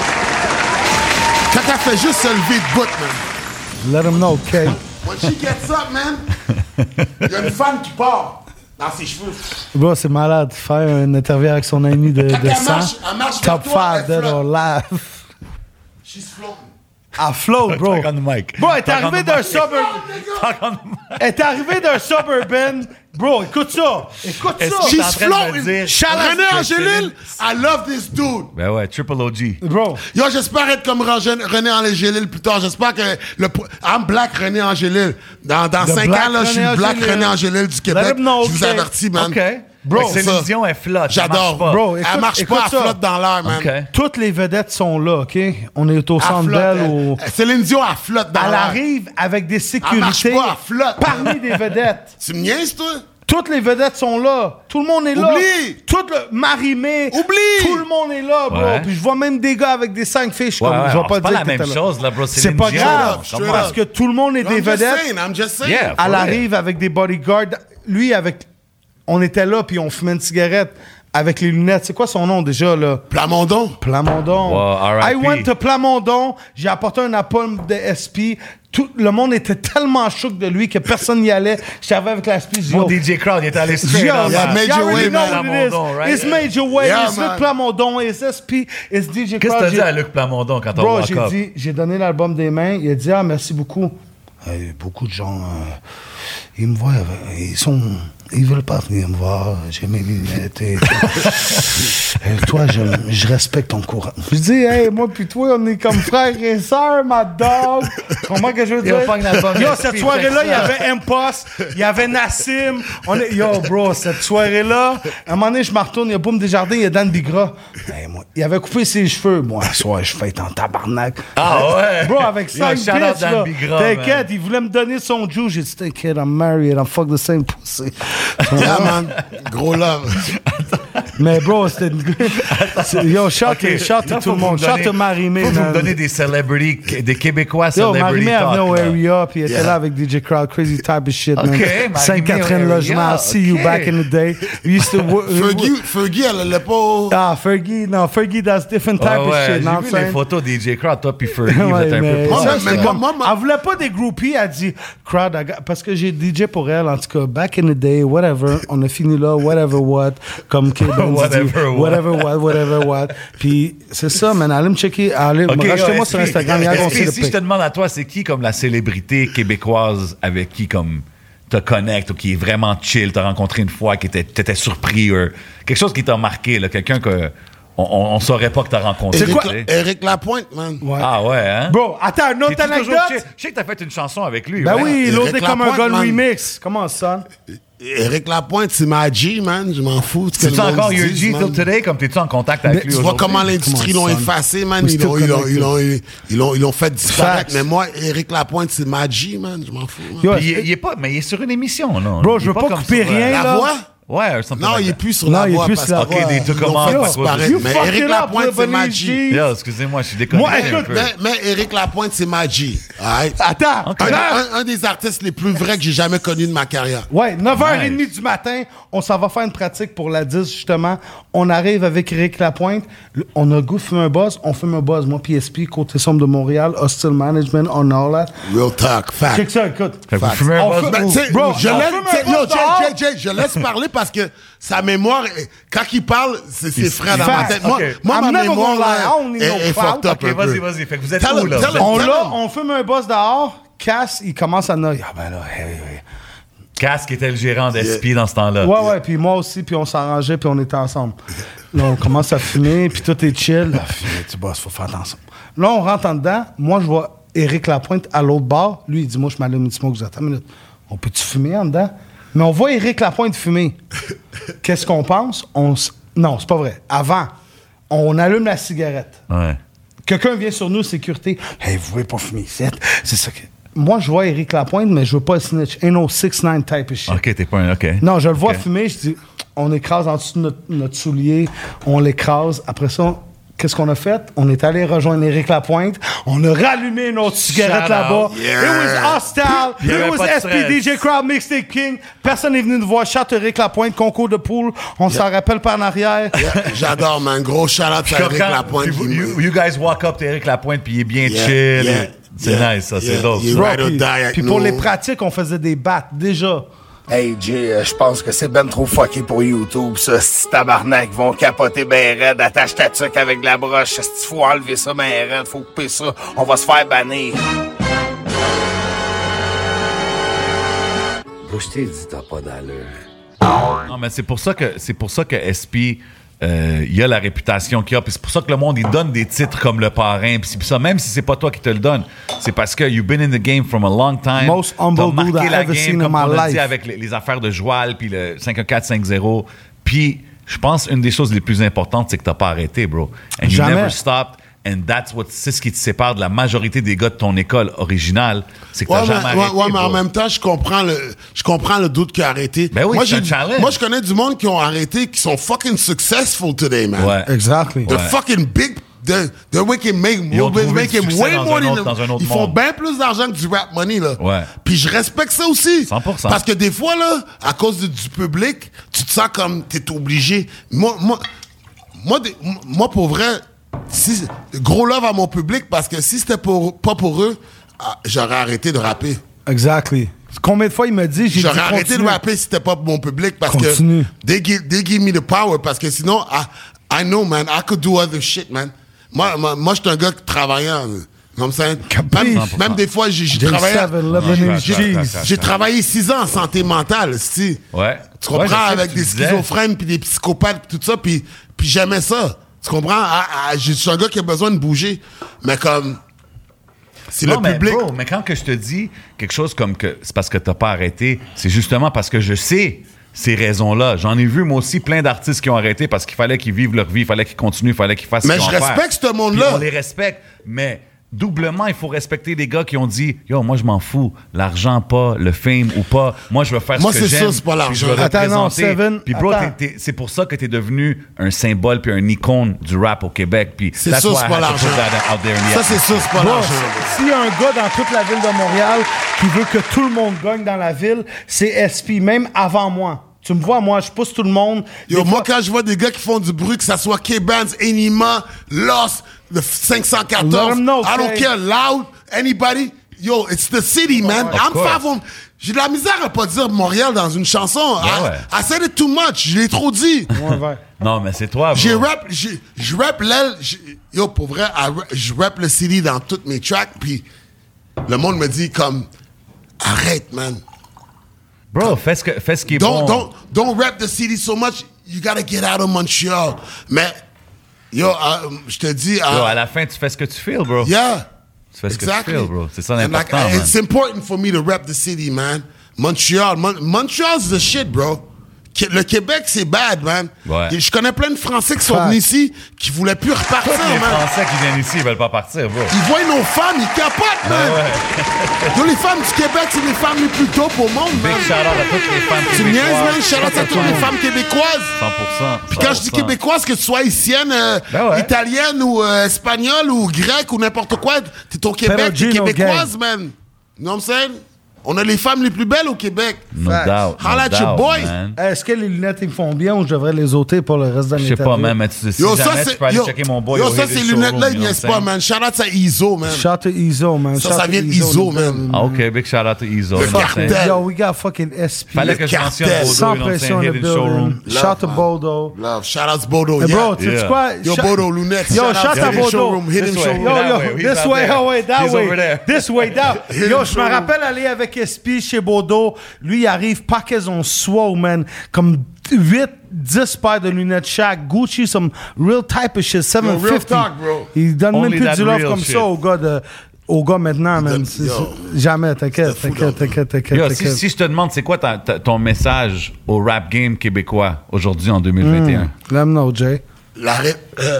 là, quand elle fait juste se lever debout, man. Let him know, OK? When she gets up, man, il y a une femme qui part dans ses cheveux. Bro, c'est malade. Faire une interview avec son ami de, Quand de elle sang. marche, elle marche Top vers toi, five elle dead or flotte. alive. She's floating. À float, bro. Talk on the mic. Bro, elle est Talk on arrivée the d'un mic. suburban. Talk on the mic. Elle est arrivée d'un suburban. Bro, écoute ça. Écoute Est-ce ça. que- She's T'es en train de me floating. dire- Charles René que Angélil, I love this dude. Ben ouais, Triple O G. Bro. Yo, j'espère être comme René René Angélil plus tard. J'espère que le pro- I'm Black René Angélil. Dans, dans The cinq Black ans, là, je suis René le Black Angélil. René Angélil du Let Québec. him know, Je vous OK. avertis, man. OK. Bro, Bro, Céline ça. Dion est flotte. ça J'adore. marche pas. Bro, écoute, Elle marche écoute pas, elle ça. flotte dans l'air, man. OK. Toutes les vedettes sont là, OK? On est au Elle centre flotte, belle. elle. Au... Céline Dion, elle flotte dans Elle l'air. arrive avec des Elle marche sécurités pas, elle flotte. parmi des vedettes. Tu me niaises, toi? Toutes les vedettes sont là. Tout le monde est là. Oublie. Tout le Marie-Mé. Oublie. Tout le monde est là, bro. Ouais. Puis je vois même des gars avec des cinq filles. Je suis Ouais, comme, ouais, je vais alors, pas c'est pas dire la que même t'étais là. chose, là, bro. C'est Céline pas Dion, grave. straight Parce up. que tout le monde est I'm des just vedettes. saying, I'm just saying. Yeah. Elle Ouais. arrive avec des bodyguards. Lui, avec. On était là, puis on fumait une cigarette avec les lunettes. C'est quoi son nom déjà, là? Plamondon. Plamondon. Wow, R I P. I went to Plamondon. J'ai apporté un album de S P. Tout le monde était tellement choqué de lui que personne n'y allait. J'étais arrivé avec la S P. j'ai dit, Mon yo, D J Crowd, il est allé straight Yo, up. Yeah, man. Major you already Way, know man. what it is. Plamondon, right? It's Major Way, Yeah, it's man. Luc Plamondon, it's S P, it's D J Qu'est-ce que Crowd. t'as dit J'ai- à Luc Plamondon quand on Bro, walk j'ai up? dit, j'ai donné l'album des mains. Il a dit, ah, merci beaucoup. Hey, beaucoup de gens, euh, ils me voient, euh, ils sont, ils veulent pas venir me voir. J'ai mes lunettes et, et toi, je, je respecte ton courage. Je dis, hey, moi puis toi, on est comme frères et sœurs, ma dog. Comment que je veux Yo, dire? fuck l'album Yo, S P, cette check soirée-là, ça. il y avait Impost, il y avait Nassim. On est, yo, bro, cette soirée-là, à un moment donné, je me retourne, il y a Boum Desjardins, il y a Dan Bigra. Hey, moi, il avait coupé ses cheveux. Moi, ce soir, je fais en tabarnak. Ah ouais? Bro, avec Yo, cinq shout out bitches, Dan là. Bigra, T'inquiète, man. il voulait me donner son juice. J'ai dit, t'inquiète, I'm married, I'm fuck the same pussy. Yeah, man. Gros love. Mais bro, c'était... c'est- Yo, shout Ok, shout là, to faut tout le vous monde. me Shout donner- to Marie-Mé, Faut que vous me man. donner des celebrities, des Québécois Yo, celebrity Marie-Mé talk. est venue au là. area, puis elle était Yeah. là avec D J Crowd, crazy type of shit, man. Ok, Marie-Mé Sainte-Catherine au Logement, area, see you ok. back in the day. We used to... wo- Fergie, Fergie, elle allait pas. Ah, Fergie, non, Fergie, that's different type Ouais, of ouais, shit, j'ai non, vu I'm les saying? photos des D J Crowd, toi puis Fergie, vous Ouais, êtes un mais peu Moi, ça, mais- c'était mais comme- moi, moi- Elle voulait pas des groupies, elle dit crowd, I got- parce que j'ai D J pour elle, en tout cas, back in the day, whatever, on a fini là, whatever what, comme K Benz Whatever dit, what. whatever what, whatever what. Puis c'est ça, man, allez me checker, allez, Ok, rachetez-moi yo, sur S P, Instagram, il y a S P, on sait le si je te pic. demande à toi, c'est qui comme la célébrité québécoise avec qui comme te connecte ou qui est vraiment chill, t'as rencontré une fois, qui était, t'étais surpris, ou quelque chose qui t'a marqué, là, quelqu'un que on, on, on saurait pas que t'as rencontré. Éric, tu sais. Éric Lapointe, man. Ouais. Ah ouais, hein? Bro, attends, une autre T'es-tu toujours- anecdote? Je sais- je sais que t'as fait une chanson avec lui. Ben ouais. oui, Éric l'autre est comme un Lapointe, gun man. remix. Comment ça? Éric Lapointe, c'est ma G, man. Je m'en fous. ce que C'est-tu le monde encore se your dise, G man. till today, comme t'es-tu en contact avec Mais lui Tu vois aujourd'hui? comment l'industrie Comment l'ont ça? effacé, man. We Ils still l'ont, ils l'ont, connected. ils l'ont, ils l'ont, ils l'ont fait disparaître. Facts. Mais moi, Éric Lapointe, c'est ma G, man. Je m'en fous, man. Yo, Puis il, il est pas, mais il est sur une émission, non? Bro, Il je est veux pas comme couper sur, euh, rien, La là. voix? Ouais, something Non, like il est that. plus sur Non, la il est voix plus parce sur la que voix. des ils trucs l'ont comment- fait à cause disparaître. You Mais fucked Éric it up, Lapointe, c'est ma G. G. Yo, excusez-moi, je suis déconnecté Moi, un écoute, peu. Mais, mais Éric Lapointe, c'est ma G. Alright? Attends, Ok. Un, là, un- un des artistes les plus vrais que j'ai jamais connus de ma carrière. ouais, neuf heures trente Nice. du matin, on s'en va faire une pratique pour la dix, justement. On arrive avec Éric Lapointe. Le- On a le goût de fumer un buzz. On fume un buzz. Moi, P S P, côté sombre de Montréal, Hostile Management, on all that. Real talk, fact. Check ça, écoute. Fait que vous Facts. fumez un On buzz fait- Ben, move. tu sais, Bro, je on laisse, fume un tu sais, buzz yo, dehors. Jay, Jay, Jay, je laisse parler parce que sa mémoire, est- quand il parle, c'est c'est frais dans ma Facts. tête. Moi, Ok. moi I'm ma never mémoire, gonna lie, là, I don't need est, no est crowd. fucked up Ok, un peu. vas-y, vas-y. Fait que vous êtes Tell où, him, là? tell vous him. êtes- On Tell l'a, him. on fume un boss dehors. Cass, il commence à noyer. Ah ben là, hey, hey. Cass qui était le gérant d'S P dans ce temps-là. Ouais, ouais, puis moi aussi, puis on s'arrangeait, puis on était ensemble. Là, on commence à fumer, puis tout est chill. Là, fumer, tu bosses, faut faire attention. Là, on rentre en dedans. Moi, je vois Éric Lapointe à l'autre bar. Lui, il dit, moi, je m'allume une smoke. Attends une minute. On peut-tu fumer en dedans? Mais on voit Éric Lapointe fumer. Qu'est-ce qu'on pense? On s- Non, c'est pas vrai. Avant, on allume la cigarette. Ouais. Quelqu'un vient sur nous, sécurité. Hey, vous pouvez pas fumer ici. C'est ça que. Moi, je vois Éric Lapointe, mais je veux pas le snitch. Ain't no six nine type of shit. Ok, t'es pas un. Ok. Non, je le vois Ok. fumer, je dis, on écrase en dessous de notre, notre soulier, on l'écrase. Après ça, qu'est-ce qu'on a fait? On est allé rejoindre Éric Lapointe, on a rallumé une autre cigarette Shout là-bas. out. Yeah. It was hostile, Il y avait it was pas de S P stress. D J Crowd Mixtape King. Personne n'est venu nous voir. Chat Éric Lapointe, concours de poule. On s'en rappelle par en arrière. Yeah, J'adore, man. Gros shout-out à Comme Éric quand Lapointe. you, qui- you- you guys walk up to Éric Lapointe, puis il est bien Yeah, chill. yeah, C'est yeah, nice, ça, yeah, c'est dope. yeah. Bro, Ride or puis- die avec puis pour nous. les pratiques, on faisait des battes déjà. Hey Jay, euh, je pense que c'est ben trop fucké pour YouTube, ça. Si tabarnak vont capoter ben raide, attache ta tuque avec de la broche. Si faut enlever ça ben raide, faut couper ça, on va se faire bannir. Bro, je t'ai dit, t'as pas d'allure. Non, mais c'est pour ça que c'est pour ça que S P, euh, il a la réputation qu'il a. Puis c'est pour ça que le monde il donne des titres comme le parrain. Puis c'est pour ça, même si c'est pas toi qui te le donne, c'est parce que you've been in the game from a long time. Most humble T'as dude marqué I la ever game seen in comme my on a dit life. avec les, les affaires de Joal puis le cinq un quatre cinq zéro. Puis je pense une des choses les plus importantes c'est que t'as pas arrêté, bro. And you Jamais. never stopped. And that's what, c'est ce qui te sépare de la majorité des gars de ton école originale. C'est que t'as Ouais, jamais mais, arrêté. ouais, ouais, mais en bro. même temps, je comprends le, je comprends le doute qui a arrêté. Ben oui, moi, c'est j'ai- un challenge. moi, je connais du monde qui ont arrêté, qui sont fucking successful today, man. Ouais. Exactly. They're Ouais. fucking big. They're, they're making, make, Ils ont trouvé making du succès way dans more un than autre- dans un autre Ils font monde. bien plus d'argent que du rap money, là. Ouais. Puis je respecte ça aussi. cent pour cent. Parce que des fois, là, à cause de- du public, tu te sens comme t'es obligé. Moi, moi, moi, des- moi, pour vrai, si, gros love à mon public, parce que si c'était pour, pas pour eux, ah, j'aurais arrêté de rapper. Exactly. Combien de fois il m'a dit, j'ai dit J'aurais arrêté continue. de rapper si c'était pas pour mon public parce Continue. que they give, they give me the power parce que sinon, I, I know, man, I could do other shit, man. Moi, moi, moi je suis un gars travaillant. You know what I'm saying? Capiche. Même, même des fois, j'ai j'ai J travaillé. seven, Lebanese j'ai- cheese. J'ai travaillé six ans en santé mentale, si. Ouais. Tu Ouais, comprends? je sais Avec que tu des disais. schizophrènes puis des psychopathes puis tout ça, puis puis j'aimais ça. Tu comprends? Ah, ah, je suis un gars qui a besoin de bouger, mais comme c'est le Non, mais public. bro, mais quand que je te dis quelque chose comme que c'est parce que t'as pas arrêté, c'est justement parce que je sais ces raisons-là. J'en ai vu, moi aussi, plein d'artistes qui ont arrêté parce qu'il fallait qu'ils vivent leur vie, il fallait qu'ils continuent, il fallait qu'ils fassent Mais ce je qu'ils ont à faire. respecte ce monde-là. Puis on les respecte, mais doublement, il faut respecter les gars qui ont dit « Yo, moi, je m'en fous. L'argent, pas. Le fame ou pas. Moi, je veux faire Moi, ce que c'est ça, j'aime. c'est pas puis l'argent. je veux Attends, non, représenter. Seven, Puis bro, attends. t'es- t'es- c'est pour ça que t'es devenu un symbole puis un icône du rap au Québec. Puis C'est that's ça, why c'est I pas had to l'argent. put that out there in the Ça, c'est ça, c'est pas Bro, l'argent. s'il y a un gars dans toute la ville de Montréal qui veut que tout le monde gagne dans la ville, c'est S P, même avant moi. Tu me vois, moi, je pousse tout le monde. Yo, Des moi, fois- quand je vois des gars qui font du bruit, que ça soit K-Bands, Enima, Lost, le cinq cent Let quatorze, 'em know, I don't Kay. care, Loud, anybody, yo, it's the city, man. Of I'm course. far from... J'ai de la misère à pas dire Montréal dans une chanson. I, ouais. I said it too much, je l'ai trop dit. Ouais, ouais. Non, mais c'est toi, bro. J'ai rap, j'ai- je rap l'aile, j'ai- yo, pour vrai, I ra- je rap le city dans toutes mes tracks, puis le monde me dit comme, arrête, man. Bro, fais ce, que, fais ce qui est Don't, bon. don't, don't rap the city so much. You gotta get out of Montreal. Mais, yo, uh, je te dis, uh, Bro, à la fin, tu fais ce que tu feels, bro. yeah. Tu fais ce que tu feels, bro. C'est ça l'important, And like, man. it's important for me to rap the city, man. Montreal, Mon- Montreal's the shit, bro. Qu- Le Québec, c'est bad, man. Ouais. Et je connais plein de Français qui sont Fact. venus ici, qui voulaient plus repartir, Tous les man. Français qui viennent ici, ils veulent pas partir, bro. Ils voient nos femmes, ils capotent, man. Yo, les femmes du Québec, c'est les femmes les plus dope au monde, man. Big shout-out à toutes les femmes Tu me niaises, québécoises. man? Shout out à toutes les femmes québécoises. cent pour cent. Puis quand je dis québécoise, que tu sois haïtienne, euh, Ben ouais. italienne ou euh, espagnole ou grecque ou n'importe quoi, t'es au Québec, t'es Perugino québécoise, man. You know what I'm saying? On a les femmes les plus belles au Québec. No Facts. doubt. no Holla at your doubt, boy. man. Est-ce que les lunettes, ils me font bien ou je devrais les ôter pour le reste de Je sais l'interview? pas, man, mais tu, si Yo, ça, jamais tu c'est, peux aller yo, checker mon boy. yo, au ça, Hidden ces Showroom, lunettes-là, ils you know niaisent what I'm pas, man. Shout out à Iso, man. Shout to Izo, man. Ça, Shout ça to vient de Izo, man. man. Ah, OK, big shout out to Izo. Le you know what I'm cartel. saying? Yo, we got fucking S P. Fallait que je mentionne cartel. Bodo, Sans you know what I'm pression saying? in the Hidden Showroom. building. Shout to man. Bodo. Love. Shout out to Bodo, Hey, yeah. bro, tu sais Yeah. quoi? Yo, Shout- Bodo, lunettes. Yo, Shout out shout to out Hidden Bodo. Showroom, Hidden This way. Showroom. Yo, That yo, way, he's this out way, there. oh way, that He's way. over there. This way, that. Yo, je me rappelle aller avec S P chez Bodo. Lui, il arrive, paquets en swole, man. Comme huit, dix paires de lunettes chaque. Gucci, some real type of shit. seven Yo, real fifty. talk, bro. Il donne Only même plus that du love real comme shit. ça au gars de... Au gars maintenant, man. donne- C'est- yo. c'est- Jamais, t'inquiète, C'est fou, t'inquiète, là. t'inquiète, t'inquiète, Yo, si, t'inquiète. si je te demande, c'est quoi ta- ta- ton message au rap game québécois aujourd'hui en deux mille vingt et un? Let me know, Jay. La ré- euh,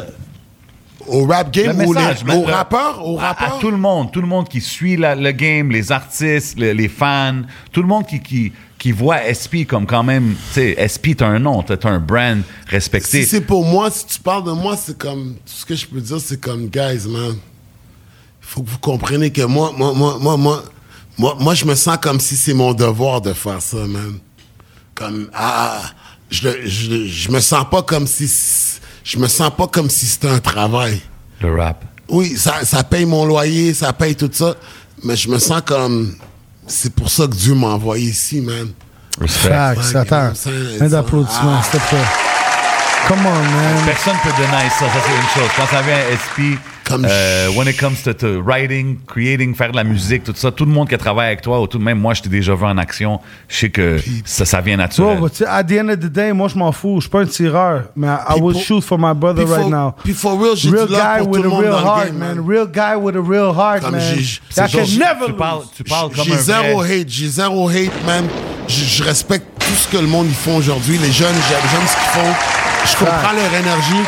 au rap game Le ou les, message, man, aux le- rappeurs, aux À, à rappeurs. tout le monde, tout le monde qui suit la- le game, les artistes, le- les fans, tout le monde qui, qui, qui voit S P comme quand même, tu sais, S P, t'as un nom, t'as t'as un brand respecté. Si c'est pour moi, si tu parles de moi, c'est comme, tout ce que je peux dire, c'est comme, guys, man, il faut que vous compreniez que moi, moi, moi, moi, moi, moi, moi, je me sens comme si c'est mon devoir de faire ça, man. Comme, ah, je, le- je, le- je me sens pas comme si, je me sens pas comme si c'était un travail. Le rap. Oui, ça, ça paye mon loyer, ça paye tout ça, mais je me sens comme, c'est pour ça que Dieu m'a envoyé ici, man. Respect. Facts, Ouais, attends. ça, Un ça- d'applaudissements, ah. s'il te plaît. Come on, man. Personne peut deny ça, ça c'est une chose. Quand ça vient à S P, Comme euh, when it comes to, to writing, creating, faire de la musique, tout ça, tout le monde qui travaille avec toi, ou tout même moi, je t'ai déjà vu en action, je sais que ça, ça vient Bro, naturel. but tu sais, at the end of the day, moi, je m'en fous. Je suis pas un tireur, mais I, I will pour- shoot for my brother puis right for- now. puis for real, j'ai real du love guy pour with tout le a monde real dans le heart, game, man. man. Real guy with a real heart, Comme man. j'ai- That c'est can genre- never tu parles, lose. tu parles comme J'ai un zéro vrai... hate, j'ai zéro hate, man. Je, je respecte tout ce que le monde ils font aujourd'hui. Les jeunes, j'aime, j'aime ce qu'ils font. Je comprends leur énergie.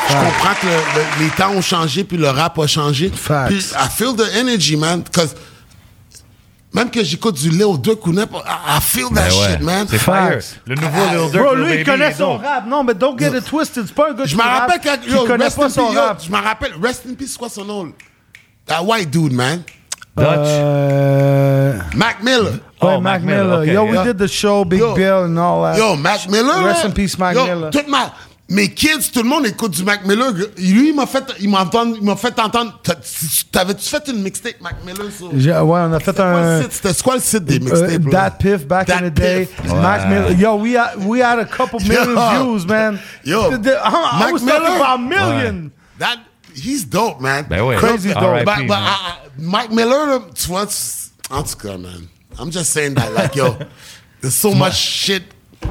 Je comprends que le- le- les temps ont changé, puis le rap a changé. Facts. Puis I feel the energy, man. Because même que j'écoute du Lil Durk ou n'importe, I I feel that Ben ouais. shit, man. C'est fire. Facts. Le nouveau Lil Durk, Bro, Lil lui, il Baby, connaît est son dope. rap. Non, mais don't get it twisted. C'est pas un gars Je qui me rappe, rappelle quand, qui yo, connaît rest pas in son peace, yo, rap. je me rappelle, Rest in Peace, c'est quoi son nom? That white dude, man. Dutch. Euh, Mac Miller. Oh, ouais, Mac Mac Miller. Miller, okay, Yo, we yeah. did the show, Big Yo. Bill and all that. Yo, Mac Miller. Rest là, in peace, Mac yo, Miller. toute ma, mes kids, tout le monde écoute du Mac Miller. Lui, il m'a fait, il m'a entendu- il m'a fait entendre. T'as- T'avais-tu fait une mixtape, Mac Miller? Sur... J'ai- ouais, on a fait C'était quoi un... le site? C'était quoi le site des Uh, mixtapes? là? that Piff back That in the day. Piff. Mac Miller. Yo, we had, we had a couple million Yo. views, man. Yo. The- the- I, I Mac was Miller. talking about a million. That, he's dope, man. Ben ouais. Crazy dope. R I P, But, but, man. I- I- Mike Miller, là, tu vois, tu- en tout cas, man. I'm just saying that, like, yo, there's so much shit.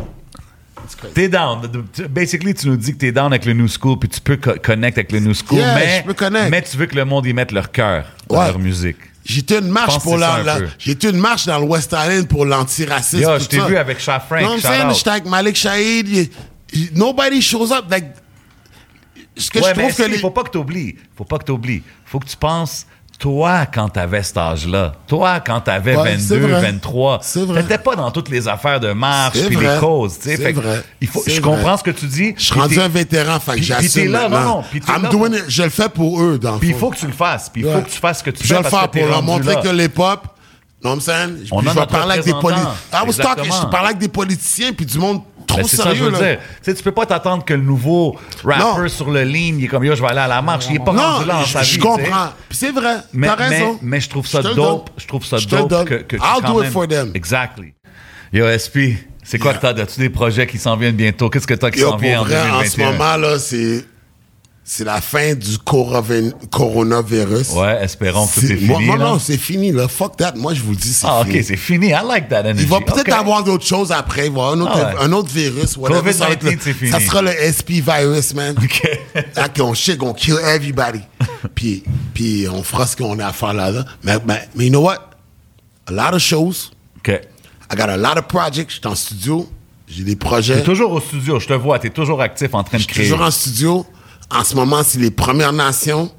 T'es down. Tu- Basically, tu nous dis que t'es down avec le New School, puis tu peux co- connect avec le New School, Yeah, mais, je peux connect. mais tu veux que le monde y mette leur cœur dans Ouais. leur musique. J'ai été une marche pense pour que c'est ça la, un la- peu. j'ai été une marche dans le West Island pour l'antiracisme. Yo, tout je t'ai ça. vu avec Shah Frank, Non, I'm shout saying, out. j'étais avec Malik Shahid. y- y- Nobody shows up. Like, ce que Ouais, je mais trouve est-ce que qu'il les... faut pas que t'oublies. Faut pas que t'oublies. Faut que tu penses, toi, quand t'avais cet âge-là, toi, quand t'avais Ouais, c'est vingt-deux, vrai. vingt-trois, C'est vrai. t'étais pas dans toutes les affaires de marche C'est puis les vrai. causes, tu sais. C'est Fait que vrai. il faut, C'est je vrai. comprends ce que tu dis. Je suis puis rendu t'es- un vétéran, fait que puis- puis j'assume t'es là, non, maintenant. non, puis t'es I'm là doing pour- it, je le fais pour eux, dans le Puis il fond. faut que tu le fasses. Puis il faut Ouais. que tu fasses ce que tu Je fais vais le parce faire que t'es pour leur rendu montrer là. que les pop, non, I'm saying, On puis a je vais notre parler avec des politiciens. représentant. I was talking, Exactement. je parlais avec des politiciens puis du monde trop Ben, c'est ça que je sérieux, veux là. dire. Tu sais, tu peux pas t'attendre que le nouveau rapper Non. sur le lean, il est comme yo, je vais aller à la marche. Il est pas rendu là Non, dans je, sa vie. je tu sais. comprends. Puis c'est vrai, Mais, t'as mais, raison. mais je trouve ça Je te le dope. donne. Je trouve ça Je te le dope donne. que, que tu I'll quand do it même- for them. Exactly. Yo, S P, c'est quoi Yeah. que t'as? As-tu des projets qui s'en viennent bientôt? Qu'est-ce que t'as qui Yo, s'en vient en pour vrai, deux mille en vingt ce et un? moment, là, c'est... C'est la fin du coronavi- coronavirus. Ouais, espérons que tout C'est- est fini. moi- Non, là. non, c'est fini, là. Fuck that. Moi, je vous le dis, c'est Ah, fini. ok, c'est fini. I like that energy. Il va peut-être Ok. avoir d'autres choses après. Il va y avoir un autre, Ah ouais. un autre virus. whatever, covid ça va être le- dix-neuf, c'est fini. Ça sera le S P virus, man. Ok. Là, qu'on shit, qu'on kill everybody. puis, puis on fera ce qu'on a à faire là. là. Mais, mais, mais you know what? A lot of shows. Ok. I got a lot of projects. Je suis en studio. J'ai des projets. T'es toujours au studio, je te vois. T'es toujours actif en train de Je suis créer. toujours en studio. En ce moment, c'est les Premières Nations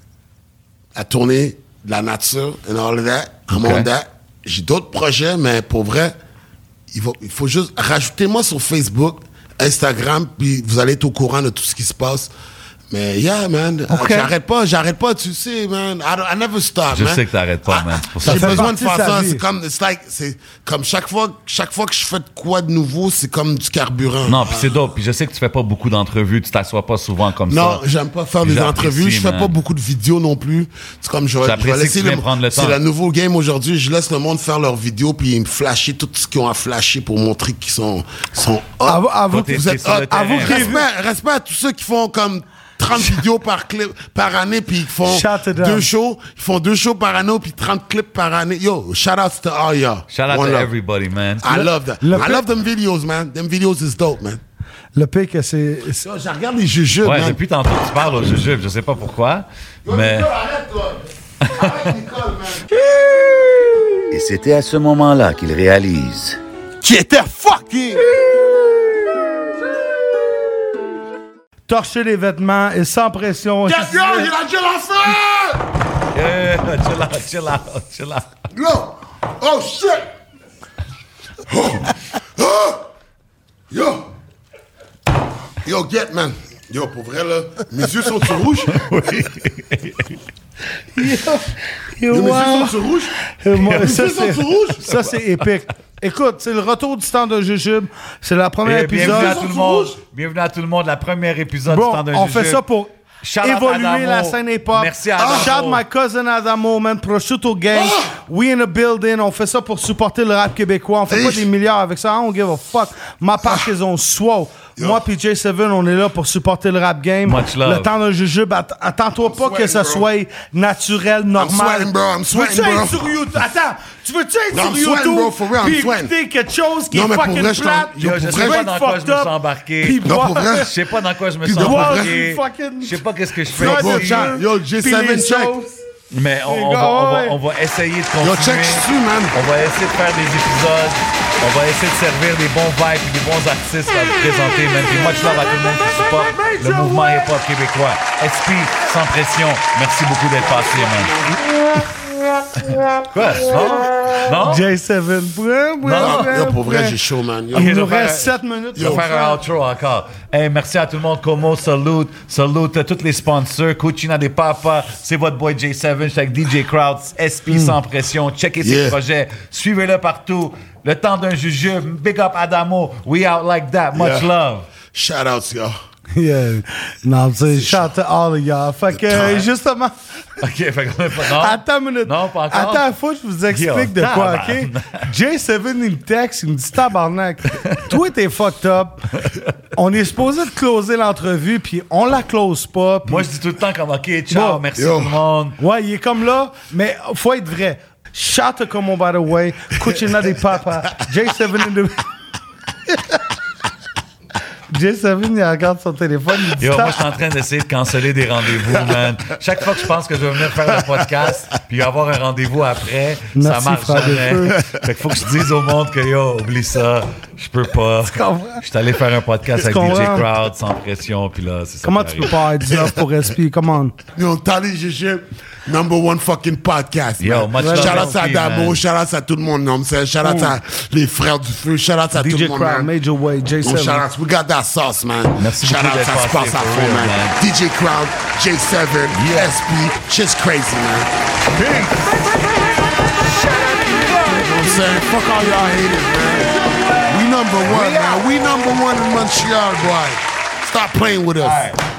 à tourner de la nature and all of that. I'm Okay. on that. J'ai d'autres projets, mais pour vrai, il faut, il faut juste rajoutez-moi sur Facebook, Instagram, puis vous allez être au courant de tout ce qui se passe. Mais yeah, man, Ok. j'arrête pas, j'arrête pas, tu sais, man. I, don't- I never stop, Je man. sais que t'arrêtes pas, Ah, man. C'est pour ça J'ai que- besoin de Ça fait faire partie de ça. sa vie. C'est comme, it's like, c'est comme chaque fois, chaque fois que je fais de quoi de nouveau, c'est comme du carburant. Non, puis c'est dope. Puis je sais que tu fais pas beaucoup d'entrevues, tu t'assois pas souvent comme Non, ça. j'aime pas faire Puis des j'apprécie, entrevues. Je fais man. pas beaucoup de vidéos non plus. C'est comme je vais, je J'apprécie vais que laisser tu viennes prendre le temps. C'est le nouveau game aujourd'hui. Je laisse le monde faire leurs vidéos puis ils me flasher tout ce qu'ils ont à flasher pour montrer qu'ils sont, sont hot. Avoue, avoue Toi, que t'es- Vous t'es êtes sur le hot. Avoue, terrain. respect, respect à tous ceux qui font comme trente vidéos par clip par année puis ils font Shout it deux out. shows. Ils font deux shows par année puis trente clips par année. Yo, shout out to all y'all. Shout out One to love. everybody, man. I love that. le I fait- love them videos, man. Them videos is dope, man. le pire que c'est... c'est- Yo, je regarde les jujubes, Ouais, man. depuis tantôt que tu parles au jujube, je sais pas pourquoi, Yo, mais... Nicole, arrête-toi. Arrête, Nicole, man. Et c'est à ce moment-là qu'il réalise. Qui était fucking. Torcher les vêtements et sans pression. Yes, yo, il a dit l'enfer! Yeah, chill out, chill out, chill out. Yo! Oh shit! Oh. Oh. Yo! Yo, get, man. Yo, pour vrai, là, mes yeux sont sur rouge. Yo, Yo, mes wow. yeux sont sur rouge. Euh, moi, Mes ça, yeux sont c'est, sur rouge. ça, c'est épique. Écoute, c'est le retour du temps de Jujube. C'est le premier Eh, bienvenue à épisode. tout le monde. Bienvenue à tout le monde. La première épisode Bon, du temps d'un on jujube. fait ça pour Shout out évoluer Adamo. la scène hip-hop. Merci à Adamo. Shout my cousin Adamo, man. Prosciutto Gang. We in the building. On fait ça pour supporter le rap québécois. On fait pas Hey. des milliards avec ça. I don't give a fuck. Ma part is on swole. Moi puis J sept, on est là pour supporter le rap game. Much love. Le temps d'un jujube. Att- Attends-toi pas sweating, que ça bro. soit naturel, normal. sweating, bro. I'm Tu veux-tu sweating, être bro. sur YouTube? Attends. Tu veux-tu être No, sur I'm YouTube sweating, bro. For real, I'm puis sweating. écouter quelque chose qui Non, est mais pour fucking vrai, je t'en- plate? yo, Yo, je pour sais vrai, pas dans quoi je me fucked suis up, embarqué. puis Non, boire- pour vrai. Je sais pas dans quoi je me Puis suis de boire embarqué. du fucking- Je sais pas qu'est-ce que je fais Floyd Bro, de ici. Jean. Yo, J Puis sept, les check. sauces. Mais on, Les on gars, va, on, va, ouais. on va essayer de Yo, continuer. check dessus, man. On va essayer de faire des épisodes. On va essayer de servir des bons vibes et des bons artistes à vous présenter, man. Puis much love à tout le monde qui supporte le mouvement hip-hop québécois. S P, sans pression, merci beaucoup d'être passé, man. Quoi? Non? Non? J sept. Ouais, ouais, Non, ouais, Yo, pour vrai, ouais. j'ai chaud, man. Yo. Il Ok, nous je vais reste faire- sept minutes. Je vais faire un outro encore. Hey, merci à tout le monde. Como, salute. Salute à tous les sponsors. Cucina des Papas. C'est votre boy J sept. Je suis avec D J Crowd. S P sans pression. Checkez ses Yeah. projets. Suivez-le partout. Le temps d'un jujube. Big up Adamo. We out like that. Much Yeah. love. Shout out, yo. Yeah. Non, c'est shout to all of y'all. Fait que, euh, justement, OK, fait qu'on est pas... Non? attends une minute. Non, pas encore. Attends, faut que je vous explique Yo, de quoi, OK? tabarnak. J sept, il me texte, il me dit tabarnak. Toi, t'es fucked up. On est supposé de closer l'entrevue, puis on la close pas. puis- Moi, je dis tout le temps comme OK, ciao, Bon. merci Yo. tout le monde. Ouais, il est comme là, mais faut être vrai. Shout to Como, by the way. Cucina des Papas. J sept in the... J sept, il regarde son téléphone, il dit Yo, ta- moi, je suis en train d'essayer de canceller des rendez-vous, man. Chaque fois que je pense que je vais venir faire un podcast, puis y avoir un rendez-vous après, Merci, ça marche frère de jamais. feu. Fait qu'il faut que je dise au monde que, yo, oublie ça, je peux pas. comprends? Je suis allé faire un podcast Tu avec D J comprends? Crowd, sans pression, puis là, c'est ça. Comment qui tu peux arrive. pas être love pour S P? Come on. Yo, Tali Jujube, number one fucking podcast. Yo, man. much love, Shout out à S P, Damo, man. shout out à tout le monde, non, c'est shout out à les frères du feu, shout out à D tout J le monde, Crowd, man. Major Way, J Oh, sept. shout out, we got that sauce, man. Merci shout beaucoup out, d'être ça se passé, passe à for fond, real, man. man. D J Crowd, J sept, Yeah. S P, shit's crazy, man. You know what I'm saying? Fuck all y'all haters, man. We number one, man. We number one in Montreal, boy. Stop playing with us.